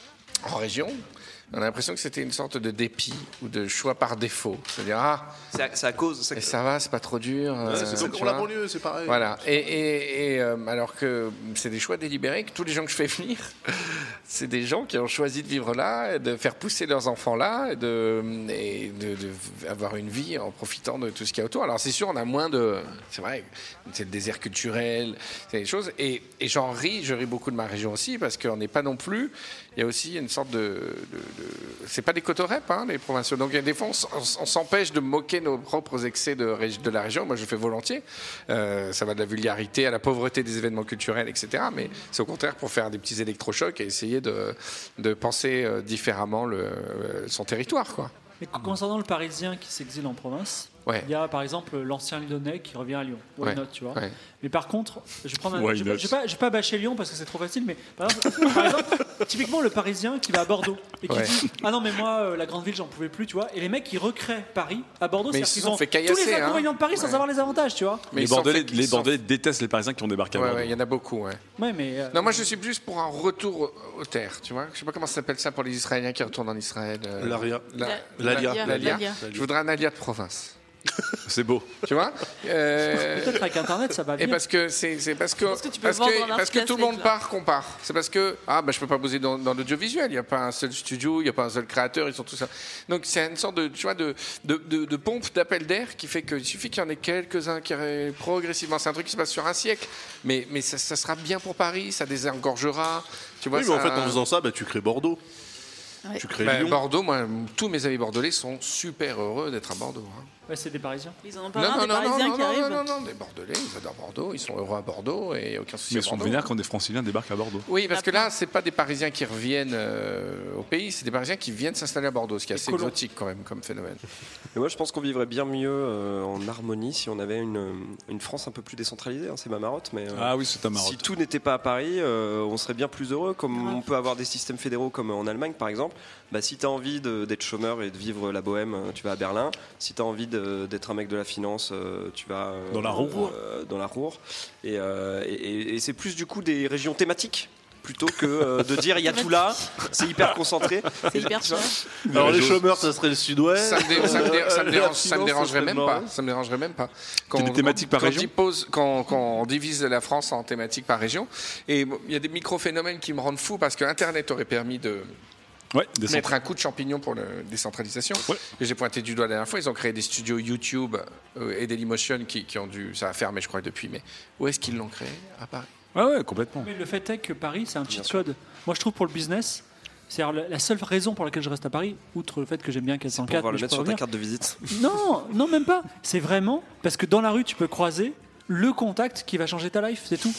en région, on a l'impression que c'était une sorte de dépit ou de choix par défaut. C'est-à-dire, ah, C'est à, c'est à cause. c'est et que- ça va, c'est pas trop dur. Ouais, c'est euh, comme tu pour la vois. banlieue, c'est pareil. Voilà. Et, et- et, euh, alors que c'est des choix délibérés, que tous les gens que je fais venir, c'est des gens qui ont choisi de vivre là, et de faire pousser leurs enfants là, et de, et de, de avoir une vie en profitant de tout ce qu'il y a autour. Alors c'est sûr, on a moins de, c'est vrai, c'est le désert culturel, c'est des choses. Et, et j'en ris, je ris beaucoup de ma région aussi, parce qu'on n'est pas non plus. Il y a aussi une sorte de, de, de- c'est pas des cotorep, hein, les provinciaux. Donc il y a des fois, on, s- on s- on s'empêche de moquer nos propres excès de, rég- de la région. Moi, je le fais volontiers. Euh, ça va de la vulgarité à la pauvreté des événements culturels, et cetera. Mais c'est au contraire pour faire des petits électrochocs et essayer de, de penser euh, différemment le, euh, son territoire, quoi. Et concernant le Parisien qui s'exile en province, Ouais. il y a par exemple l'ancien Lyonnais qui revient à Lyon. Why Ouais. not, tu vois. Ouais. Mais par contre, je vais prendre un. Why Je vais, not. je vais pas, je vais pas bâcher Lyon parce que c'est trop facile, mais par exemple, par exemple, typiquement le Parisien qui va à Bordeaux et qui Ouais. dit ah non mais moi euh, la grande ville j'en pouvais plus, tu vois. Et les mecs qui recréent Paris à Bordeaux, Mais ils c'est-à-dire se qu'ils sont ont fait tous les caillasser, hein. inconvénients de Paris sans Ouais. avoir les avantages, tu vois. Mais Les ils s'en Bordelais, fait- les ils s'en- Bordelais détestent les Parisiens qui ont débarqué à Ouais, Bordeaux. ouais, il y en a beaucoup, ouais. Ouais, mais euh, Non, moi je suis plus pour un retour aux terres, tu vois. Je sais pas comment ça s'appelle ça pour les Israéliens qui retournent en Israël. euh, L'aria. la- L'alia. la- L'alia. l'alia. Je voudrais un alia de province. C'est beau. Tu vois Euh, peut-être avec Internet ça va Et venir. parce que c'est c'est parce que Parce que tu peux parce vendre que, un parce que tout le monde article, là. part qu'on part. C'est parce que ah bah je peux pas bosser dans, dans l'audiovisuel. Il n'y a pas un seul studio, il n'y a pas un seul créateur. Ils sont tous ça. Donc c'est une sorte de tu vois de de, de, de pompe d'appel d'air qui fait qu'il suffit qu'il y en ait quelques-uns qui arrivent progressivement. C'est un truc qui se passe sur un siècle, mais mais ça, ça sera bien pour Paris. Ça désengorgera. Tu vois. Oui, mais en ça- fait, en faisant ça, bah, tu crées Bordeaux. Ouais. Tu crées Bah, Lyon. Bordeaux, moi, tous mes amis bordelais sont super heureux d'être à Bordeaux. hein. Ouais, c'est des Parisiens. Ils en ont pas marre des Parisiens non, qui non, arrivent. non, non, non, des Bordelais, ils adorent Bordeaux, ils sont heureux à Bordeaux et aucun souci Mais à ils sont Bordeaux. vénères quand des Franciliens débarquent à Bordeaux. Oui, parce que là, c'est pas des Parisiens qui reviennent euh, au pays, c'est des Parisiens qui viennent s'installer à Bordeaux, ce qui est assez colons. exotique quand même comme phénomène. Et moi, je pense qu'on vivrait bien mieux euh, en harmonie si on avait une, une France un peu plus décentralisée. hein, c'est ma marotte, mais euh, Ah oui, c'est ta si marotte. tout n'était pas à Paris, euh, on serait bien plus heureux. Comme on peut avoir des systèmes fédéraux comme en Allemagne, par exemple. Bah, si tu as envie de- d'être chômeur et de vivre la bohème, euh, tu vas à Berlin. Si tu as envie de- d'être un mec de la finance, euh, tu vas euh, Dans la Ruhr. euh, dans la Ruhr. Et, euh, et- et- et c'est plus du coup des régions thématiques plutôt que euh, de dire il y a tout là, c'est hyper concentré. C'est hyper cher. Alors les régions- chômeurs, ça serait le sud-ouest. Ça me, dé- ça me dé- ça me Euh, dérange- la ça me finance, dérangerait ça serait même le pas. nord-ouest. Ça me dérangerait même pas. C'est des thématiques par quand région ils posent- quand, quand on divise la France en thématiques par région, et bon, il y a des micro-phénomènes qui me rendent fou parce que Internet aurait permis de Ouais, des mettre un coup de champignon pour la décentralisation. Ouais. Et j'ai pointé du doigt la dernière fois, ils ont créé des studios YouTube euh, et Dailymotion qui, qui ont dû, ça a fermé je crois depuis, mais où est-ce qu'ils l'ont créé? À Paris. Ouais, ouais, complètement. Mais le fait est que Paris, c'est un cheat code. Moi, je trouve pour le business, c'est la la seule raison pour laquelle je reste à Paris, outre le fait que j'aime bien quatre cent Pour quatre. pouvoir mais le je mettre peux sur ta revenir. carte de visite. Non, non, même pas. C'est vraiment parce que dans la rue, tu peux croiser le contact qui va changer ta life, c'est tout.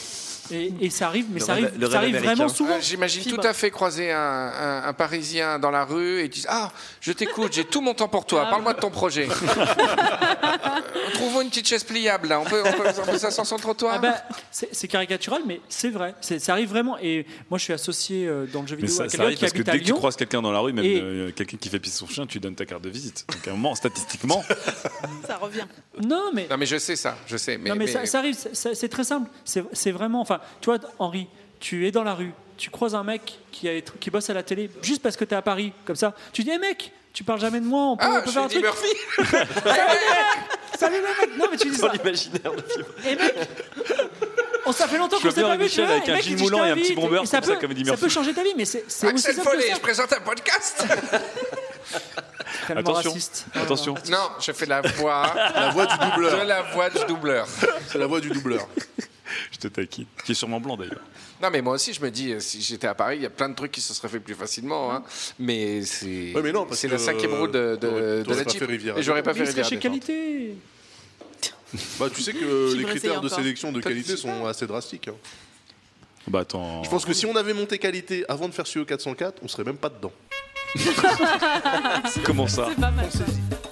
Et, et ça arrive, mais Le ça rêve- arrive, le ça rêve arrive américain. vraiment souvent. Euh, J'imagine Fibre. tout à fait croiser un, un- un Parisien dans la rue et dire ah, je t'écoute, j'ai tout mon temps pour toi. Parle-moi de ton projet. Euh, Trouvons une petite chaise pliable là. On peut, on peut, on peut s'asseoir sur le trottoir. Ah bah, c'est c'est caricatural, mais c'est vrai. C'est- Ça arrive vraiment. Et moi, je suis associé euh, dans le jeu Mais vidéo ça, à ça quelqu'un arrive qui parce que habite à dès que tu Lyon. croises quelqu'un dans la rue, même Et- euh, quelqu'un qui fait pisser son chien, tu lui donnes ta carte de visite. Donc à un moment, statistiquement, Ça revient. Non, mais Non mais je sais ça, je sais. Mais, non, mais, mais- Ça, ça arrive, ça- ça- c'est très simple. C'est c'est vraiment. Enfin, tu vois, Henri, tu es dans la rue, tu croises un mec qui, a, été- qui bosse à la télé juste parce que tu es à Paris, comme ça. Tu dis, hey, mec, tu parles jamais de moi, on peut, Ah, on peut je faire un suis truc. Eddie Murphy. Salut le mec. Non, mais tu dis Dans ça. l'imaginaire de film. Et mec, on ça fait longtemps Je qu'on vois s'est bien pas vu. Michel tu vois, avec et un mec, jean il dit, je moulant et un t'invite, petit bomber, et ça comme ça, peut, comme Eddie ça peut Murphy. changer ta vie, mais c'est c'est aussi Axel simple que Follet, ça. je présente un podcast. Tellement attention, raciste. attention. Non, je fais la voix, La voix du doubleur. de la voix du doubleur. C'est la voix du doubleur. Je te taquine. Qui est sûrement blanc d'ailleurs. Non, mais moi aussi, je me dis, euh, si j'étais à Paris, il y a plein de trucs qui se seraient fait plus facilement. Hein. Mais c'est Ouais, mais non, parce c'est que, la cinquième roue de, de, t'aurais- de t'aurais la pas Jeep. fait Riviera Et j'aurais pas Mais fait il serait Riviera chez Détente. Qualité. Bah, tu sais que Qui les devrait critères essayer de encore. sélection de qualité sont assez drastiques. hein. Bah attends. Je pense que si on avait monté qualité avant de faire Studio quatre cent quatre, on serait même pas dedans. Comment ça? C'est pas mal. ça.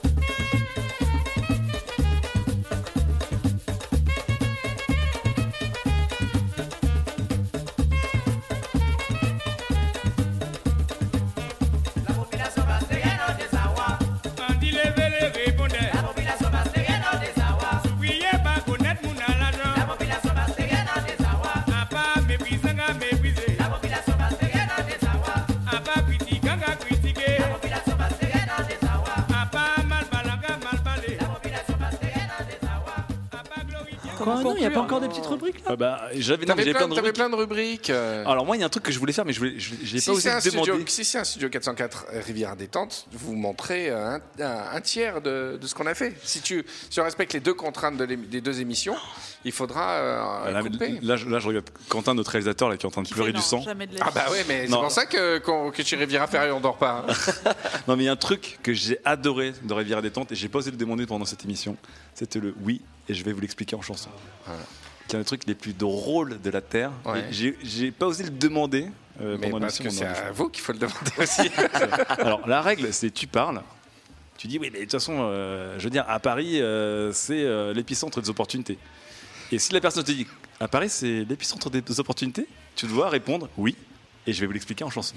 Quoi, non, il n'y a pas encore des petites rubriques là. Ah bah, j'avais non, T'avais mais j'avais plein, plein de t'avais rubriques. plein de rubriques. euh. Alors moi, il y a un truc que je voulais faire, mais je voulais, je, j'ai Si pas osé c'est un, te studio, demander. si c'est un studio quatre cent quatre Riviera Détente, vous montrez un, un- un tiers de, de ce qu'on a fait. Si tu, si on respecte les deux contraintes de l'ém- des deux émissions, il faudra euh, Là, couper. là, je- là, je regarde Quentin, notre réalisateur, là, qui est en train de Qui pleurer fait du non, sang. jamais de la Ah vie. bah ouais, mais c'est Non. pour ça que, qu'on- que chez Riviera Ferré, on dort pas. hein. Non, mais il y a un truc que j'ai adoré de Riviera Détente et j'ai pas osé le demander pendant cette émission. C'était le oui, et je vais vous l'expliquer en chanson. Voilà. Qui est un des trucs les plus drôles de la Terre. Ouais. Et J'ai j'ai pas osé le demander euh, Mais pendant parce l'émission. que c'est on en- à vous qu'il faut le demander aussi. Alors, la règle, c'est tu parles. Tu dis, oui, mais de toute façon, euh, je veux dire, à Paris, euh, c'est euh, l'épicentre des opportunités. Et si la personne te dit, à Paris, c'est l'épicentre des opportunités, tu dois répondre oui, et je vais vous l'expliquer en chanson.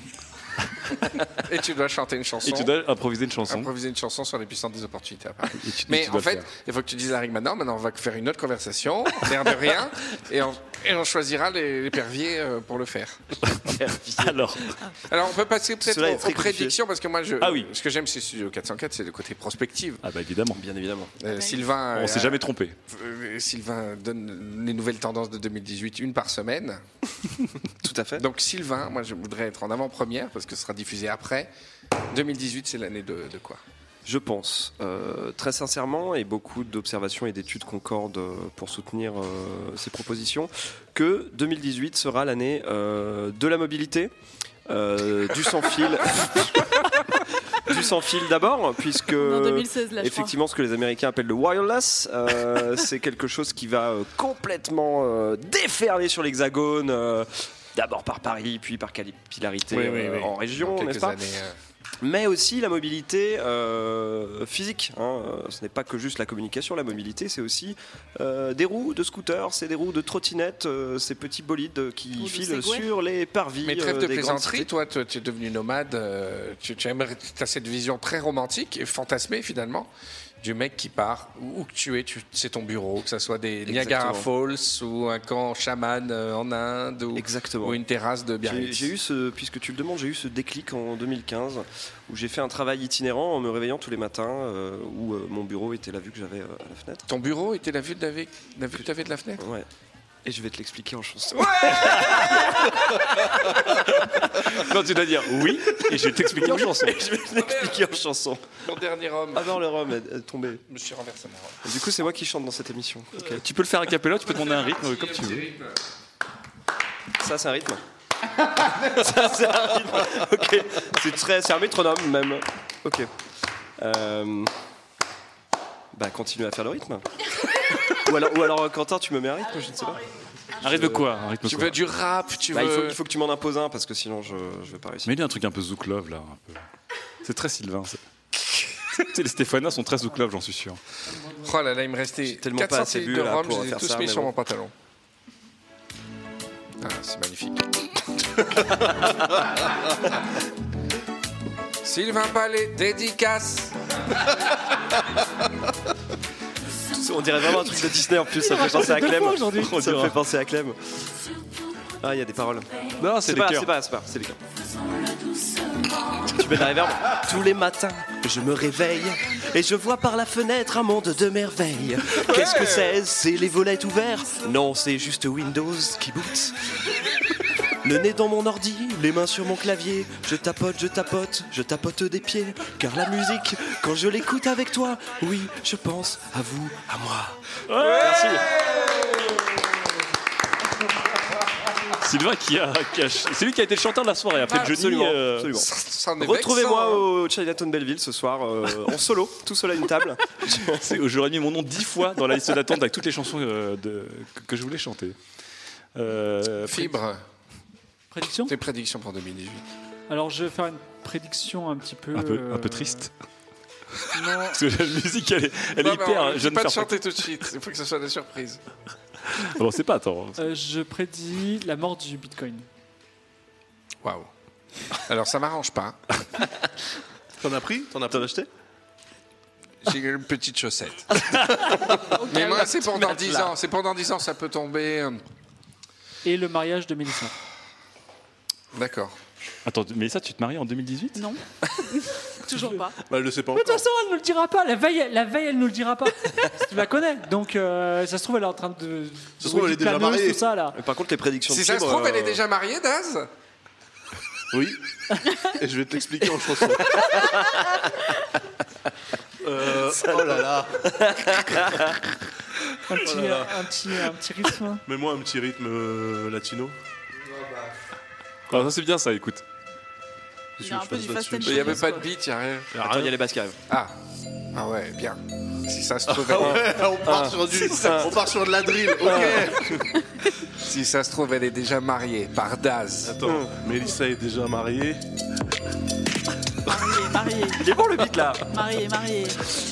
Et tu dois chanter une chanson. Et tu dois improviser une chanson. Improviser une chanson sur l'épicentre des opportunités à Paris. Et tu- Mais tu dois en fait, le faire. il faut que tu dises la règle maintenant. Maintenant, on va faire une autre conversation, l'air de rien, et on, et on choisira les, les perviers euh, pour le faire. Alors, Alors, on peut passer peut-être Cela est aux, très aux prédictions, parce que moi, je, Ah oui. ce que j'aime chez Studio quatre cent quatre, c'est le côté prospective. ah bah évidemment. Bien évidemment. Euh, Sylvain, On s'est euh, jamais trompé. euh, Sylvain donne les nouvelles tendances de deux mille dix-huit, une par semaine. Tout à fait. Donc Sylvain, moi je voudrais être en avant-première parce que ce sera diffusé après. deux mille dix-huit, c'est l'année de, de quoi? Je pense, euh, très sincèrement, et beaucoup d'observations et d'études concordent euh, pour soutenir euh, ces propositions, que deux mille dix-huit sera l'année euh, de la mobilité, euh, du sans-fil. Du sans-fil d'abord, puisque En deux mille seize, là, je effectivement ce que les Américains appellent le wireless, euh, c'est quelque chose qui va euh, complètement euh, déferler sur l'Hexagone, euh, d'abord par Paris, puis par capillarité Oui, oui, euh, oui. en région, Dans n'est-ce quelques pas années, euh, mais aussi la mobilité euh, physique. Hein. Euh, Ce n'est pas que juste la communication, la mobilité, c'est aussi euh, des roues de scooters, c'est des roues de trottinettes, euh, ces petits bolides qui Ou de filent Segway. sur les parvis. Mais trêve euh, de des grandes plaisanterie, cités. toi, tu tu es devenu nomade, euh, tu, tu as cette vision très romantique et fantasmée finalement du mec qui part, où, où que tu es, tu- c'est ton bureau, que ce soit des Niagara Exactement. Falls ou un camp chaman euh, en Inde ou, Exactement. ou une terrasse de J'ai Biarritz. j'ai eu ce, puisque tu le demandes, j'ai eu ce déclic en deux mille quinze où j'ai fait un travail itinérant en me réveillant tous les matins, euh, où euh, mon bureau était la vue que j'avais euh, à la fenêtre. Ton bureau était la vue de la, vi- la vue que tu avais de la fenêtre. Ouais. Et je vais te l'expliquer en chanson. Non, tu dois dire oui, et je vais t'expliquer en chanson. Et je vais te l'expliquer en chanson. Mon dernier homme. Ah non, le rhum est est tombé. Je me suis renversé mon rhum. Et du coup, c'est moi qui chante dans cette émission. Ok. Tu peux le faire à cappella, tu peux demander un rythme comme tu veux. Ça, c'est un rythme. Ça, c'est un rythme. Ok. C'est très, c'est un métronome même. Ok. Euh... Bah, continue à faire le rythme. Ou alors, ou alors, Quentin, tu me mets un rythme, je ne sais pas. Un rythme quoi un rythme Tu quoi veux du rap, tu Bah, il, veux. faut, il faut que tu m'en imposes un parce que sinon je, je vais pas réussir. Mais il y a un truc un peu Zouk Love là. Un peu. C'est très Sylvain. C'est... Tu sais, les Stéphanois sont très Zouk Love, j'en suis sûr. Oh là là, il me restait tellement quatre pas assez centilitres bu, de là, rhum, pour je les ai faire tous ça, mis mais sur bon. mon pantalon. Ah, c'est magnifique. Sylvain Palais, dédicace. On dirait vraiment un truc de Disney en plus, ça me fait penser à Clem. Ça me fait penser à Clem. Ah, il y a des paroles. Non, c'est, c'est les pas, cœurs. c'est pas, c'est pas, c'est les cœurs. Tu mets de la reverb. Tous les matins, je me réveille et je vois par la fenêtre un monde de merveilles. Qu'est-ce que c'est? C'est les volets ouverts? Non, c'est juste Windows qui boot. Le nez dans mon ordi, les mains sur mon clavier. Je tapote, je tapote, je tapote des pieds. Car la musique, quand je l'écoute avec toi, oui, je pense à vous, à moi. Ouais. Merci. Sylvain qui a, qui a, c'est lui qui a été le chanteur de la soirée après Ah, Johnny. absolument, euh, absolument. Ça, ça en est Retrouvez-moi vexant, hein. au Chinatown Belleville ce soir euh, en solo, tout seul à une table. C'est, j'aurais mis mon nom dix fois dans la liste d'attente avec toutes les chansons euh, de, que, que je voulais chanter. Euh, Fibre. Prédiction. Tes prédictions pour deux mille dix-huit. Alors je vais faire une prédiction un petit peu. Un peu, euh, un peu triste. Non. Parce que la musique, elle est, elle est Non, mais hyper. on- Je je viens vais pas de te faire chanter tout de suite. Il faut que ce soit des surprises. Bon, c'est pas, attends. Euh, je prédis la mort du Bitcoin. Waouh. Alors ça m'arrange pas. T'en as pris? T'en as pas acheté? J'ai une petite chaussette. Mais moi, c'est pendant dix ans. C'est pendant dix ans, ça peut tomber. euh, Et le mariage de Mélissa. D'accord. Attends, mais ça, tu te maries en deux mille dix-huit? Non. Toujours pas. Bah, elle le sait pas Mais de encore. toute façon, elle ne le dira pas. La veille, la veille, elle ne le dira pas. Tu la connais. Donc, euh, ça se trouve, elle est en train de. Ça se trouve, elle est déjà planeuse, mariée. Tout ça, là. Par contre, les prédictions Si de ça se Fibre, trouve, elle est euh, déjà mariée, Daz. Oui. Et je vais t'expliquer en chanson. Euh, oh là là. Un petit, Oh là là. un petit, un petit rythme. Mets-moi un petit rythme euh, latino. Ah, ça, c'est bien ça, écoute. Il y a un peu du fast and Il n'y a même furious, pas de quoi. beat, il n'y a rien. Attends, il y a les basses qui arrivent. Ah. Ah ouais, bien. Si ça se trouve, Ah elle est- ouais, on part, Ah, sur du, c'est ça. on part sur de la drill. Ok. si ça se trouve, elle est déjà mariée par Daz. Attends, Mélissa est déjà mariée. Marié, marié, Il est bon le beat là. marié, marié.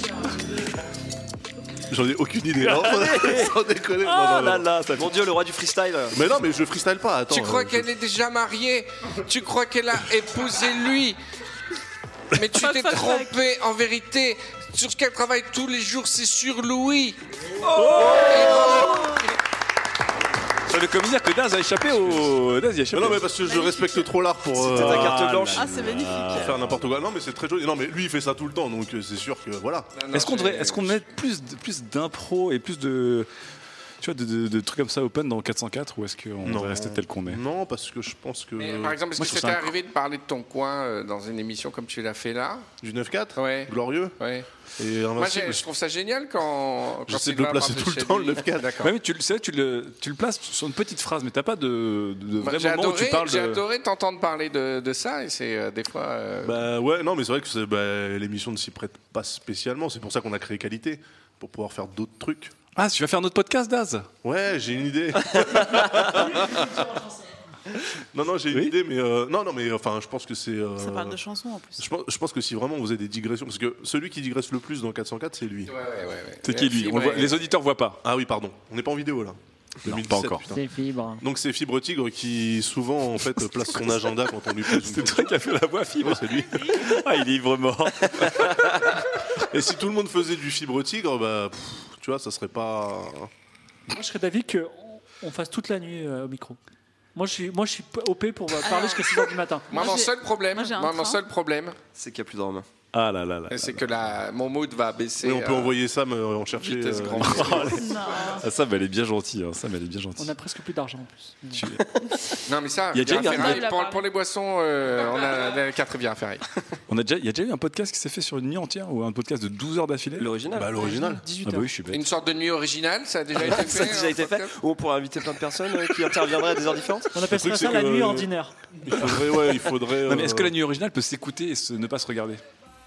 J'en ai aucune idée. Non, sans déconner. Non, Oh non, non. là là, mon dieu, le roi du freestyle. Mais non, mais je freestyle pas. Attends. Tu crois euh, qu'elle est déjà mariée? Tu crois qu'elle a épousé lui? Mais tu Fuck, t'es fuck, fuck. trompé, en vérité. Sur ce qu'elle travaille tous les jours, c'est sur Louis. Ça veut comme dire que Daz a échappé au. Daz y a Mais échappé. non, mais parce que je respecte trop l'art pour. C'était ta carte blanche. Ah, c'est magnifique. pour faire n'importe quoi. Non, mais c'est très joli. Non, mais lui, il fait ça tout le temps, donc euh, c'est sûr que voilà. Non, non, Est-ce qu'on j'ai- devrait, est-ce qu'on met plus, de- plus d'impro et plus de, tu vois, de, de- de trucs comme ça open dans quatre cent quatre, ou est-ce qu'on devrait rester tel qu'on est? Non, parce que je pense que. Mais, par exemple, est-ce Moi, que je trouve ça ça t'est inc- arrivé de parler de ton coin euh, dans une émission comme tu l'as fait là? Du neuf quatre Ouais. Glorieux Ouais. et Moi, invincible. j'ai- je trouve ça génial quand. quand J'essaie de Sylvain le placer parle tout le chez temps, lui. le neuf quatre. D'accord. Ouais, mais tu, le- c'est vrai, tu, le, tu le places sur une petite phrase, mais t'as pas de, de, de Moi, vrai J'ai moment où adoré, tu parles j'ai de. adoré t'entendre parler de, de ça et c'est euh, des fois. euh, Bah ouais, non, mais c'est vrai que c'est- bah, l'émission ne s'y prête pas spécialement. C'est pour ça qu'on a créé Qualité, pour pouvoir faire d'autres trucs. Ah, tu vas faire notre podcast, Daz? Ouais, j'ai une idée. non, non, j'ai une Oui. idée, mais euh, non, non, mais enfin, je pense que c'est. euh, Ça parle de chansons en plus. Je pense, je pense que si vraiment on faisait des digressions, parce que celui qui digresse le plus dans quatre cent quatre, c'est lui. Ouais, ouais, ouais, ouais. C'est qui lui? On le voit- Les auditeurs voient pas. Ah oui, pardon. On n'est pas en vidéo là. Non, deux mille dix-sept, pas encore. putain. C'est fibre. Donc c'est Fibre Tigre qui souvent en fait place son agenda quand on lui pose une C'est toi qui as fait la voix fibre. Ouais, c'est lui. Ah, il est ivre mort. Et si tout le monde faisait du Fibre Tigre, bah pff, tu vois, ça serait pas. Moi, je serais d'avis qu'on on fasse toute la nuit euh, au micro. Moi, je suis, moi, je suis O P pour euh, parler jusqu'à six heures du matin. Moi, Moi, mon j'ai- seul problème, moi, j'ai un moi, mon train. seul problème, C'est qu'il n'y a plus de rhum. Ah là là là. c'est que la, mon mood va baisser. Mais on peut euh, envoyer Sam euh, en chercher. vitesse euh, grand. Non. Ah, Sam, elle est bien gentille. Hein. Sam, elle est bien On gentille. a presque plus d'argent en plus. Tu- Non, mais ça, Il y a déjà Riviera eu un- Ferraille, il y a- pour, pour les boissons, euh, on a la carte Riviera Ferraille. On a déjà, il y a déjà eu un podcast qui s'est fait sur une nuit entière, ou un podcast de douze heures d'affilée. L'original. Bah l'original. dix-huit Ah bah heures. oui, je suis bête. Une sorte de nuit originale, ça a déjà été fait. Ça a déjà un été fait. podcast Ou on pourrait inviter plein de personnes euh, qui interviendraient à des heures différentes. On appelle truc, ça c'est la que- nuit ordinaire. Il faudrait, ouais, il faudrait. Non, mais est-ce que euh, la nuit originale peut s'écouter et se- ne pas se regarder?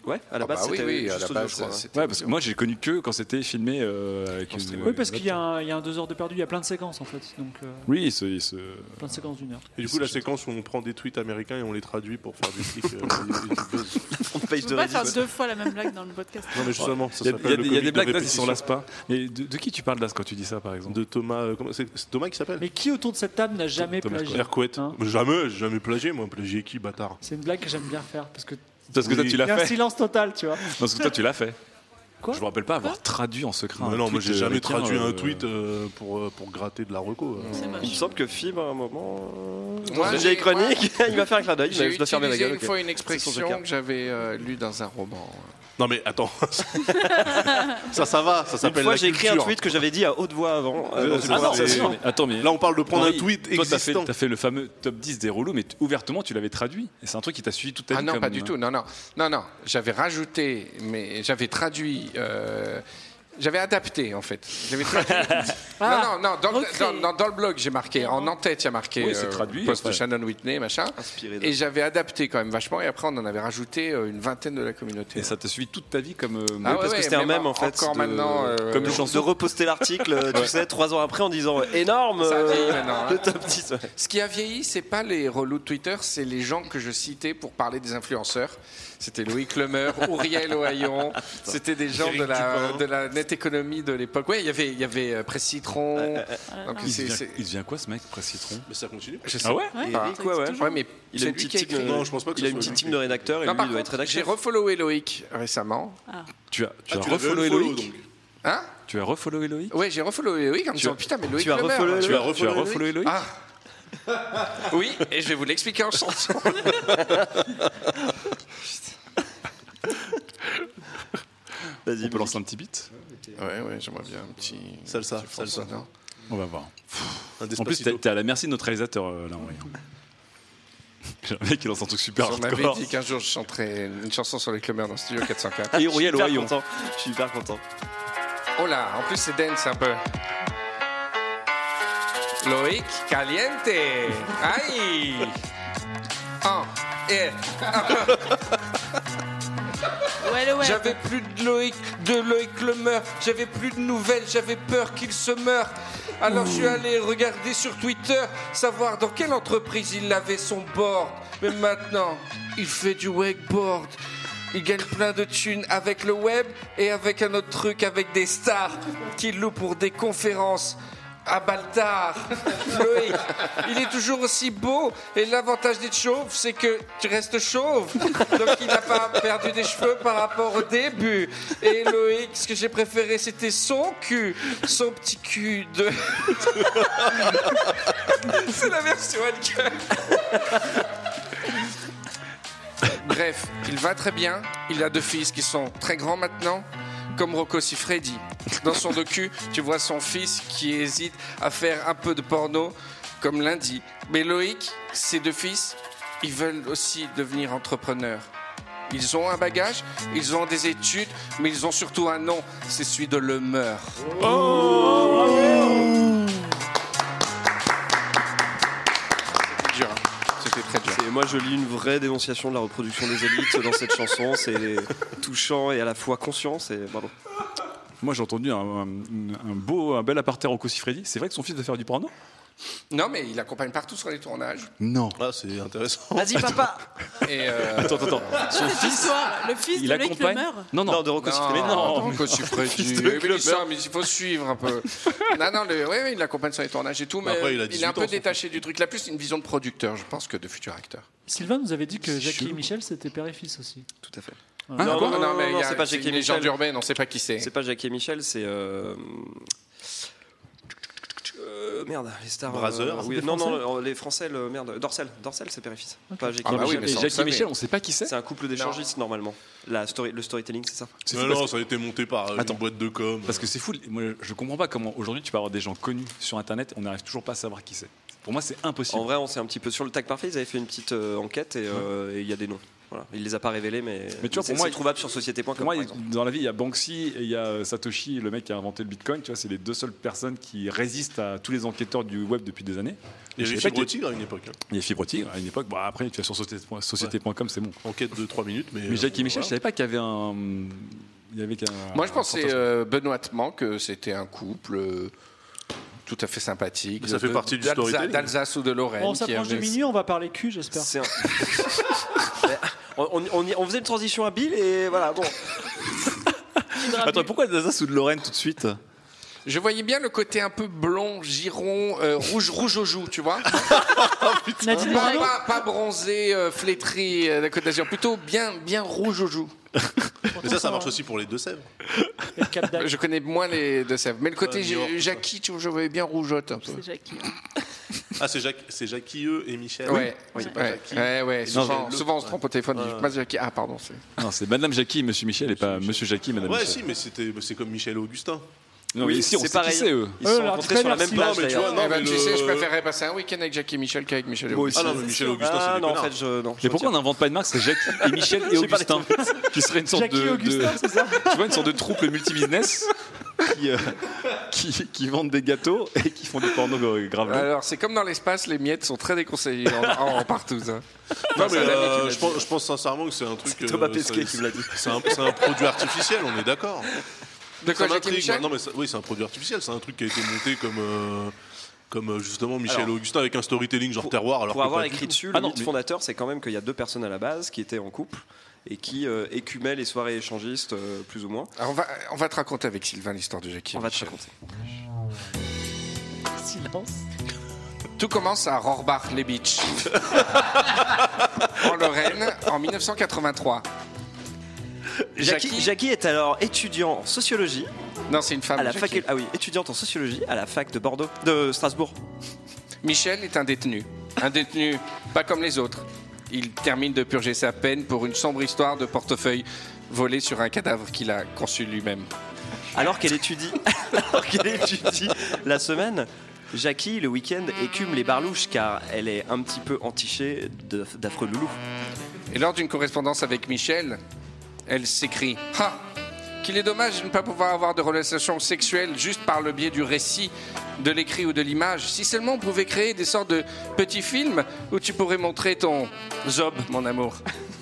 Ouais, à la Ah base, bah oui, c'était oui, juste à la audio, base, je crois, ouais. c'était Ouais, parce que moi j'ai connu que quand c'était filmé euh, avec une. Oui, parce qu'il y a un, il y a un deux heures de perdu, il y a plein de séquences en fait. Donc, euh, Oui, il se, il se- plein de séquences d'une heure. Et du coup, la séquence où on prend des tweets américains et on les traduit pour faire des clics. euh, des- des buzz. Front page Tu de peux pas Reddit, faire ouais. deux fois la même blague dans le podcast. Non, mais justement, ça Il y a, s'appelle il y a le des- il y a comique des de blagues là qui répétition. s'en lassent pas. Mais de, de qui tu parles là quand tu dis ça par exemple? De Thomas. euh, comment- C'est c'est Thomas qui s'appelle Mais qui autour de cette table n'a jamais Thomas plagié Ercouet. Hein Jamais, j'ai jamais plagié, moi. Plagié qui, bâtard? C'est une blague que j'aime bien faire parce que Parce que toi Oui. tu il y a l'as un fait. silence total, tu vois. Non, parce que toi tu l'as fait. Quoi Je me rappelle pas avoir traduit en secret. Mais un non, moi tweet j'ai jamais américain, traduit euh, un tweet euh, pour, euh, pour gratter de la reco. euh. C'est Il me moche. semble que Fibre, à un moment, euh, Moi, dans une j'ai- vieille chronique, il m'a fait un clin d'œil, J'ai je dois fermer ma utilisé gueule. une ok. fois une C'est son expression joker. que j'avais euh, lue dans un roman. Non, mais attends. ça, ça va, ça Une s'appelle fois, la j'ai écrit un culture. tweet que j'avais dit à haute voix avant, euh, dans c'est une ça, conversation. c'est- Mais attends, mais Là, on parle de prendre Henri, un tweet toi, t'as fait, existant. t'as fait le fameux top dix des relous, mais t- ouvertement, tu l'avais traduit. Et c'est un truc qui t'a suivi toute ta vie. Ah non, comme- pas du tout. Non, non, non, non. J'avais rajouté, mais j'avais traduit. euh, J'avais adapté en fait. J'avais traduit. Ah, non, non, non. Dans, le- recréé. dans- dans- dans le blog, j'ai marqué. En en-tête, il y a marqué. Oui, c'est euh, traduit, post de enfin. Shannon Whitney, machin. Inspiré de- Et j'avais adapté quand même vachement. Et après, on en avait rajouté euh, une vingtaine de la communauté. Et ça t'a suivi toute ta vie comme. euh, Ah Oui, ouais, parce que ouais, c'était un même mème en fait. Encore de- maintenant. euh, comme une de- chanson. De reposter l'article, tu sais, trois ans après en disant euh, énorme, Ça a euh, vieilli maintenant, hein. le top dix. ouais. Ce qui a vieilli, c'est pas les relous de Twitter, c'est les gens que je citais pour parler des influenceurs. C'était Loïc Lemer, Auriel Ohaillon. C'était des gens de la, de la net économie de l'époque. Ouais, il y avait, il y avait euh, Presse Citron. Donc, Il c'est- devient, c'est- il devient quoi ce mec, Presse Citron? Mais ça continue. je sais Ah ouais Ouais, pas. Eric, ouais, ouais. Ouais, mais Il c'est a une lui petite qui a team écrit. de- Non, je pense pas que Il ça a une soit petite lui. team de rédacteurs et Non, lui, par il doit être contre, j'ai rédacteur. refollowé Loïc récemment. Tu as, tu Ah, as tu l'avais refollowé unfollow, Loïc? donc. Hein Tu as refollowé Loïc? Ouais, j'ai refollowé Loïc en me disant as- putain, mais Loïc tu as Lemer, refollowé tu Tu as- as, tu as refollowé refollowé Loïc? Ah oui, et je vais vous l'expliquer en chanson. Vas-y, On peut lancer un petit beat? Ouais, ouais, j'aimerais bien un petit. Salsa, petit fond salsa. sonore. On va voir. Un En plus, Despacito. t'es t'es à la merci de notre réalisateur euh, là, Henri. J'ai un mec qui lance un truc super On m'avait hardcore. dit qu'un jour je chanterais une chanson sur les Clemers dans Studio quatre cent quatre. Et Je suis Auriel hyper Ohaillon. content. Je suis hyper content. Oh là, en plus c'est dance un peu. Loïc Caliente. Aïe. Un, et Ouais, le web. J'avais plus de Loïc, de Loïc Lemer, j'avais plus de nouvelles, j'avais peur qu'il se meure. Alors je suis allé regarder sur Twitter, savoir dans quelle entreprise il avait son board. Mais maintenant, il fait du wakeboard. Il gagne plein de thunes avec le web et avec un autre truc, avec des stars qu'il loue pour des conférences. À Baltar, Loïc, il est toujours aussi beau. Et l'avantage d'être chauve, c'est que tu restes chauve. Donc il n'a pas perdu des cheveux par rapport au début. Et Loïc, ce que j'ai préféré, c'était son cul. Son petit cul de. C'est la version Uncut. Bref, il va très bien. Il a deux fils qui sont très grands maintenant. Comme Rocco Siffredi. Dans son docu, tu vois son fils qui hésite à faire un peu de porno, comme lundi. Mais Loïc, ses deux fils, ils veulent aussi devenir entrepreneurs. Ils ont un bagage, ils ont des études, mais ils ont surtout un nom, c'est celui de Lemer. C'était dur, hein. C'était très dur. Et moi, je lis une vraie dénonciation de la reproduction des élites dans cette chanson. C'est touchant et à la fois conscient. C'est bravo. Moi, j'ai entendu un, un- un beau, un bel aparté Rocco Siffredi. C'est vrai que son fils veut faire du porno? Non, mais il accompagne partout sur les tournages. Non. Là, c'est intéressant. Vas-y, papa. Et euh, Attends, attends, attends. Son fils, L'histoire, le fils il de Loïc accompagne. Lemer. Non, non. Non, de Rocco Siffredi. Non, Mais non. Rocco Siffredi. Fils de Oui, mais Clemmer. mais il faut suivre un peu. non, non, le, oui, oui, il l'accompagne sur les tournages et tout, mais Après, il a il est dix-huit un ans, peu son détaché du truc. Il a plus une vision de producteur, je pense, que de futur acteur. Sylvain nous avait dit que C'est Jackie et chelou. Michel c'était père et fils aussi. Tout à fait. Ouais. Hein, non, quoi non, non, mais il non, y a- c'est pas c'est Jackie une et légende Michel. urbaine, on sait pas qui c'est. C'est pas Jackie et Michel, c'est. Euh... euh, merde, les stars. Brazzers. euh, oui, Des non, Français non, les Français, le, merde. Dorsel. Dorsel, c'est père et fils. Pas Jackie Ah bah et oui, Michel. mais Et ça, on Jackie et savait. Michel, on sait pas qui c'est. C'est un couple d'échangistes normalement. La story, le storytelling, c'est ça. C'est Non, fou parce non, que- ça a été monté par euh, Attends. une boîte de com. Parce que c'est fou. Moi, je comprends pas comment aujourd'hui tu peux avoir des gens connus sur Internet. On n'arrive toujours pas à savoir qui c'est. Pour moi, c'est impossible. En vrai, on sait un petit peu sur le tag parfait. Ils avaient fait une petite euh, enquête et euh, et il y a des noms. Voilà. Il les a pas révélés, mais, Mais tu vois, c'est, pour moi, c'est trouvable sur société point com. Pour moi, par il- exemple. dans la vie, il y a Banksy et il y a Satoshi, le mec qui a inventé le Bitcoin. Tu vois, c'est les deux seules personnes qui résistent à tous les enquêteurs du web depuis des années. Il y Je avait savais pas Fibre qu'il- Tigre à une époque. hein. Il y a Fibre Tigre à une époque. Bon, après, tu vas sur société point- société point com, c'est bon. Enquête de trois minutes, mais. Mais Jackie euh, Michel, voilà. je savais pas qu'il y avait un. Il y avait qu'un. Moi, je pensais un- euh, benoîtement que c'était un couple euh, tout à fait sympathique. Mais ça fait de- partie du d'Alsa- storytelling. D'Alsace ou de Lorraine. On qui s'approche de avait- minuit, on va parler cul, j'espère. C'est un- on, on- on y- on faisait une transition habile et voilà. Bon. Attends, pourquoi d'Alsace ou de Lorraine tout de suite? Je voyais bien le côté un peu blond, giron, euh, rouge, rouge aux joues, tu vois. Nadine pas, Morano pas- pas bronzé, euh, flétri euh, de la Côte d'Azur, plutôt bien, bien rouge aux joues. Mais ça, ça marche aussi pour les Deux-Sèvres. Et le Cap d'Agde. Je connais moins les Deux-Sèvres. Mais le côté Ouais, New York, J- Jackie, tu vois, je voyais bien rougeotte un peu. C'est Jackie. Ah, c'est Jacques, c'est Jackie E et Michel. Ouais, Oui, c'est pas ouais, Jackie. ouais, ouais, Et souvent, Michel, souvent on se l'autre. trompe au téléphone. Ouais. Je pas Jackie. Ah, pardon. c'est- Non, c'est Madame Jackie et Monsieur Michel et pas Monsieur Jackie et Madame Ouais, Michel. si, mais c'était, c'est comme Michel et Augustin. Non, Oui, mais ici, on c'est sait qui pareil. c'est, eux. Ils se sont alors, rencontrés très sur la merci. même plage Non, mais tu d'ailleurs. vois, Eh ben, mais tu le- sais, je préférerais passer un week-end avec Jackie et Michel qu'avec Michel et Moi Augustin. aussi. Ah non, mais Michel et Augustin, c'est Ah des non, en connards. fait, je non. Mais pourquoi on n'invente pas une marque? C'est Jackie et Michel et J'ai pas Augustin, qui serait une sorte Jackie de, et Augustin, de- c'est ça tu vois, une sorte de troupe multi-business qui, euh, qui, qui vendent des gâteaux et qui font du porno grave. Alors, c'est comme dans l'espace, les miettes sont très déconseillées en, en partout. Ça. Non, Enfin, mais c'est un ami qui euh, l'a je, dit. pense, je pense sincèrement que c'est un truc. C'est Thomas euh, Pesquet c'est- qui me l'a dit. C'est un, c'est un produit artificiel, on est d'accord. De quoi, Ça Jackie et m'intrigue. Michel Non, mais ça- oui, c'est un produit artificiel. C'est un truc qui a été monté comme, euh, comme euh, justement Michel Alors, et Augustin avec un storytelling genre pour- terroir. Alors Pour que avoir pas du écrit tout. dessus, Ah le non, mythe mais- fondateur, c'est quand même qu'il y a deux personnes à la base qui étaient en couple et qui euh, écumaient les soirées échangistes, euh, plus ou moins. Alors, on, va, on va te raconter avec Sylvain l'histoire de Jackie et On va te Michel. raconter. Silence. Tout commence à Rohrbach-les-Beach, en Lorraine, en mille neuf cent quatre-vingt-trois. Jackie, Jackie- Jackie est alors étudiant en sociologie Non, c'est une femme. à la Jackie. fac. Ah oui, étudiante en sociologie à la fac de Bordeaux, de Strasbourg. Michel est un détenu. Un détenu pas comme les autres. Il termine de purger sa peine pour une sombre histoire de portefeuille volé sur un cadavre qu'il a conçu lui-même. Alors qu'elle étudie, alors qu'elle étudie la semaine, Jackie le week-end écume les barlouches car elle est un petit peu entichée de- d'affreux loulous. Et lors d'une correspondance avec Michel, elle s'écrie « Ah, qu'il est dommage de ne pas pouvoir avoir de relations sexuelles juste par le biais du récit, de l'écrit ou de l'image. Si seulement on pouvait créer des sortes de petits films où tu pourrais montrer ton zob, mon amour. »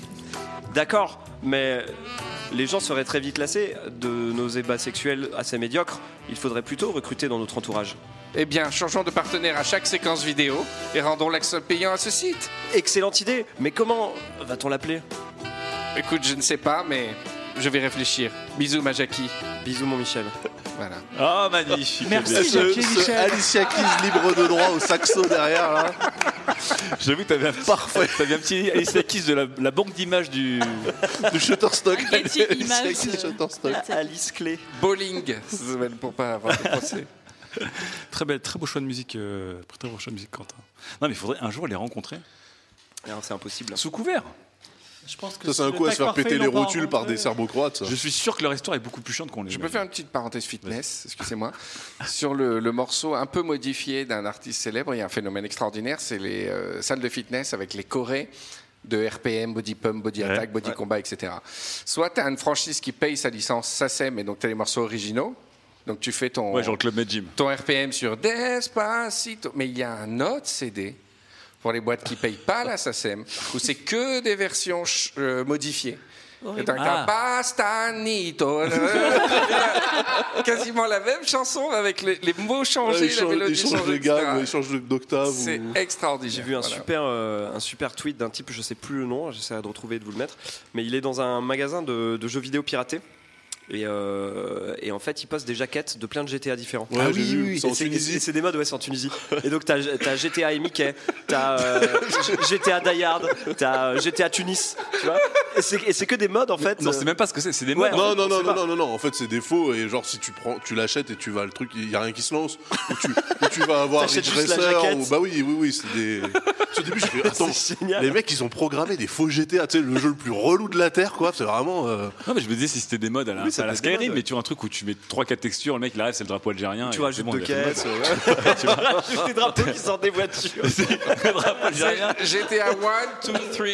D'accord, mais les gens seraient très vite lassés de nos ébats sexuels assez médiocres. Il faudrait plutôt recruter dans notre entourage. Eh bien, changeons de partenaire à chaque séquence vidéo et rendons l'accès payant à ce site. Excellente idée, mais comment va-t-on l'appeler? Écoute, je ne sais pas, mais je vais réfléchir. Bisous, ma Jackie. Bisous mon Michel. Voilà. Ah, magnifique. Merci, Ce, Jackie et ce Michel. Alicia Keys libre de droit au saxo derrière là. J'avoue que t'avais un parfait. T'avais un petit Alicia Keys de la, la banque d'images du. Du Shutterstock. Un Getty Alicia Images, Keys euh, Shutterstock. Alice Clé. Bowling, ça s'appelle pour pas avoir de procès. Très belle, très beau choix de musique, euh, très beau choix de musique, Quentin. Non, mais il faudrait un jour les rencontrer Alors, c'est impossible. sous couvert. Je pense que Ça, c'est un le coup à se tac faire parfait, péter ils les l'ont pas rotules par rencontré. des serbo-croates. ça. Je suis sûr que leur histoire est beaucoup plus chiante qu'on les. Je peux faire une petite parenthèse fitness, excusez-moi. Sur le, le morceau un peu modifié d'un artiste célèbre, il y a un phénomène extraordinaire, c'est les euh, salles de fitness avec les chorés de R P M, Body Pump, Body Ouais, Attack, Body ouais. Combat, et cetera. Soit tu as une franchise qui paye sa licence SACEM et donc tu as les morceaux originaux. Donc tu fais ton, Ouais, genre le Club Med Gym. ton R P M sur Despacito. Mais il y a un autre C D pour les boîtes qui ne payent pas la SACEM où c'est que des versions ch- euh, modifiées. Et donc, Ah. t'as Pastanito. Quasiment la même chanson avec les, les mots Ouais, changés, ils la changent, mélodie ils changent changée, de et cetera. gamme, ils changent de- d'octave. C'est ou- extraordinaire. J'ai vu un, Voilà. super, euh, un super tweet d'un type, je sais plus le nom, j'essaierai de retrouver et de vous le mettre, mais il est dans un magasin de, de jeux vidéo piratés. Et, euh, et en fait, il poste des jaquettes de plein de G T A différents. Ouais, j'ai vu, c'est en Et c'est, Tunisie. et c'est des modes, ouais, c'est en Tunisie. Et donc, t'as, t'as G T A et Mickey, t'as euh, G T A Die Hard, t'as euh, G T A Tunis, tu vois. Et c'est, et c'est que des modes en fait. Non, c'est même pas ce que c'est, c'est des Ouais, modes. Non, en fait, non, on non, sait non, pas. non, non, non, en fait c'est des faux et genre si tu prends, tu l'achètes et tu vas le truc, il y a rien qui se lance. Ou tu, ou tu vas avoir T'achètes Ridge juste la Racer, jaquette. ou bah oui, oui, oui, c'est des. Au début je fais attends, C'est génial. les mecs ils ont programmé des faux G T A, tu sais le jeu le plus relou de la terre quoi, c'est vraiment. euh, Non, mais je me disais si c'était des modes à la, Oui, ça à la peut être des Skyrim, modes, mais tu vois un truc où tu mets trois quatre textures, le mec il arrive, c'est le drapeau algérien. Tu et rajoutes c'est bon, deux il a fait le caisses. mode. Ouais. Tu rajoutes des drapeaux qui sortent des voitures. Le drapeau algérien. G T A un, deux, trois.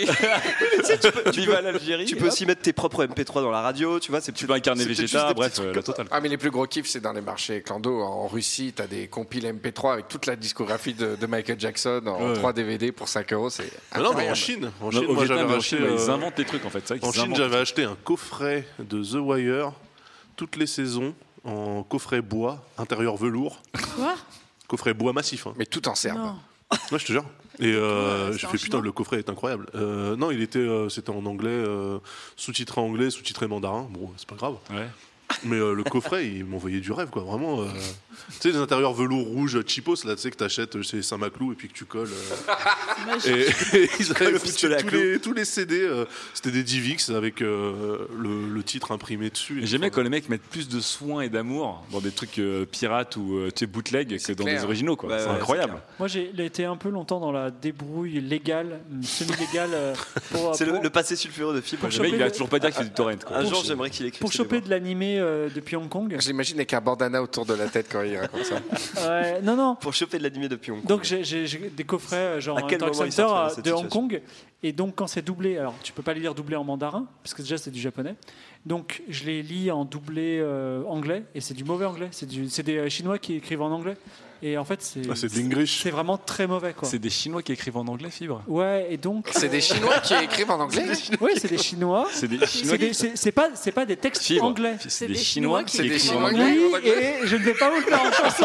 Tu peux, l'Algérie, tu peux aussi mettre tes propres M P trois dans la radio, tu vois. C'est Tu peux incarner c'est peut-être juste Vegeta, des bref, petits trucs euh, la comme ça. totale. Ah mais les plus gros kiffs c'est dans les marchés clando en Russie t'as des compiles M P trois avec toute la discographie de, de Michael Jackson en Ouais. trois D V D pour cinq euros c'est Ah non, mais en incroyable. Chine, en Non, Chine, au moi Vietnam, j'avais mais en acheté. Chine, ils euh, inventent des trucs en fait. C'est vrai qu'ils En Chine, inventent j'avais des acheté un coffret de The Wire, toutes les saisons, en coffret bois, intérieur velours. Quoi? Coffret bois massif. Hein. Mais tout en serbe. Non. Ouais, je te jure. Et euh, Ouais, j'ai c'est en fait putain, chinois. le coffret est incroyable. Euh, non, il était, euh, c'était en anglais, euh, sous-titré anglais, sous-titré mandarin. Bon, c'est pas grave. trucs. Ouais. Mais euh, le coffret, il m'envoyait du rêve, quoi. Vraiment. euh, Tu sais, les intérieurs velours rouge cheapos, là, tu sais, que t'achètes chez Saint-Maclou et puis que tu colles. euh, et, et ils avaient le foutu pistolet à tous clous. les, tous les C D. euh, c'était des Divix avec euh, le, le titre imprimé dessus. Et J'aime bien quand les mecs mettent plus de soin et d'amour dans des trucs euh, pirates ou euh, tu sais, bootleg que dans clair. des originaux, quoi. Ouais, c'est ouais, incroyable. Moi, j'ai été un peu longtemps dans la débrouille légale, semi-légale. euh, pour, C'est le, pour- le passé sulfureux de Fibre. Pour Le mec, il va choper- toujours pas dire qu'il fait du torrent, quoi. Un Pour jour, ch- j'aimerais qu'il écrive. pour ses choper débords. de l'animé euh, depuis Hong Kong. Je l'imagine avec un bandana autour de la tête quand il raconte ça. Ouais, non, non. Pour choper de l'animé depuis Hong Kong. Donc j'ai j'ai- j'ai des coffrets euh, genre À quel Internet moment il Center sortira euh, cette de Hong situation Kong et donc quand c'est doublé, alors tu peux pas les lire doublé en mandarin parce que déjà c'est du japonais, donc je les lis en doublé euh, anglais et c'est du mauvais anglais, c'est du- c'est des euh, Chinois qui écrivent en anglais et en fait c'est Ah, c'est de l'English. c'est vraiment très mauvais quoi. C'est des Chinois qui écrivent en anglais, Fibre. Ouais et donc C'est des Chinois qui écrivent en anglais. oui c'est des Chinois. C'est des C'est Chinois des- qui C'est c'est pas c'est pas des textes Fibre. anglais. C'est des Chinois qui C'est des écrivent en Chinois anglais. qui- Oui et je ne vais pas vous le faire en chanson.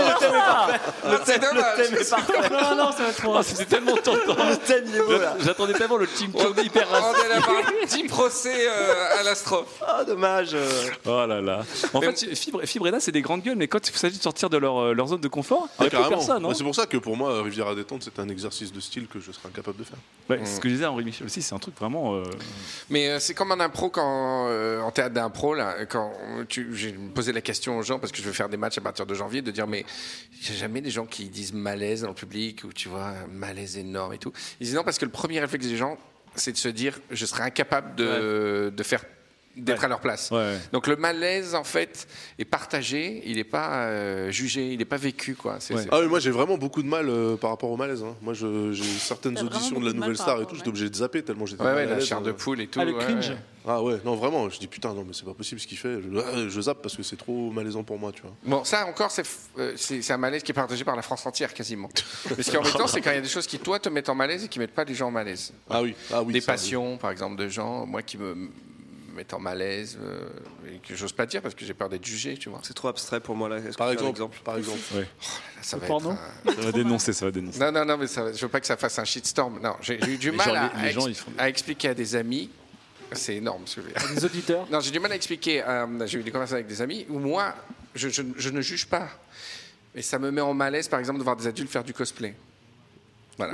ok C'est dommage. non non ça va être trop. Oh, c'était tellement tentant. Le thème, il est beau là. J'attendais tellement le team On est hyper on est là par dix procès euh, à la strophe. Ah, dommage. euh. Oh là là. En Mais fait, Fibre, Fibre et là, c'est des grandes gueules, mais quand il s'agit de sortir de leur, euh, leur zone de confort, il Ah, n'y a plus carrément. personne. Hein. Bah, c'est pour ça que pour moi, Riviera détente, c'est un exercice de style que je serais incapable de faire. Ouais, c'est ce que je disais à Henri Michel aussi, c'est un truc vraiment. euh, Mais euh, c'est comme en impro, quand, euh, en théâtre d'impro, là, quand tu, j'ai posé la question aux gens, parce que je vais faire des matchs à partir de janvier, de dire, mais j'ai jamais des gens qui disent malaise dans le public, ou tu vois, un malaise énorme et tout. Ils disent non, parce que le premier réflexe des gens, c'est de se dire, je serais incapable de, de faire d'être Ouais. à leur place. Ouais. Donc le malaise, en fait, est partagé, il n'est pas euh, jugé, il n'est pas vécu, quoi. C'est, Ouais. c'est- Ah oui, moi j'ai vraiment beaucoup de mal euh, par rapport au malaise. hein. Moi je- j'ai certaines T'as vraiment auditions de beaucoup la de mal Nouvelle par Star et rapport tout, au j'étais obligé de zapper tellement j'étais Ouais, mal ouais, à la l'aise, chair de euh. poule et tout. Ah le ouais, cringe. ouais. Ah ouais, non vraiment, je dis putain, non mais c'est pas possible ce qu'il fait. Je, ah, je zappe parce que c'est trop malaisant pour moi, tu vois. Bon, ça encore, c'est, euh, c'est, c'est un malaise qui est partagé par la France entière quasiment. Mais ce qui est embêtant, c'est quand il y a des choses qui, toi, te mettent en malaise et qui ne mettent pas les gens en malaise. Ah oui, ah oui. des ça, oui. passions, par exemple, de gens, moi, qui me mettent en malaise euh, et que j'ose pas dire parce que j'ai peur d'être jugé, tu vois. C'est trop abstrait pour moi là. Est-ce que Par tu as un exemple, par exemple. Là, ça Le va porno être, Ça va dénoncer, ça va dénoncer. euh, Non, non, non, mais ça, je veux pas que ça fasse un shitstorm. Non, j'ai, j'ai eu du Les mal gens- à, les à gens, ex- ils font- à expliquer à des amis. C'est énorme ce que je veux dire. Les auditeurs. Non, j'ai du mal à expliquer. euh, j'ai eu des conversations avec des amis où moi, je, je- je ne juge pas. Mais ça me met en malaise, par exemple, de voir des adultes faire du cosplay. Voilà.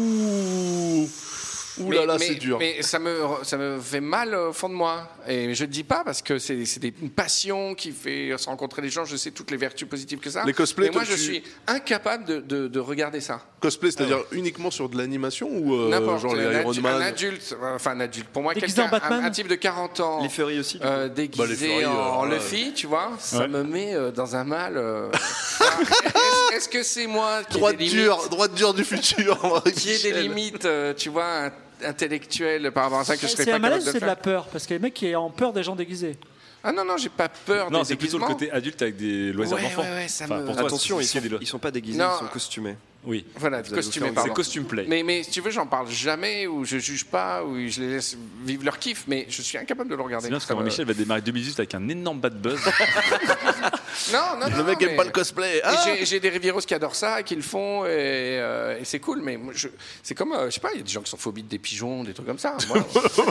Ouh, ouh là Mais- là, mais- c'est dur. Mais ça me, ça me fait mal au fond de moi. Et je ne dis pas parce que c'est c'est des- une passion qui fait se rencontrer les gens. Je sais toutes les vertus positives que ça. Les cosplays, mais moi, toi, je tu- suis incapable de, de- de regarder ça. Cosplay, c'est-à-dire uniquement sur de l'animation ou euh, N'importe. genre les un, Iron adu- un Man. adulte, enfin un adulte. Pour moi, Déguisé quelqu'un, en Batman un, un type de quarante ans. Les furries aussi. du euh, coup. déguisé Bah, les furries, en euh, ouais. Luffy, tu vois, ça Ouais. me met euh, dans un mal. euh. Alors, est-ce, est-ce que c'est moi qui ai Droite des dure, limites, droite dure du futur. qui ai des limites, euh, tu vois, int- intellectuelles par rapport à ça que je serais C'est pas un capable malaise, de c'est de faire. la peur parce qu'il y a des mecs qui ont peur des gens déguisés. Ah non non, j'ai pas peur. Non, des c'est plutôt le déguisements. côté adulte avec des loisirs Ouais, d'enfants. ouais, ouais, ça Enfin, me- pour toi, Attention, c'est- ils c'est sont, des lo- ils sont pas déguisés, Non. ils sont costumés. Oui. Voilà, Vous allez vous costumé, faire- pardon. C'est costume play. Mais, mais si tu veux, j'en parle jamais, ou je juge pas, ou je les laisse vivre leur kiff, mais je suis incapable de le regarder. C'est bien parce Ça que me- Michel va démarrer deux mille dix-huit avec un énorme bad buzz. Non, non, Le non, mec mais- aime pas le cosplay. Et Ah j'ai, j'ai des Rivieros qui adorent ça et qui le font, et, euh, et c'est cool, mais moi, je, c'est comme, euh, je sais pas, il y a des gens qui sont phobiques des pigeons, des trucs comme ça. Moi,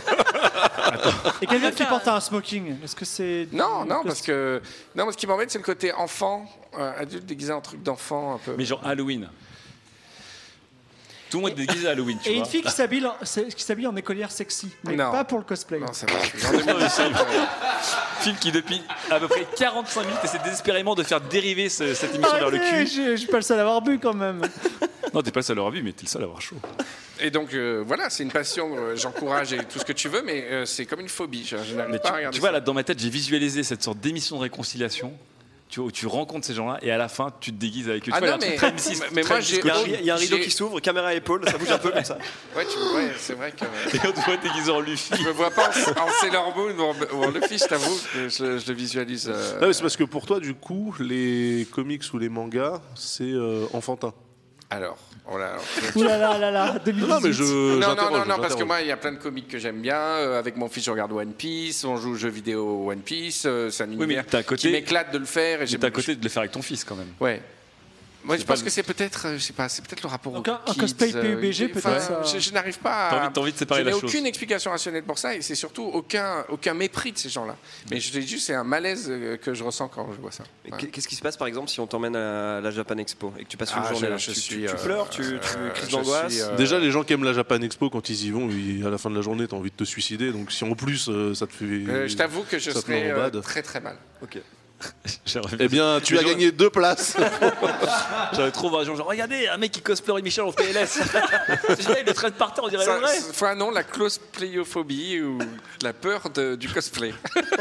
Et quelqu'un qui porte un smoking, est-ce que c'est. non, non, parce que non, mais ce qui m'embête, c'est le côté enfant, euh, adulte déguisé en truc d'enfant un peu. Mais genre Halloween. Tout le monde est déguisé à Halloween, tu Et vois. une fille qui s'habille en, c'est- qui s'habille en écolière sexy, mais Non. pas pour le cosplay. Non, ça va. En deux mille dix-sept, Film qui, depuis à peu près quarante-cinq minutes, essaie désespérément de faire dériver ce- cette émission vers le Arrêtez, cul. Je je suis pas le seul à avoir bu quand même. Non, t'es pas le seul à l'avoir vu, mais t'es le seul à avoir chaud. Et donc euh, voilà, c'est une passion, euh, j'encourage et tout ce que tu veux, mais euh, c'est comme une phobie. Je, je n'arrive Mais pas à tu, regarder tu vois, ça. là, dans ma tête, j'ai visualisé cette sorte d'émission de réconciliation. Tu, vois, où tu rencontres ces gens-là et à la fin, tu te déguises avec eux. Ah tu vois, non, il y a un mais- truc très M six, mais très moi, j'ai- Il y a un- scotché. il y a un rideau J'ai- qui s'ouvre, caméra à épaule, ça bouge un peu comme ça. Ouais, tu, ouais c'est vrai que Et on te voit déguisé en Luffy. je me vois pas en, en Sailor Moon ou en, ou en Luffy, je t'avoue, que je, je le visualise. euh, Ah, mais c'est parce que pour toi, du coup, les comics ou les mangas, c'est euh, enfantin. Alors, oh là, alors, Ouh là là là là, deux mille dix-huit. Non, mais je. non, non, j'interroge, non, non, parce que j'interroge. moi, il y a plein de comics que j'aime bien. Euh, avec mon fils, je regarde One Piece. On joue aux jeux vidéo One Piece. Euh, c'est un Oui, univers mais t'as à côté- qui m'éclate de le faire. Et Mais j'ai t'es à côté de le faire avec ton fils quand même. Ouais. Moi, je C'est pas pense le- que c'est peut-être, euh, je sais pas, c'est peut-être le rapport Donc au un- un kids, cosplay euh, P U B G, enfin, peut-être, ça- Je, je n'arrive pas. T'as à- envie- t'as envie de séparer je n'ai la chose. aucune explication rationnelle pour ça, et c'est surtout aucun aucun mépris de ces gens-là. Mais je te dis juste, c'est un malaise euh, que je ressens quand je vois ça. Mais Ouais. qu'est- Qu'est-ce qui se passe par exemple si on t'emmène à la Japan Expo et que tu passes une Ah, journée je- là je tu, suis, tu, tu euh, pleures, tu, tu euh, crises je d'angoisse. suis, euh, Déjà, les gens qui aiment la Japan Expo, quand ils y vont, ils- à la fin de la journée, t'as envie de te suicider. Donc, si en plus, euh, ça te fait. Euh, je t'avoue que je ça te serais met en euh, bad. très très mal. Ok. J'aimerais- Eh bien, tu Les as gens- gagné deux places. J'aurais trop voir les gens genre, regardez, un mec qui cosplay Henri Michel en P L S. C'est génial, il le traite par terre, on dirait Ça, le vrai. c'est- Enfin non, la cosplayophobie ou la peur de- du cosplay.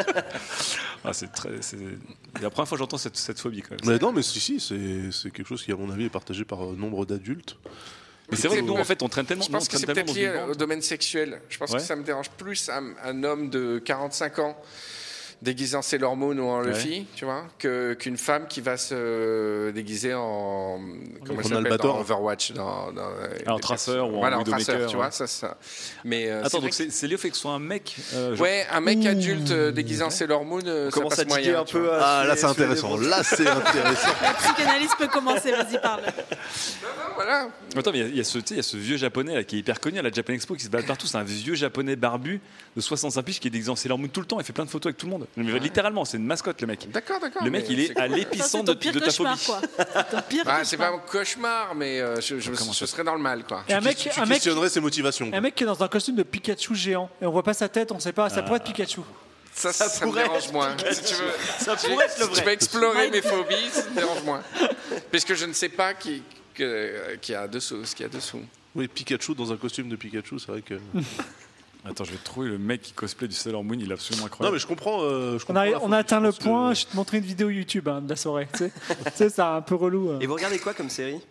Ah, c'est très, c'est c'est la première fois que j'entends cette, cette phobie quand même. Mais non, mais si, si, c'est c'est quelque chose qui, à mon avis, est partagé par euh, nombre d'adultes. Mais c'est vrai que nous, en fait, on traîne tellement. Je pense nous, on que c'est traîne peut-être tellement lié dans ce au domaine sexuel. Je pense Ouais. que ça me dérange plus un, un homme de quarante-cinq ans déguisé en Sailor Moon ou en Luffy, tu vois, que- qu'une femme qui va se déguiser en comment En ça s'appelle, Albator. dans Overwatch, dans, dans Ah, en traceur ou en voilà, en Widowmaker, traceur, tu vois, ouais. ça, ça. Mais euh, Attends, c'est donc vrai c'est c'est lié au fait que ce soit un mec. euh, que- genre- ouais, un mec adulte euh, déguisé en Sailor Moon, euh, On ça commence passe à diguer moyen. un tu peu. vois. à Ah, là, c'est suer- suer des intéressant. bronzes. Là, c'est intéressant. La psychanalyse peut commencer, vas-y, parle. Voilà. Attends, mais il y a- il y, a ce- tu sais, il y a ce vieux japonais là, qui est hyper connu à la Japan Expo qui se balade partout. C'est un vieux japonais barbu de soixante-cinq piges qui est déguisé en Sailor Moon tout le temps. Il fait plein de photos avec tout le monde. Mais littéralement, c'est une mascotte le mec. D'accord, d'accord. Le mec, mais il est c'est à cool. l'épicentre ton de, pire de ta cauchemar, phobie. quoi. Ton pire Ah, c'est cauchemar. pas un cauchemar, mais euh, je, je, Comment je ça serais dans le mal, quoi. Et un mec, Tu un mec, questionnerais ses motivations. un mec qui est dans un costume de Pikachu géant et on voit pas sa tête, on sait pas, ça pourrait être Pikachu. Ça, ça, ça me pourrait dérange être moins. Si tu veux, Ça si- pourrait être le si tu vrai. veux explorer mes phobies, ça me dérange moins. Puisque je ne sais pas qui, que- qu'il y a dessous, ce qu'il y a dessous. Oui, Pikachu dans un costume de Pikachu, c'est vrai que. Attends, je vais trouver le mec qui cosplay du Sailor Moon. Il est absolument Non, incroyable. mais je comprends. euh, je On comprends a, la on phobie, a atteint je le pense que- point, je vais te montrer une vidéo YouTube hein, de la soirée. Tu sais, tu sais, c'est un peu relou. hein. Et vous regardez quoi comme série?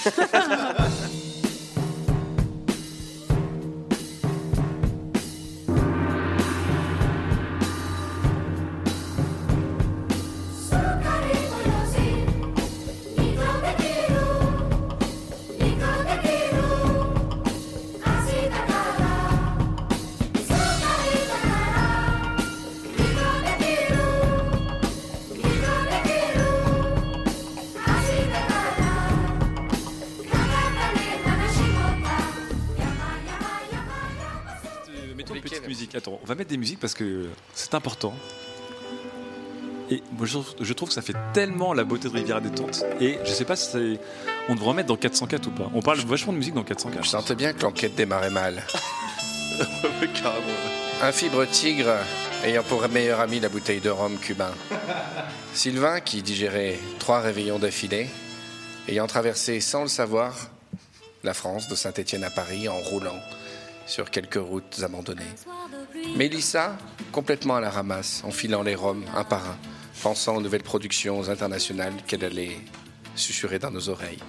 Euh, Mettons une Lesquelles petite musique. Attends, on va mettre des musiques parce que c'est important. Et moi, je, je trouve que ça fait tellement la beauté de Riviera Détente. Et je sais pas si c'est- on devrait en mettre dans quatre cent quatre ou pas. On parle vachement de musique dans quatre cent quatre. Je sentais bien que l'enquête démarrait mal. Ouais, carrément. Un fibre tigre ayant pour meilleur ami la bouteille de rhum cubain. Sylvain, qui digérait trois réveillons d'affilée, ayant traversé sans le savoir la France de Saint-Étienne à Paris en roulant sur quelques routes abandonnées. Mélissa, complètement à la ramasse, enfilant les rhums un par un, pensant aux nouvelles productions internationales qu'elle allait susurrer dans nos oreilles.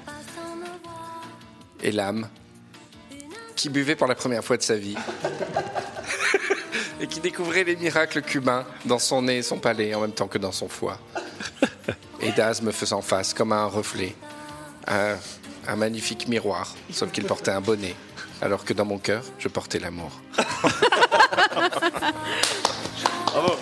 Et l'âme, qui buvait pour la première fois de sa vie et qui découvrait les miracles cubains dans son nez et son palais en même temps que dans son foie. Et Daz me faisant face comme à un reflet, un, un magnifique miroir, sauf qu'il portait un bonnet, alors que dans mon cœur, je portais l'amour. Bravo.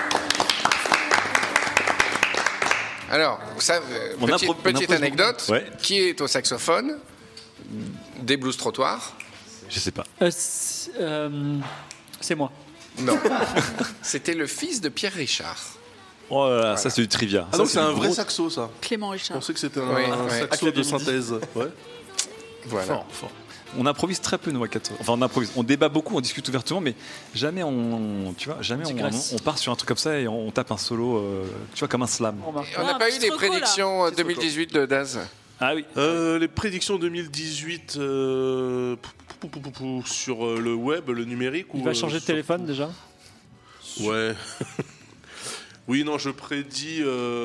Alors, ça, euh, On petite, impro- on petite impose anecdote, beaucoup. Ouais. qui est au saxophone, des blues trottoirs? Je sais pas. Euh, c'est euh, c'est moi. Non. C'était le fils de Pierre Richard. Oh là là, ça c'est du trivia. Ah, Ça, donc c'est c'est un du vrai gros- saxo, ça. Clément Je Richard. pensais que c'était un, Oui, un oui. saxo de synthèse. Ouais. Voilà. Fort, fort. on improvise très peu nous à quatre. Enfin, on improvise, on débat beaucoup, on discute ouvertement, mais jamais on, tu vois, jamais on, on, on part sur un truc comme ça et on, on tape un solo, euh, tu vois, comme un slam. On n'a pas eu des prédictions deux mille dix-huit de Daz. Ah oui. Euh, les prédictions deux mille dix-huit euh, pou, pou, pou, pou, sur euh, le web, le numérique. Il ou, va changer euh, de téléphone déjà. Ouais. Oui, non, je prédis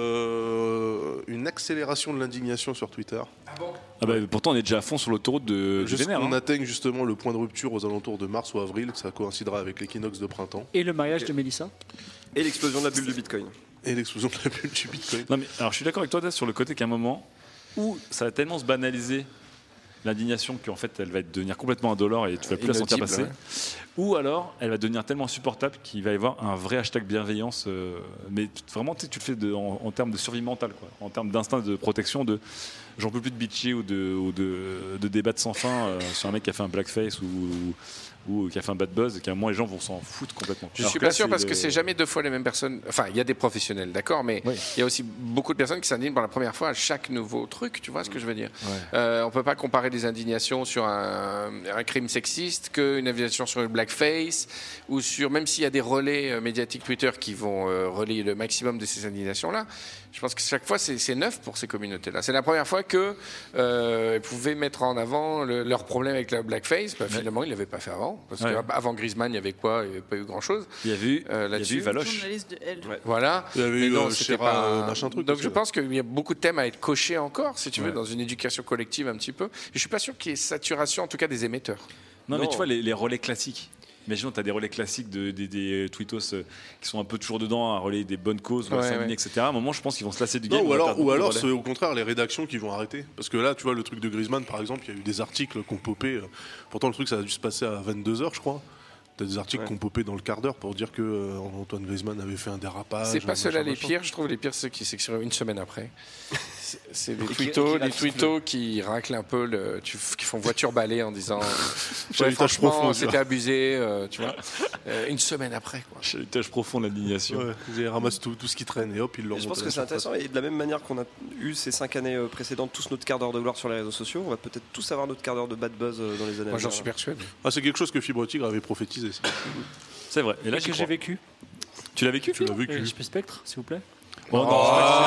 euh, une accélération de l'indignation sur Twitter. Ah bon ah bah, pourtant, on est déjà à fond sur l'autoroute de Juste Vénère. qu'on Hein. atteigne justement le point de rupture aux alentours de mars ou avril, ça coïncidera avec l'équinoxe de printemps. Et le mariage de Mélissa. Et l'explosion de la bulle du Bitcoin. Et l'explosion de la bulle du Bitcoin. Non, mais, alors, je suis d'accord avec toi, Daz, sur le côté qu'à un moment où ça va tellement se banaliser l'indignation qu'en fait elle va devenir complètement indolore et tu vas plus la sentir passer, ouais. Ou alors elle va devenir tellement insupportable qu'il va y avoir un vrai hashtag bienveillance, euh, mais vraiment tu le fais de, en, en termes de survie mentale, quoi, en termes d'instinct de protection, de j'en peux plus de bitcher ou de, ou de, de débattre sans fin euh, sur un mec qui a fait un blackface ou, ou, ou qui a fait un bad buzz, et qu'à un moment les gens vont s'en foutre complètement. Je alors suis que pas là, sûr parce le... que c'est jamais deux fois les mêmes personnes. Enfin, il y a des professionnels, d'accord, mais il oui. y a aussi beaucoup de personnes qui s'indignent pour la première fois à chaque nouveau truc. Tu vois ce que je veux dire? Ouais. euh, On peut pas comparer des indignations sur un, un crime sexiste qu'une indignation sur le blackface ou sur, même s'il y a des relais médiatiques Twitter qui vont euh, relayer le maximum de ces indignations-là. Je pense que chaque fois, c'est, c'est neuf pour ces communautés-là. C'est la première fois qu'elles euh, pouvaient mettre en avant le, leur problème avec la blackface. Bah, ouais. Finalement, ils ne l'avaient pas fait avant. Parce ouais. qu'avant Griezmann, il y avait quoi? Il n'y avait pas eu grand-chose. Il y avait eu, euh, il y avait eu Valoche. Ouais. Voilà. Il y avait eu non, euh, pas... euh, machin truc. Donc je pense qu'il y a beaucoup de thèmes à être cochés encore, si tu ouais. veux, dans une éducation collective un petit peu. Et je ne suis pas sûr qu'il y ait saturation, en tout cas, des émetteurs. Non, non. mais tu vois, les, les relais classiques. Imaginons, tu as des relais classiques, de, des, des tweetos euh, qui sont un peu toujours dedans à relayer des bonnes causes, ouais, ouais. et cetera. À un moment, je pense qu'ils vont se lasser du game. Non, ou alors, ou alors c'est au contraire les rédactions qui vont arrêter. Parce que là, tu vois, le truc de Griezmann, par exemple, il y a eu des articles qui ont popé. Euh, pourtant, le truc, ça a dû se passer à vingt-deux heures, je crois. T'as des articles ouais. qui ont popé dans le quart d'heure pour dire que euh, Antoine Griezmann avait fait un dérapage. C'est pas ceux-là les pires, je trouve les pires ceux qui s'écrivent une semaine après. C'est, c'est des tweetos, des tweetos qui raclent un peu, le, qui font voiture balai en disant ouais, franchement profond, c'était abusé, euh, tu vois. Euh, une semaine après, quoi. Chalutage profond, l'indignation. Ouais, ils ramassent tout, tout ce qui traîne et hop, ils le remontent. Je pense que c'est intéressant et de la même manière qu'on a eu ces cinq années précédentes tous notre quart d'heure de gloire sur les réseaux sociaux, on va peut-être tous avoir notre quart d'heure de bad buzz dans les années. Moi, j'en suis persuadé. Ah, c'est quelque chose que Fibre Tigre avait prophétisé. C'est vrai. Et là, que j'ai vécu. Tu l'as vécu, tu l'as vécu. J P Spectre, s'il vous plaît. Oh, non,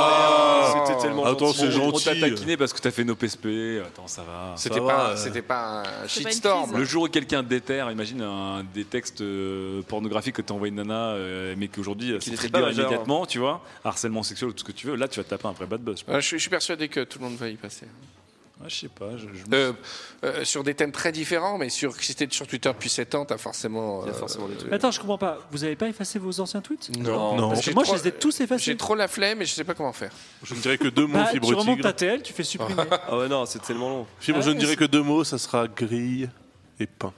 oh, c'était tellement Attends, gentil. C'est gentil. On t'a taquiné parce que t'as fait nos P S P. Attends, ça va. C'était, ça pas, va, c'était pas un shitstorm. Le jour où quelqu'un déterre, imagine un, des textes euh, pornographiques que t'as envoyé une nana, euh, mais qu'aujourd'hui ça trigger immédiatement, tu vois, harcèlement sexuel ou tout ce que tu veux. Là, tu vas te taper un vrai bad buzz. Je, je suis persuadé que tout le monde va y passer. Ah, je sais pas. Je, je euh, euh, sur des thèmes très différents, mais sur, si t'es sur Twitter depuis sept ans, t'as forcément. Euh, forcément des trucs. Attends, je comprends pas. Vous avez pas effacé vos anciens tweets? Non. non. Parce que moi, trop, je les ai tous effacés. J'ai trop la flemme et je sais pas comment faire. Je ne dirais que deux mots, bah, Fibre tu Tigre. Tu remontes ta T L, tu fais supprimer. Ah ouais, non, c'est tellement long. Fibre, ah, je ne dirais que deux mots, ça sera grille et pain.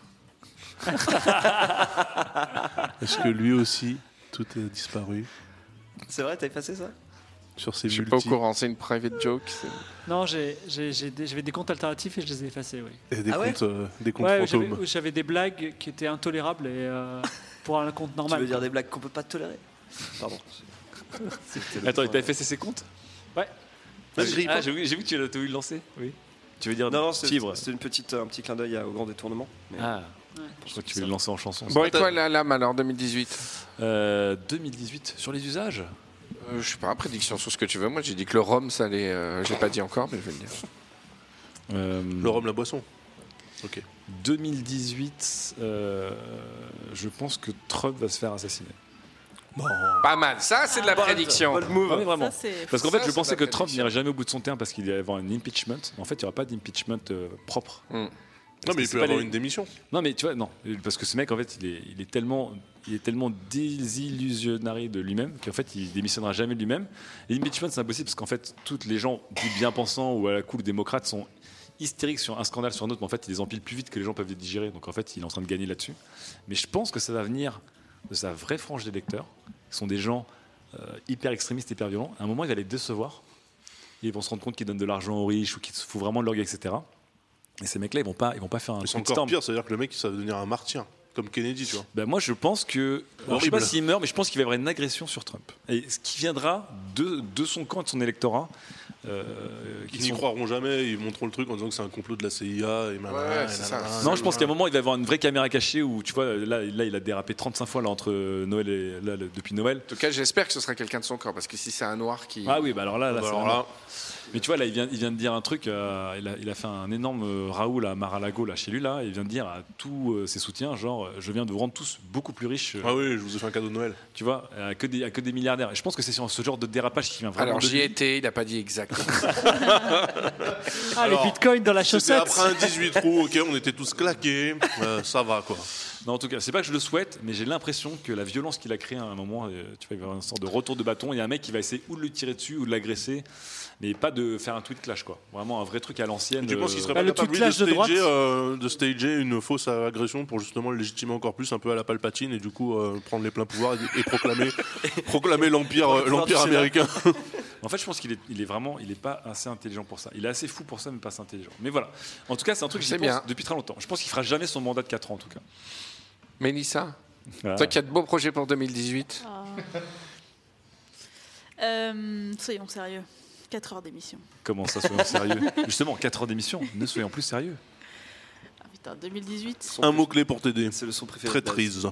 Est-ce que lui aussi, tout est disparu? C'est vrai, t'as effacé ça? Sur ces je suis multi... pas au courant, c'est une private joke. C'est... Non, j'ai, j'ai, j'ai des, j'avais des comptes alternatifs et je les ai effacés, oui. Et des ah comptes, ouais euh, des comptes ouais, fantômes. J'avais, j'avais des blagues qui étaient intolérables et, euh, pour un compte normal. Tu veux dire des blagues qu'on peut pas tolérer? Pardon. Attends, t'as effacé ses comptes? Ouais. Ah, j'ai, ah, j'ai, vu, j'ai vu que tu as voulu le lancer. Oui. Tu veux dire non, non, c'est, c'est une petite, un petit clin d'œil au grand détournement. Mais... Ah. Ouais. Je crois que tu veux le lancer en chanson. Bon, et toi, la lame alors, deux mille dix-huit euh, deux mille dix-huit, sur les usages euh, Je sais pas, prédiction sur ce que tu veux. Moi, j'ai dit que le rhum, ça allait. Euh, j'ai pas dit encore, mais je vais le dire. Euh, le rhum, la boisson. Ok. deux mille dix-huit, euh, je pense que Trump va se faire assassiner. Bon. Pas mal, ça c'est de la ah, prédiction. Bold move. Ah, mais vraiment. Ça, parce qu'en fait, ça, je pensais que Trump n'irait jamais au bout de son terme parce qu'il allait y avoir un impeachment. En fait, il n'y aura pas d'impeachment euh, propre. Mm. Non, mais il peut y avoir les... une démission. Non, mais tu vois, non. Parce que ce mec, en fait, il est, il est, tellement, il est tellement désillusionnari de lui-même qu'en fait, il démissionnera jamais de lui-même. Et l'impeachment, c'est impossible parce qu'en fait, tous les gens bien-pensants ou à la cool démocrates sont hystériques sur un scandale sur un autre, mais en fait, ils les empilent plus vite que les gens peuvent les digérer. Donc, en fait, il est en train de gagner là-dessus. Mais je pense que ça va venir de sa vraie frange d'électeurs, qui sont des gens euh, hyper extrémistes, hyper violents. À un moment, il va les décevoir. Et ils vont se rendre compte qu'ils donnent de l'argent aux riches ou qu'ils se foutent vraiment de leur gueule, et cetera. Et ces mecs-là, ils vont pas, ils vont pas faire un. C'est encore pire, c'est-à-dire que le mec, ça va devenir un martyr, comme Kennedy, tu vois. Ben moi, je pense que. Alors, je sais pas s'il meurt, mais je pense qu'il va y avoir une agression sur Trump. Et ce qui viendra de, de son camp, de son électorat, Euh, Ils n'y croiront jamais, ils montreront le truc en disant que c'est un complot de la C I A et Ouais, ouais, c'est ça. Non, je pense qu'à un moment, il va y avoir une vraie caméra cachée où, tu vois, là, là il a dérapé trente-cinq fois là, entre Noël et, là, le- depuis Noël. En tout cas, j'espère que ce sera quelqu'un de son corps, parce que si c'est un noir qui... Ah oui, bah alors là, là, Bah c'est alors vraiment- là. Mais tu vois, là, il vient, il vient de dire un truc. euh, il, a, il a fait un énorme euh, Raoul à Mar-a-Lago, là, chez lui, là. Et il vient de dire à tous euh, ses soutiens, genre, euh, je viens de vous rendre tous beaucoup plus riches. euh, Ah oui, je vous ai fait un cadeau de Noël. Tu vois, à que des, à que des milliardaires. Et je pense que c'est sur ce genre de dérapage qui vient vraiment. Alors de j'y lui. étais, il n'a pas dit exactement ça. Ah, Alors, les bitcoins dans la C'était chaussette. après un dix-huit trous, ok, on était tous claqués, euh, ça va quoi. Non, en tout cas, c'est pas que je le souhaite, mais j'ai l'impression que la violence qu'il a créée à un moment, euh, tu vois, il va y avoir une sorte de retour de bâton. Il y a un mec qui va essayer ou de le tirer dessus ou de l'agresser, mais pas de faire un tweet clash, quoi. Vraiment un vrai truc à l'ancienne. Tu penses qu'il serait Bah, pas le capable tweet lui, de clash de droite. stager, euh, de stager une fausse agression pour justement le légitimer encore plus, un peu à la Palpatine, et du coup euh, prendre les pleins pouvoirs et, et proclamer, proclamer l'empire, euh, l'empire américain. En fait, je pense qu'il est, il est vraiment, il est pas assez intelligent pour ça. Il est assez fou pour ça, mais pas assez intelligent. Mais voilà. En tout cas, c'est un truc que j'y C'est pense bien. depuis très longtemps. Je pense qu'il fera jamais son mandat de quatre ans, en tout cas. Mélissa, Ah. toi qui as de beaux projets pour deux mille dix-huit. Euh, soyons sérieux. quatre heures d'émission. Comment ça, soyons sérieux? Justement, quatre heures d'émission. Ne soyons plus sérieux. Ah, putain, deux mille dix-huit. Un mot-clé pour t'aider. C'est le son préféré. de Daz. Traîtrise.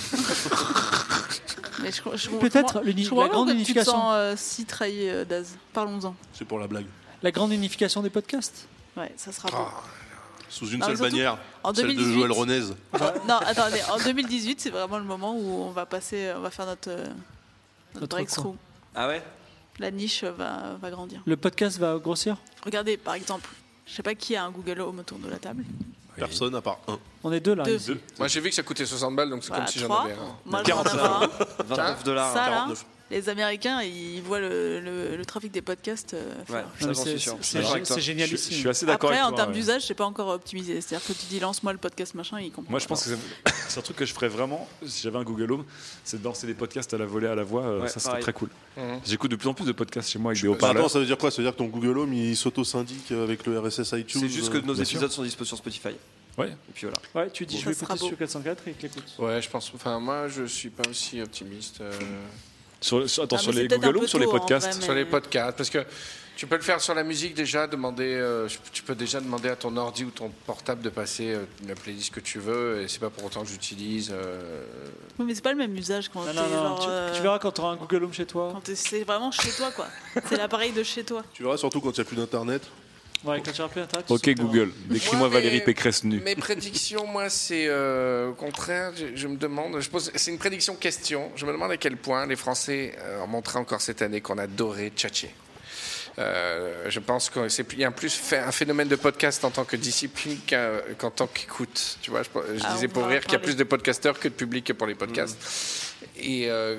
Mais je, je, je, Peut-être je, l'uni- je comprends la pas grande pourquoi tu te unification. sens euh, si trahi, euh, Daz. Parlons-en. C'est pour la blague. La grande unification des podcasts. Ouais, ça sera beau. Sous une Non, mais seule surtout, bannière, en celle de deux mille dix-huit. Joël Ronez. Non, attendez, en deux mille dix-huit, c'est vraiment le moment où on va passer, on va faire notre, euh, notre Notre breakthrough. Ah ouais. La niche va, va grandir. Le podcast va grossir. Regardez, par exemple, je sais pas qui a un Google Home autour de la table. Personne à part un. On est deux là. Deux. ici. Moi j'ai vu que ça coûtait soixante balles, donc c'est Voilà, comme si j'en trois. avais un. Moi, je vais en avoir un. vingt-neuf dollars. Ça, là, quarante-neuf. les Américains, ils voient le, le- le trafic des podcasts. euh, Ouais, faire. ça mais j'en c'est- suis sûr. c'est- Je suis d'accord avec c'est toi. génial Je, ici. je suis assez d'accord Après, avec en toi, termes ouais. d'usage, c'est pas encore optimisé. C'est-à-dire que tu dis lance-moi le podcast machin, il comprend. Moi, je pense que c'est- c'est un truc que je ferais vraiment si j'avais un Google Home, c'est de lancer des podcasts à la volée, à la voix. euh, Ouais, ça, serait pareil. très cool. Mhm. J'écoute de plus en plus de podcasts chez moi avec des Attends, haut-parleurs. ça veut dire quoi? Ça veut dire que ton Google Home il s'auto-syndique avec le R S S iTunes. C'est juste que nos euh, épisodes sont disponibles sur Spotify. Ouais. Et puis voilà. Ouais, tu dis Bon, je vais ça sera écouter beau. sur quatre cent quatre et que l'écoute. Ouais, je pense. Enfin, moi je suis pas aussi optimiste. euh, Sur, sur- attends, Ah, sur mais les c'est peut-être Google un Home, peu sur les tôt, en podcasts. vrai, mais- Sur les podcasts, parce que tu peux le faire sur la musique déjà, demander, euh, tu peux déjà demander à ton ordi ou ton portable de passer euh, la playlist que tu veux, et c'est pas pour autant que j'utilise. euh, Oui, mais c'est pas le même usage quand Non, t'es non, non, genre. tu, euh, tu verras quand tu auras un Google Home chez toi. quand t'es- c'est vraiment chez toi, quoi. C'est l'appareil de chez toi. Tu verras surtout quand il n'y a plus d'internet. Ouais, quand tu auras plus Internet. tu Ok, sauteras. Google, décris-moi Ouais, mais- Valérie Pécresse nue. Mes prédictions, moi, c'est euh, au contraire, je, je me demande, je pose, c'est une prédiction question. Je me demande à quel point les Français euh, ont montré encore cette année qu'on adorait tchatcher. Euh, je pense qu'il y a un plus fait un phénomène de podcast en tant que discipline qu'un- qu'en tant qu'écoute. Tu vois, je, je Ah, disais on pour va rire qu'il y a parler. plus de podcasteurs que de public pour les podcasts. Et euh,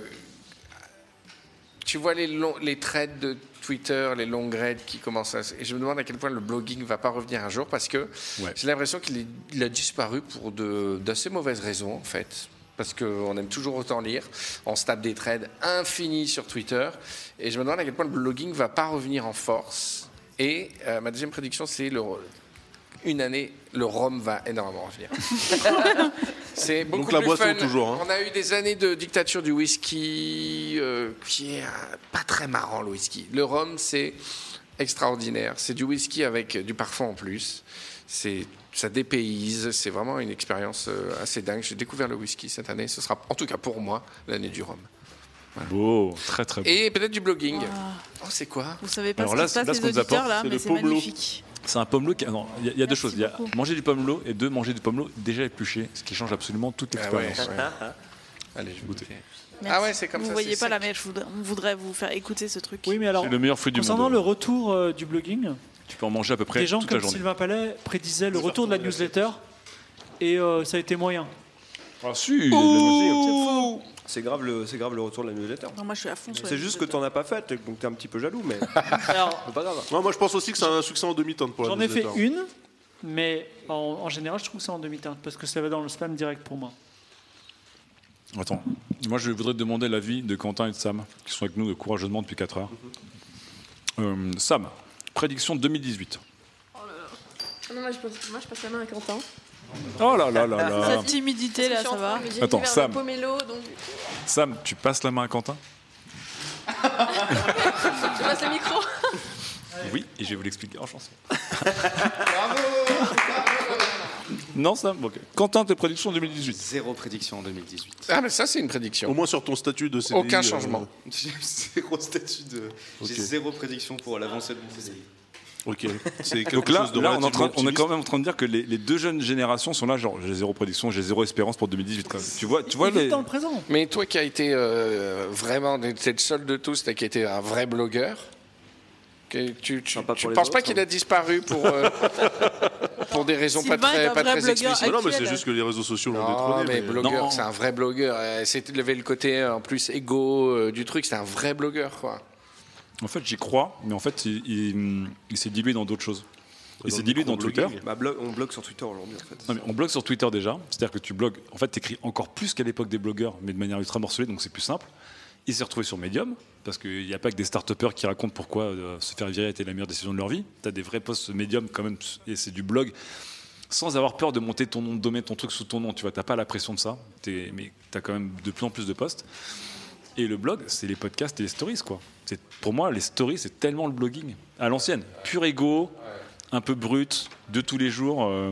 tu vois les, longs, les threads de Twitter, les longues raids qui commencent à... Et je me demande à quel point le blogging va pas revenir un jour, parce que Ouais. j'ai l'impression qu'il est- il a disparu pour de- d'assez mauvaises raisons, en fait. Parce qu'on aime toujours autant lire. On se tape des threads infinis sur Twitter. Et je me demande à quel point le blogging va pas revenir en force. Et euh, ma deuxième prédiction, c'est le... une année, le rhum va énormément revenir. C'est beaucoup Donc la plus boisson, fun. toujours, hein. On a eu des années de dictature du whisky, euh, qui est euh, pas très marrant, le whisky. Le rhum, c'est extraordinaire. C'est du whisky avec du parfum en plus. C'est, ça dépayse. C'est vraiment une expérience euh, assez dingue. J'ai découvert le whisky cette année. Ce sera, en tout cas pour moi, l'année du rhum. Beau, très très beau. Et peut-être du blogging. Ah. Oh, c'est quoi? Vous savez pas Alors ce là, qui se passe là, ce les qu'on nous auditeurs apporte, là, c'est mais le c'est pomelo. magnifique. C'est un pomelo qui. Non, il y a, il y a deux Merci choses. Il y a beaucoup. manger du pomelo et deux, manger du pomelo déjà épluché, ce qui change absolument toute Ah ouais, l'expérience. ouais. Allez, je vais Goûter. goûter. Merci. Ah ouais, c'est comme vous ça, voyez c'est pas la sec. mèche, je voudrais- on voudrait vous faire écouter ce truc. Oui, mais alors, C'est le meilleur fruit du concernant monde. le retour euh, du blogging, Tu peux en manger à peu près des gens toute la comme journée. Sylvain Palais prédisaient le retour de la newsletter et euh, ça a été moyen. Ah si, Ouh, c'est grave le, c'est grave le retour de la newsletter. Non, moi je suis à fond sur C'est les juste que newsletters. t'en as pas fait, donc t'es un petit peu jaloux, mais Alors, c'est pas grave. Non, moi je pense aussi que c'est un succès en demi-teinte pour la j'en ai fait newsletter. une, mais en, en général, je trouve ça en demi-teinte parce que ça va dans le spam direct pour moi. Attends, moi je voudrais te demander l'avis de Quentin et de Sam, qui sont avec nous courageusement depuis quatre heures. Euh, Sam, prédiction deux mille dix-huit. Non, moi, je passe, moi, je passe la main à Quentin. Oh là là là là. Cette timidité là, Je suis ça en train va. de me diriger Attends, vers Sam. le pomelo, donc du coup, Sam, tu passes la main à Quentin? je passe le micro. Oui, et je vais vous l'expliquer en chanson. Non, ça. Okay. Quentin, tes prédictions en deux mille dix-huit? Zéro prédiction en deux mille dix-huit. Ah, mais ça, c'est une prédiction. Au moins sur ton statut de C D I. Aucun changement. Euh... zéro statut de. Okay. J'ai zéro prédiction pour l'avancée de mon C D I. Ok. C'est quelque Donc là, chose de là on, est en train, relativement on est quand même en train de dire que les, les deux jeunes générations sont là, genre j'ai zéro prédiction, j'ai zéro espérance pour deux mille dix-huit. Quand même. Tu vois, tu vois les... dans le présent. Mais toi qui as été euh, vraiment, c'est le seul de tous, qui a été un vrai blogueur. Que tu tu, tu penses pas qu'il a disparu pour euh, pour des raisons Sylvain pas très est un pas vrai très blogueur explicites. Non, mais c'est juste que les réseaux sociaux l'ont détrôné. Non, mais mais- blogueur, Non. c'est un vrai blogueur. Euh, C'est levé le côté en plus égo euh, du truc. C'est un vrai blogueur, quoi. En fait, j'y crois, mais en fait, il, il- il s'est dilué dans d'autres choses. Il s'est dilué dans Twitter. Bah, blog- on blogue sur Twitter aujourd'hui en fait. Non, mais on blogue sur Twitter déjà, c'est-à-dire que tu blogues, en fait, tu écris encore plus qu'à l'époque des blogueurs, mais de manière ultra morcelée, donc c'est plus simple. Il s'est retrouvé sur Medium, parce qu'il n'y a pas que des start-upers qui racontent pourquoi euh, se faire virer était la meilleure décision de leur vie. Tu as des vrais posts Medium quand même, et c'est du blog, sans avoir peur de monter ton nom de domaine, ton truc sous ton nom, tu vois, tu n'as pas la pression de ça, T'es- mais tu as quand même de plus en plus de posts. Et le blog, c'est les podcasts et les stories, quoi. C'est, pour moi, les stories, c'est tellement le blogging, à l'ancienne, pur ego, un peu brut, de tous les jours. euh,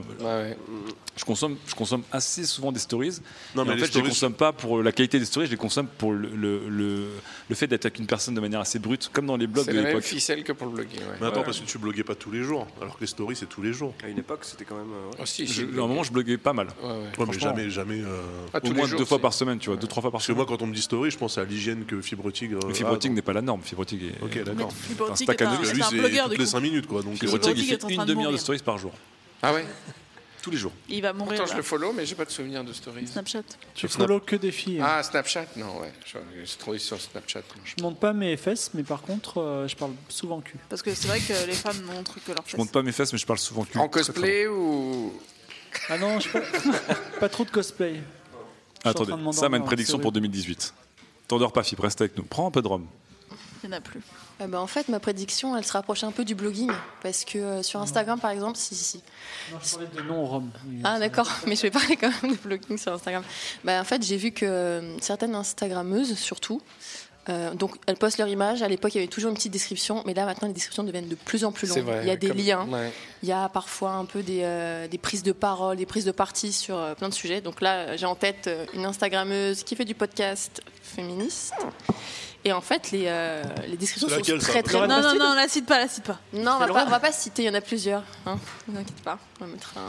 je, consomme, je consomme assez souvent des stories. Non, Et mais en les fait, je les stories- consomme pas pour la qualité des stories, je les consomme pour le, le, le, le fait d'être avec une personne de manière assez brute, comme dans les blogs C'est de la même l'époque. ficelle que pour le blogging. Ouais. Mais attends, Ouais. parce que tu bloguais pas tous les jours, alors que les stories c'est tous les jours. À une époque, c'était quand même. euh, ouais. Oh, si, Je- si, à un moment, je bloguais pas mal. Ouais, ouais. Ouais, mais Franchement. jamais, jamais. euh, Ah, tous Au les moins jours, deux fois c'est- par semaine, tu vois, deux, trois fois par Parce que semaine. moi, quand on me dit story, je pense à l'hygiène que Fibre Tigre. Le euh, Fibre a, Tigre donc- n'est pas la norme. Fibre Tigre est. Ok, d'accord. Fibre un Tigre stack est un- analytique. c'est Lui, un c'est blogueur, toutes du les coup. cinq minutes, quoi. Donc, Fibre euh, Tigre, il Tigre est fait en une train de demi-heure de mourir. stories par jour. Ah ouais. Tous les jours. Il va mourir. Pourtant, je là. le follow, mais j'ai pas de souvenir de stories. Snapchat. Tu follow que des filles. hein. Ah, Snapchat, non, ouais. Je suis trouvé sur Snapchat. Je monte pas mes fesses, mais par contre, euh, je parle souvent cul. Parce que c'est vrai que les femmes montrent que leurs Je fesses. monte pas mes fesses, mais je parle souvent cul. En Très, très cosplay ou. Ah non, je pas, pas trop de cosplay. Je suis en Attendez, train de ça m'a une m'endormir, prédiction c'est pour horrible. deux mille dix-huit. T'endors pas, Fibre, reste avec nous. Prends un peu de rhum. Il n'y en a plus. Ah bah, en fait, ma prédiction, elle se rapproche un peu du blogging. Parce que euh, sur Instagram, par exemple, si, si, si. Non, je parlais de non-rhum. Oui, Ah c'est- d'accord, mais je vais parler quand même de blogging sur Instagram. Bah, en fait, j'ai vu que euh, certaines Instagrammeuses, surtout, euh, donc elles postent leur image. À l'époque, il y avait toujours une petite description, mais là maintenant, les descriptions deviennent de plus en plus C'est longues. vrai, il y a des comme- liens, ouais. il y a parfois un peu des, euh, des prises de parole, des prises de parti sur euh, plein de sujets. Donc là, j'ai en tête euh, une Instagrammeuse qui fait du podcast féministe. Et en fait, les, euh, les descriptions C'est sont laquelle, ça très très Non, longues. non, non, la cite pas, la cite pas. Non, on va, pas, on va pas citer, il y en a plusieurs. Hein. Ne vous inquiétez pas, on va mettre un.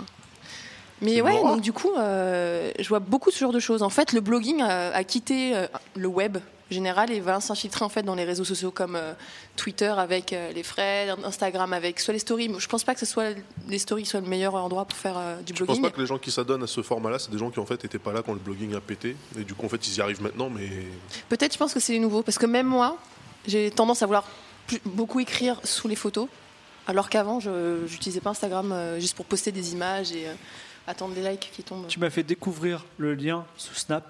Mais ouais, donc du coup, euh, je vois beaucoup ce genre de choses. En fait, le blogging a, a quitté euh, le web général et va s'infiltrer en fait dans les réseaux sociaux comme euh, Twitter avec euh, les frères, Instagram avec soit les stories. Mais je pense pas que ce soit les stories soient le meilleur endroit pour faire euh, du Je pense blogging. pas que les gens qui s'adonnent à ce format-là, c'est des gens qui en fait étaient pas là quand le blogging a pété. Et du coup, en fait, ils y arrivent maintenant, mais. Peut-être, je pense que c'est les nouveaux, parce que même moi, j'ai tendance à vouloir plus- beaucoup écrire sous les photos, alors qu'avant, je j'utilisais pas Instagram euh, juste pour poster des images et euh, attendre des likes qui tombent. Tu m'as fait découvrir le lien sous Snap.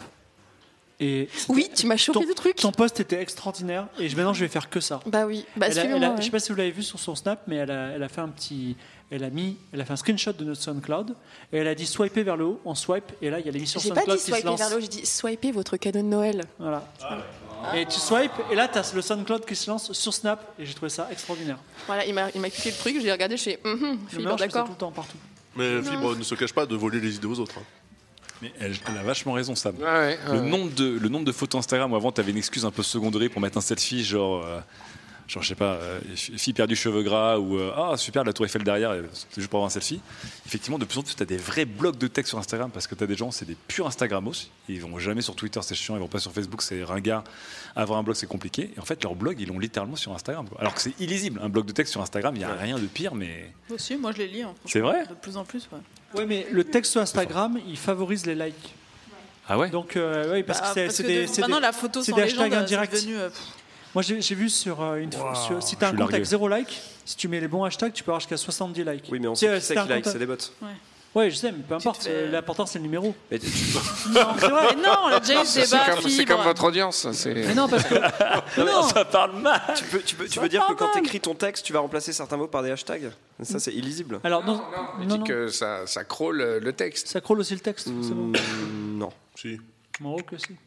Et Oui, tu m'as chopé ton, de trucs. Ton post était extraordinaire et je- maintenant je vais faire que ça. Bah oui, bah Elle a- elle a- suivez-moi, Je ouais. sais pas si vous l'avez vu sur son Snap, mais elle a, elle a fait un petit, elle a mis, elle a fait un screenshot de notre SoundCloud et elle a dit swiper vers le haut, on swipe et là il y a l'émission J'ai pas SoundCloud dit qui se swiper lance. vers le haut, j'ai dit swiper votre cadeau de Noël. Voilà. Et tu swipes et là tu as le SoundCloud qui se lance sur Snap et j'ai trouvé ça extraordinaire. Voilà, il m'a il m'a cliqué le truc, j'ai regardé, je fais hum, hum, Mais Fibre, maintenant, je fais ça d'accord. tout le temps partout. Mais Fibre ne se cache pas de voler les idées aux autres. hein. Mais elle, elle a vachement raison, Sam. Ouais, ouais, le, ouais. nombre de, le nombre de photos Instagram où avant tu avais une excuse un peu secondaire pour mettre un selfie, genre, euh, genre je sais pas, euh, fille perdue cheveux gras ou euh, ah super la tour Eiffel derrière, et c'est juste pour avoir un selfie. Effectivement, de plus en plus tu as des vrais blogs de texte sur Instagram parce que tu as des gens, c'est des purs Instagramos. Ils vont jamais sur Twitter, c'est chiant, ils vont pas sur Facebook, c'est ringard. Avoir un blog, c'est compliqué. Et en fait, leur blog, ils l'ont littéralement sur Instagram. quoi. Alors que c'est illisible. Un blog de texte sur Instagram, il n'y a rien de pire, mais. Aussi, moi je les lis. hein, C'est franchement, vrai De plus en plus, ouais. Ouais, mais le texte sur Instagram, il favorise les likes. Ah ouais. Donc euh, oui, parce Bah, que c'est parce c'est que des, de- c'est maintenant, des- la photo c'est sans des légende, hashtags c'est indirects. devenu, euh, pff. Moi j'ai j'ai vu sur euh, une Wow. sur- si tu as un Je suis compte largué. avec zéro like, si tu mets les bons hashtags, tu peux avoir jusqu'à soixante-dix likes. Oui, mais on C'est, sait euh, qui c'est c'est un qui like, compte- c'est des bots. Ouais, je sais, mais peu importe. fais- euh, L'important c'est le numéro. Mais tu- Non, c'est vrai. Mais non, on a déjà eu ce C'est débat, comme, c'est Fibre. comme votre audience. c'est- Mais non, parce que Non, ça parle mal. tu peux, tu peux, tu veux dire que quand tu écris ton texte, tu vas remplacer certains mots par des hashtags. Ça, c'est illisible. alors non, Non, non, je non, dis que ça, ça crawl le le texte. ça crawl aussi le texte. C'est bon. Mm, non. Si. En gros que si.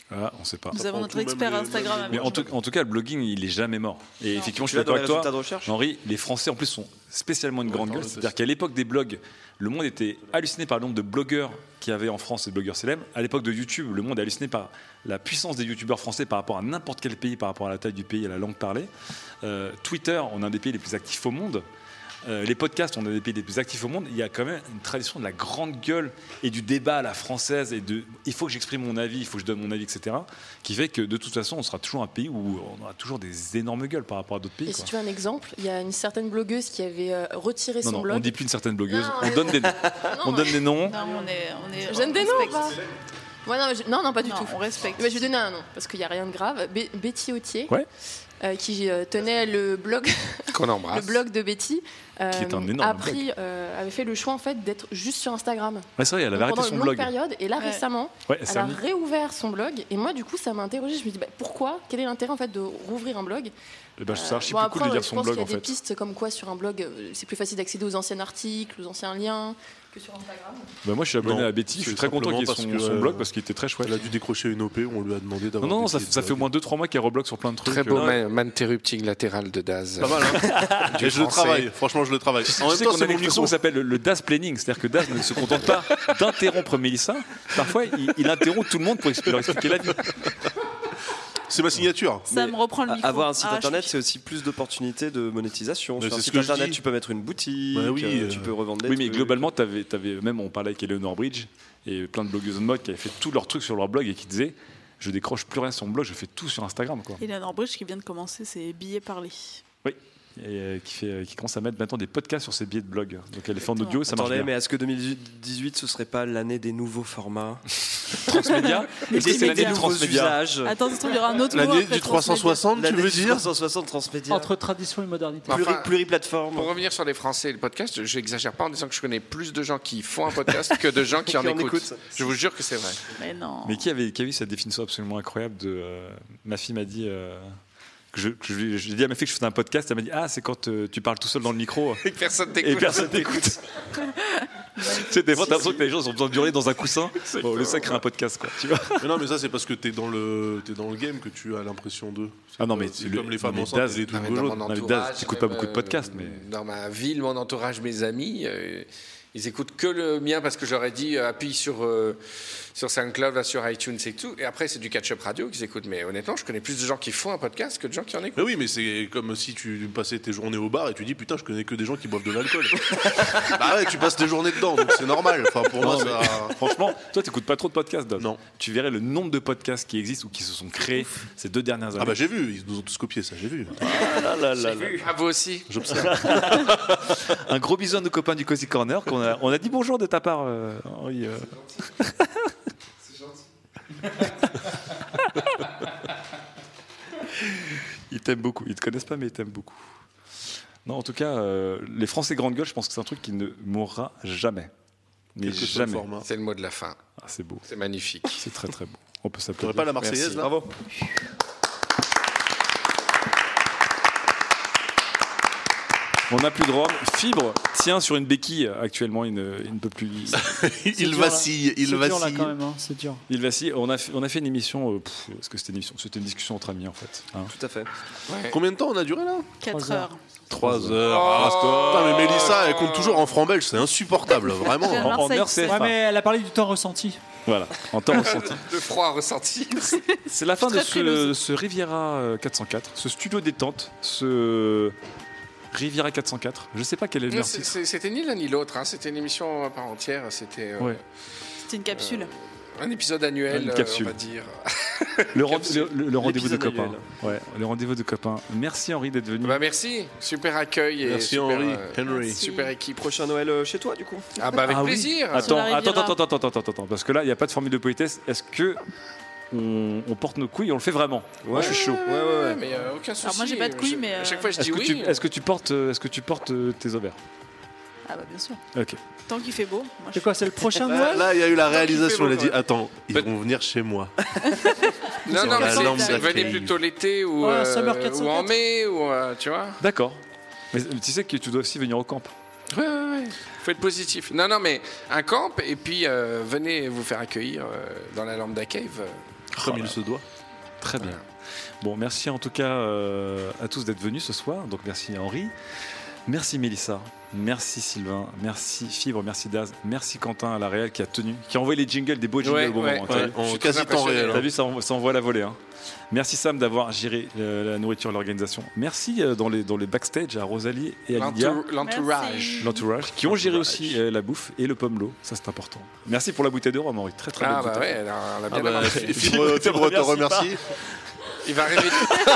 Ah, on sait pas. Nous avons notre expert Instagram. Mais en tout, en tout cas, le blogging, il est jamais mort. Et Non. effectivement, Tu je suis l'as dans d'accord les avec toi, résultats de recherche Henri. Les Français, en plus, sont spécialement une grande gueule. C'est-à-dire qu'à l'époque des blogs, le monde était halluciné par le nombre de blogueurs qu'il y avait en France et de blogueurs célèbres. À l'époque de YouTube, le monde est halluciné par la puissance des youtubeurs français par rapport à n'importe quel pays, par rapport à la taille du pays et à la langue parlée. Euh, Twitter, on est un des pays les plus actifs au monde. Euh, les podcasts, on est des pays les plus actifs au monde. Il y a quand même une tradition de la grande gueule et du débat à la française et de il faut que j'exprime mon avis, il faut que je donne mon avis, et cetera. Qui fait que de toute façon, on sera toujours un pays où on aura toujours des énormes gueules par rapport à d'autres pays. Et quoi. si tu veux un exemple, il y a une certaine blogueuse qui avait euh, retiré Non, son non, blog. on dit plus une certaine blogueuse. Non, on mais- donne des noms. on donne des noms. Non, on est, on est, Je donne on des noms ou respecte. pas Ouais, non, mais je- non, non, pas du Non, tout. on respecte. Mais je vais donner un nom parce qu'il n'y a rien de grave. Be- Betty Autier, Ouais. euh, qui euh, tenait le blog, Qu'on le embrasse. blog de Betty, euh, Qui est un énorme a pris, euh, avait fait le choix en fait d'être juste sur Instagram. Ouais, c'est vrai, elle avait Donc, arrêté pendant son une longue blog. période, et là Ouais. récemment, Ouais, elle s'est elle a remis. réouvert son blog. Et moi, du coup, ça m'a interrogée. Je me dis bah, pourquoi Quel est l'intérêt en fait de rouvrir un blog Eh ben, je trouve ça archi Bon, plus après, cool de ouais, lire je son pense blog qu'il y en a des fait. pistes comme quoi sur un blog, euh, c'est plus facile d'accéder aux anciens articles, aux anciens liens que sur Instagram. Bah, moi, je suis abonné Non, à Betty. Je suis c'est très content qu'il y ait simplement son, parce que, son euh, blog parce qu'il était très chouette. Elle a dû décrocher une O P, on lui a demandé Non, d'avoir. non, non, des ça, petits ça fait au blogs. moins deux trois mois qu'elle reblogue sur plein de trucs. Très beau Euh, man- man-interrupting latéral de Daz. Pas mal, hein. Du Et je le français. travaille, franchement, je le travaille. Tu En même sais temps, qu'on a c'est une mon expression micro. qui s'appelle le, le Daz planning, c'est-à-dire que Daz ne se contente pas d'interrompre Mélissa. Parfois, il, il interrompt tout le monde pour expli- leur expliquer la vie. C'est ma signature. Ça me reprend le micro. Avoir un site Ah, internet, je- c'est aussi plus d'opportunités de monétisation. Mais Sur un c'est ce site que je internet, dis. tu peux mettre une boutique, Bah oui, euh, euh, tu peux revendre des Oui, mais trucs. globalement, t'avais, t'avais, même on parlait avec Eleanor Bridge et plein de blogueuses de mode qui avaient fait tous leurs trucs sur leur blog et qui disaient je décroche plus rien sur mon blog, je fais tout sur Instagram. Quoi. Eleanor Bridge qui vient de commencer ses billets parlés. Oui. Et euh, qui, fait, euh, qui commence à mettre maintenant des podcasts sur ses billets de blog. Donc elle est fait en audio, ça marche Attendez, bien. mais est-ce que deux mille dix-huit ce serait pas l'année des nouveaux formats Transmédia Et c'est l'année des des nouveaux transmédia. usages Attends, ça se trouve, il y aura un autre mot L'année après du trois cent soixante, tu L'année veux du dire trois cent soixante transmédia. Entre tradition et modernité. Enfin, Pluri- pluriplateforme. Pour revenir sur les Français et le podcast, je n'exagère pas en disant que je connais plus de gens qui font un podcast que de gens qui, en, Qui en écoutent. écoutent. Je vous jure que c'est vrai. Mais non. Mais qui avait, qui a eu cette définition absolument incroyable de. euh, ma fille m'a dit. euh, que je, que je, lui- j'ai dit à ma fille que je faisais un podcast, elle m'a dit ah c'est quand euh, tu parles tout seul dans le micro Et que personne et t'écoute. personne t'écoute. Tu sais, des fois t'as l'impression que les gens ont besoin de hurler dans un coussin. Bon, le sacré un podcast quoi. Tu vois. Mais non, mais ça, c'est parce que t'es dans le, t'es dans le game que tu as l'impression d'eux. Ah non mais c'est le- comme les femmes mais enceintes Daz- et les trucs Non, mais dans gaulots. mon Non, mais entourage, Daz, t'écoutes pas même, beaucoup de podcasts, mais- Dans ma ville, mon entourage, mes amis, euh, ils écoutent que le mien parce que j'aurais dit euh, appuie sur, euh, sur SoundCloud, va sur iTunes et tout. Et après, c'est du catch-up radio qu'ils écoutent. Mais honnêtement, je connais plus de gens qui font un podcast que de gens qui en écoutent. Mais oui, mais c'est comme si tu passais tes journées au bar et tu dis putain, je connais que des gens qui boivent de l'alcool. Bah ouais, tu passes tes journées dedans, donc c'est normal. Enfin, pour moi, Non, ça. mais- Franchement, toi, t'écoutes pas trop de podcasts, Daz. Non. Tu verrais le nombre de podcasts qui existent ou qui se sont créés ces deux dernières années. Ah bah j'ai vu, ils nous ont tous copié ça, j'ai vu. Ah là là là là. À vous aussi. J'observe. Un gros bisou à nos copains du Cozy Corner. Qu'on a, on a dit bonjour de ta part, euh, Henri. euh. Ils t'aiment beaucoup. Ils te connaissent pas, mais ils t'aiment beaucoup. Non, en tout cas, euh, les Français grande gueule, je pense que c'est un truc qui ne mourra jamais. Mais Quel que soit le jamais. format. C'est le mot de la fin. Ah, c'est beau. C'est magnifique. C'est très très beau. On peut T'aurais s'applaudir. pas la Marseillaise Merci. là Bravo. On n'a plus de rhum. Fibre tient sur une béquille actuellement. Il ne, il ne peut plus. Il dur, vacille, il c'est dur là vacille. quand même, hein, c'est dur. Il vacille. On a fait, on a fait une émission. euh, pff, Est-ce que c'était une émission C'était une discussion entre amis en fait. Hein. Tout à fait. Combien de temps on a duré là quatre heures. trois heures. Ah, putain, mais Mélissa, elle compte toujours en franc belge, c'est insupportable, vraiment. Je viens de En, en Marseille, heure c'est- C F A. Ouais, mais elle a parlé du temps ressenti. Voilà. En temps ressenti. Le froid ressenti. C'est la fin de Très ce, frileuse. ce Riviera euh, quatre cent quatre, ce studio détente, ce Riviera quatre cent quatre. Je sais pas quel est le Non, meilleur c'est- titre. c'est- C'était ni l'un ni l'autre. hein. C'était une émission à part entière. C'était euh, Ouais. C'était une capsule. un épisode annuel, Une euh, capsule. on va dire. Le, ren- le- le- le rendez-vous de L'épisode copains. Ouais, le rendez-vous de copains. Merci Henri d'être venu. Bah, merci. Super accueil. Et Merci super, Henri, euh, Henry. Merci. super équipe. Prochain Noël euh, chez toi, du coup. Ah bah avec Ah oui. plaisir. Attends, Sur la attends, Riviera. attends, attends, attends, attends, attends, parce que là, il n'y a pas de formule de politesse. Est-ce que on, on porte nos couilles et on le fait vraiment Moi, je suis chaud. Ouais, ouais, ouais. Mais euh, aucun souci. Alors moi, j'ai pas de couilles, Je- mais, À chaque euh, fois, je Est-ce dis que, oui. tu, est-ce que tu portes, euh, est-ce que tu portes euh, tes ovaires Ah bah bien sûr. Ok. Tant qu'il fait beau. Moi, je C'est quoi, c'est le prochain Là, Noël là, il y a eu la qu'il fait réalisation, beau, elle a dit ouais. attends, ils Peut- vont venir chez moi. Non, non, la mais c'est- lampe c'est- venez d'accueil. plutôt l'été ou, Ouais, euh, Summer quatre cent quatre. ou en mai, ou, euh, tu vois. D'accord. Mais tu sais que tu dois aussi venir au camp. Ouais, ouais, ouais. Faut être positif. Non, non, mais un camp, et puis euh, venez vous faire accueillir euh, dans la Lambda Cave. euh, Comme Oh il là. se doit. Très bien. Bon, merci en tout cas euh, à tous d'être venus ce soir. Donc merci à Henri, merci Mélissa, merci Sylvain, merci Fibre, merci Daz, merci Quentin à la réal qui a tenu, qui a envoyé les jingles, des beaux jingles Ouais, au bon ouais, moment. T'as ouais. vu Je suis quasi temps impressionné. réel. T'as vu, ça envoie, ça envoie la volée. Hein. Merci Sam d'avoir géré euh, la nourriture et l'organisation. Merci euh, dans, les, dans les backstage à Rosalie et à Lydia. L'entour- L'entourage. L'entourage, qui ont géré aussi euh, la bouffe et le pomelo, ça c'est important. Merci pour la bouteille de rhum, Henri, très très Ah belle bah bouteille. ouais, elle a, elle a bien Ah bah, marché. Fibre, Fibre te remercie. Il va rêver.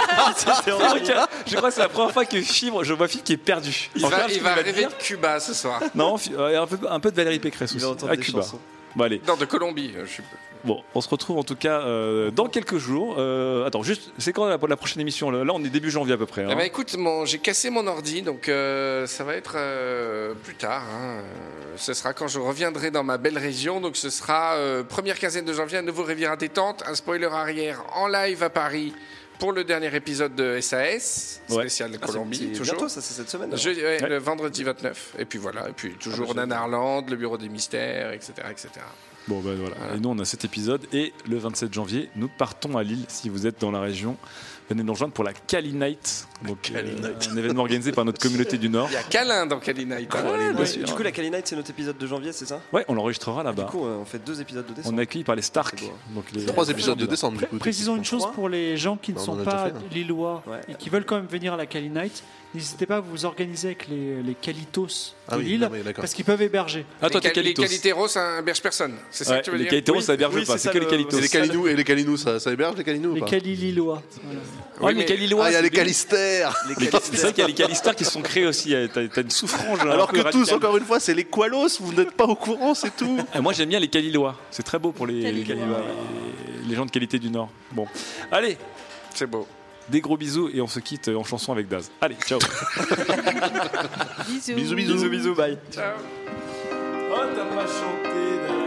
Je crois que c'est la première fois que Fibre, je vois Fibre qui est perdu. Il En va, général, il ce va qu'il te rêver dire- de Cuba ce soir. Non, Fi- euh, un peu, un peu de Valérie Pécresse Il aussi, va entendre à des Cuba. chansons. Bon allez. Non, de Colombie. Je suis... Bon, on se retrouve en tout cas euh, dans quelques jours. Euh, attends, juste, c'est quand la, la prochaine émission? Là, on est début janvier à peu près. Hein. Eh ben, écoute, mon, j'ai cassé mon ordi, donc euh, ça va être euh, plus tard. Hein. Euh, Ce sera quand je reviendrai dans ma belle région. Donc ce sera euh, première quinzaine de janvier, un nouveau Rivière à détente, un spoiler arrière en live à Paris pour le dernier épisode de S A S, Ouais. spécial de Ah, c'est- Colombie, c'est toujours. bientôt, ça, c'est cette semaine, alors. Je- ouais, Ouais. Le vendredi vingt-neuf. Et puis voilà, et puis toujours Ah, bah, Nanarland, le bureau des mystères, et cetera, et cetera. Bon, ben voilà. Et nous, on a cet épisode. Et le vingt-sept janvier, nous partons à Lille. Si vous êtes dans la région, venez nous rejoindre pour la Cali Night. Donc, Cali euh, Night. un événement organisé par notre communauté du Nord. Il y a Câlin dans Cali Night. hein. Ouais, bien Ouais, sûr. du coup, la Cali Night, c'est notre épisode de janvier, c'est ça? Ouais, on l'enregistrera Du là-bas. coup, euh, on fait deux épisodes de décembre. On est accueilli par les Stark. C'est beau. Donc les Trois épisodes de Nord. décembre, du Pré- coup. Précisons une chose Trois pour les gens qui ne Bah, on sont en a déjà pas fait, hein. lillois Ouais. et qui veulent quand même venir à la Cali Night. N'hésitez pas à vous organiser avec les, les Calitos de Ah oui, Lille non, mais d'accord. parce qu'ils peuvent héberger. Ah, toi, les, t'es cal- les Calitos. Caliteros, ça héberge personne. C'est ça Ouais, que tu veux les dire Caliteros, Oui, ça héberge oui, pas. c'est C'est ça, que les le- Calitos. Et les Calinous, et les Calinous, ça, ça héberge les Calinous ou Les pas Cali Lillois. Voilà. Ouais, Oui, mais mais- Calilois, Ah, il y a c'est les bien. Calister. Les Cal- C'est vrai qu'il y a les Calistars qui se sont créés aussi. T'as t'as une souffrange. un Alors peu que tous, radicale. encore une fois, c'est les Qualos, vous n'êtes pas au courant, c'est tout. Ah, moi j'aime bien les Calilois, c'est très beau pour les, les Calilois. Calilois, les, les gens de qualité du Nord. Bon, allez, C'est beau. des gros bisous et on se quitte en chanson avec Daz. Allez, ciao. Bisous. Bisous, bisous. Bisous, bisous, bye. Ciao. Oh, t'as pas chanté, Daz.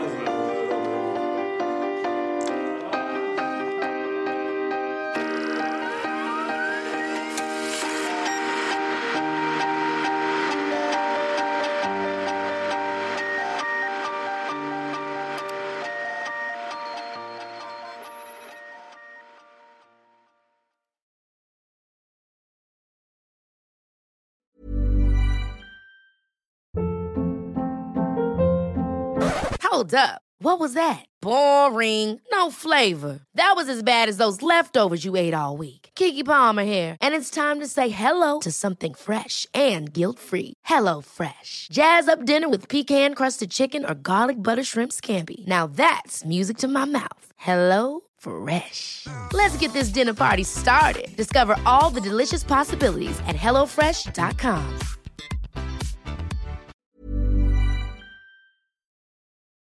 Hold up. What was that? Boring. No flavor. That was as bad as those leftovers you ate all week. Keke Palmer here, and it's time to say hello to something fresh and guilt-free. Hello Fresh. Jazz up dinner with pecan-crusted chicken or garlic butter shrimp scampi. Now that's music to my mouth. Hello Fresh. Let's get this dinner party started. Discover all the delicious possibilities at hello fresh dot com.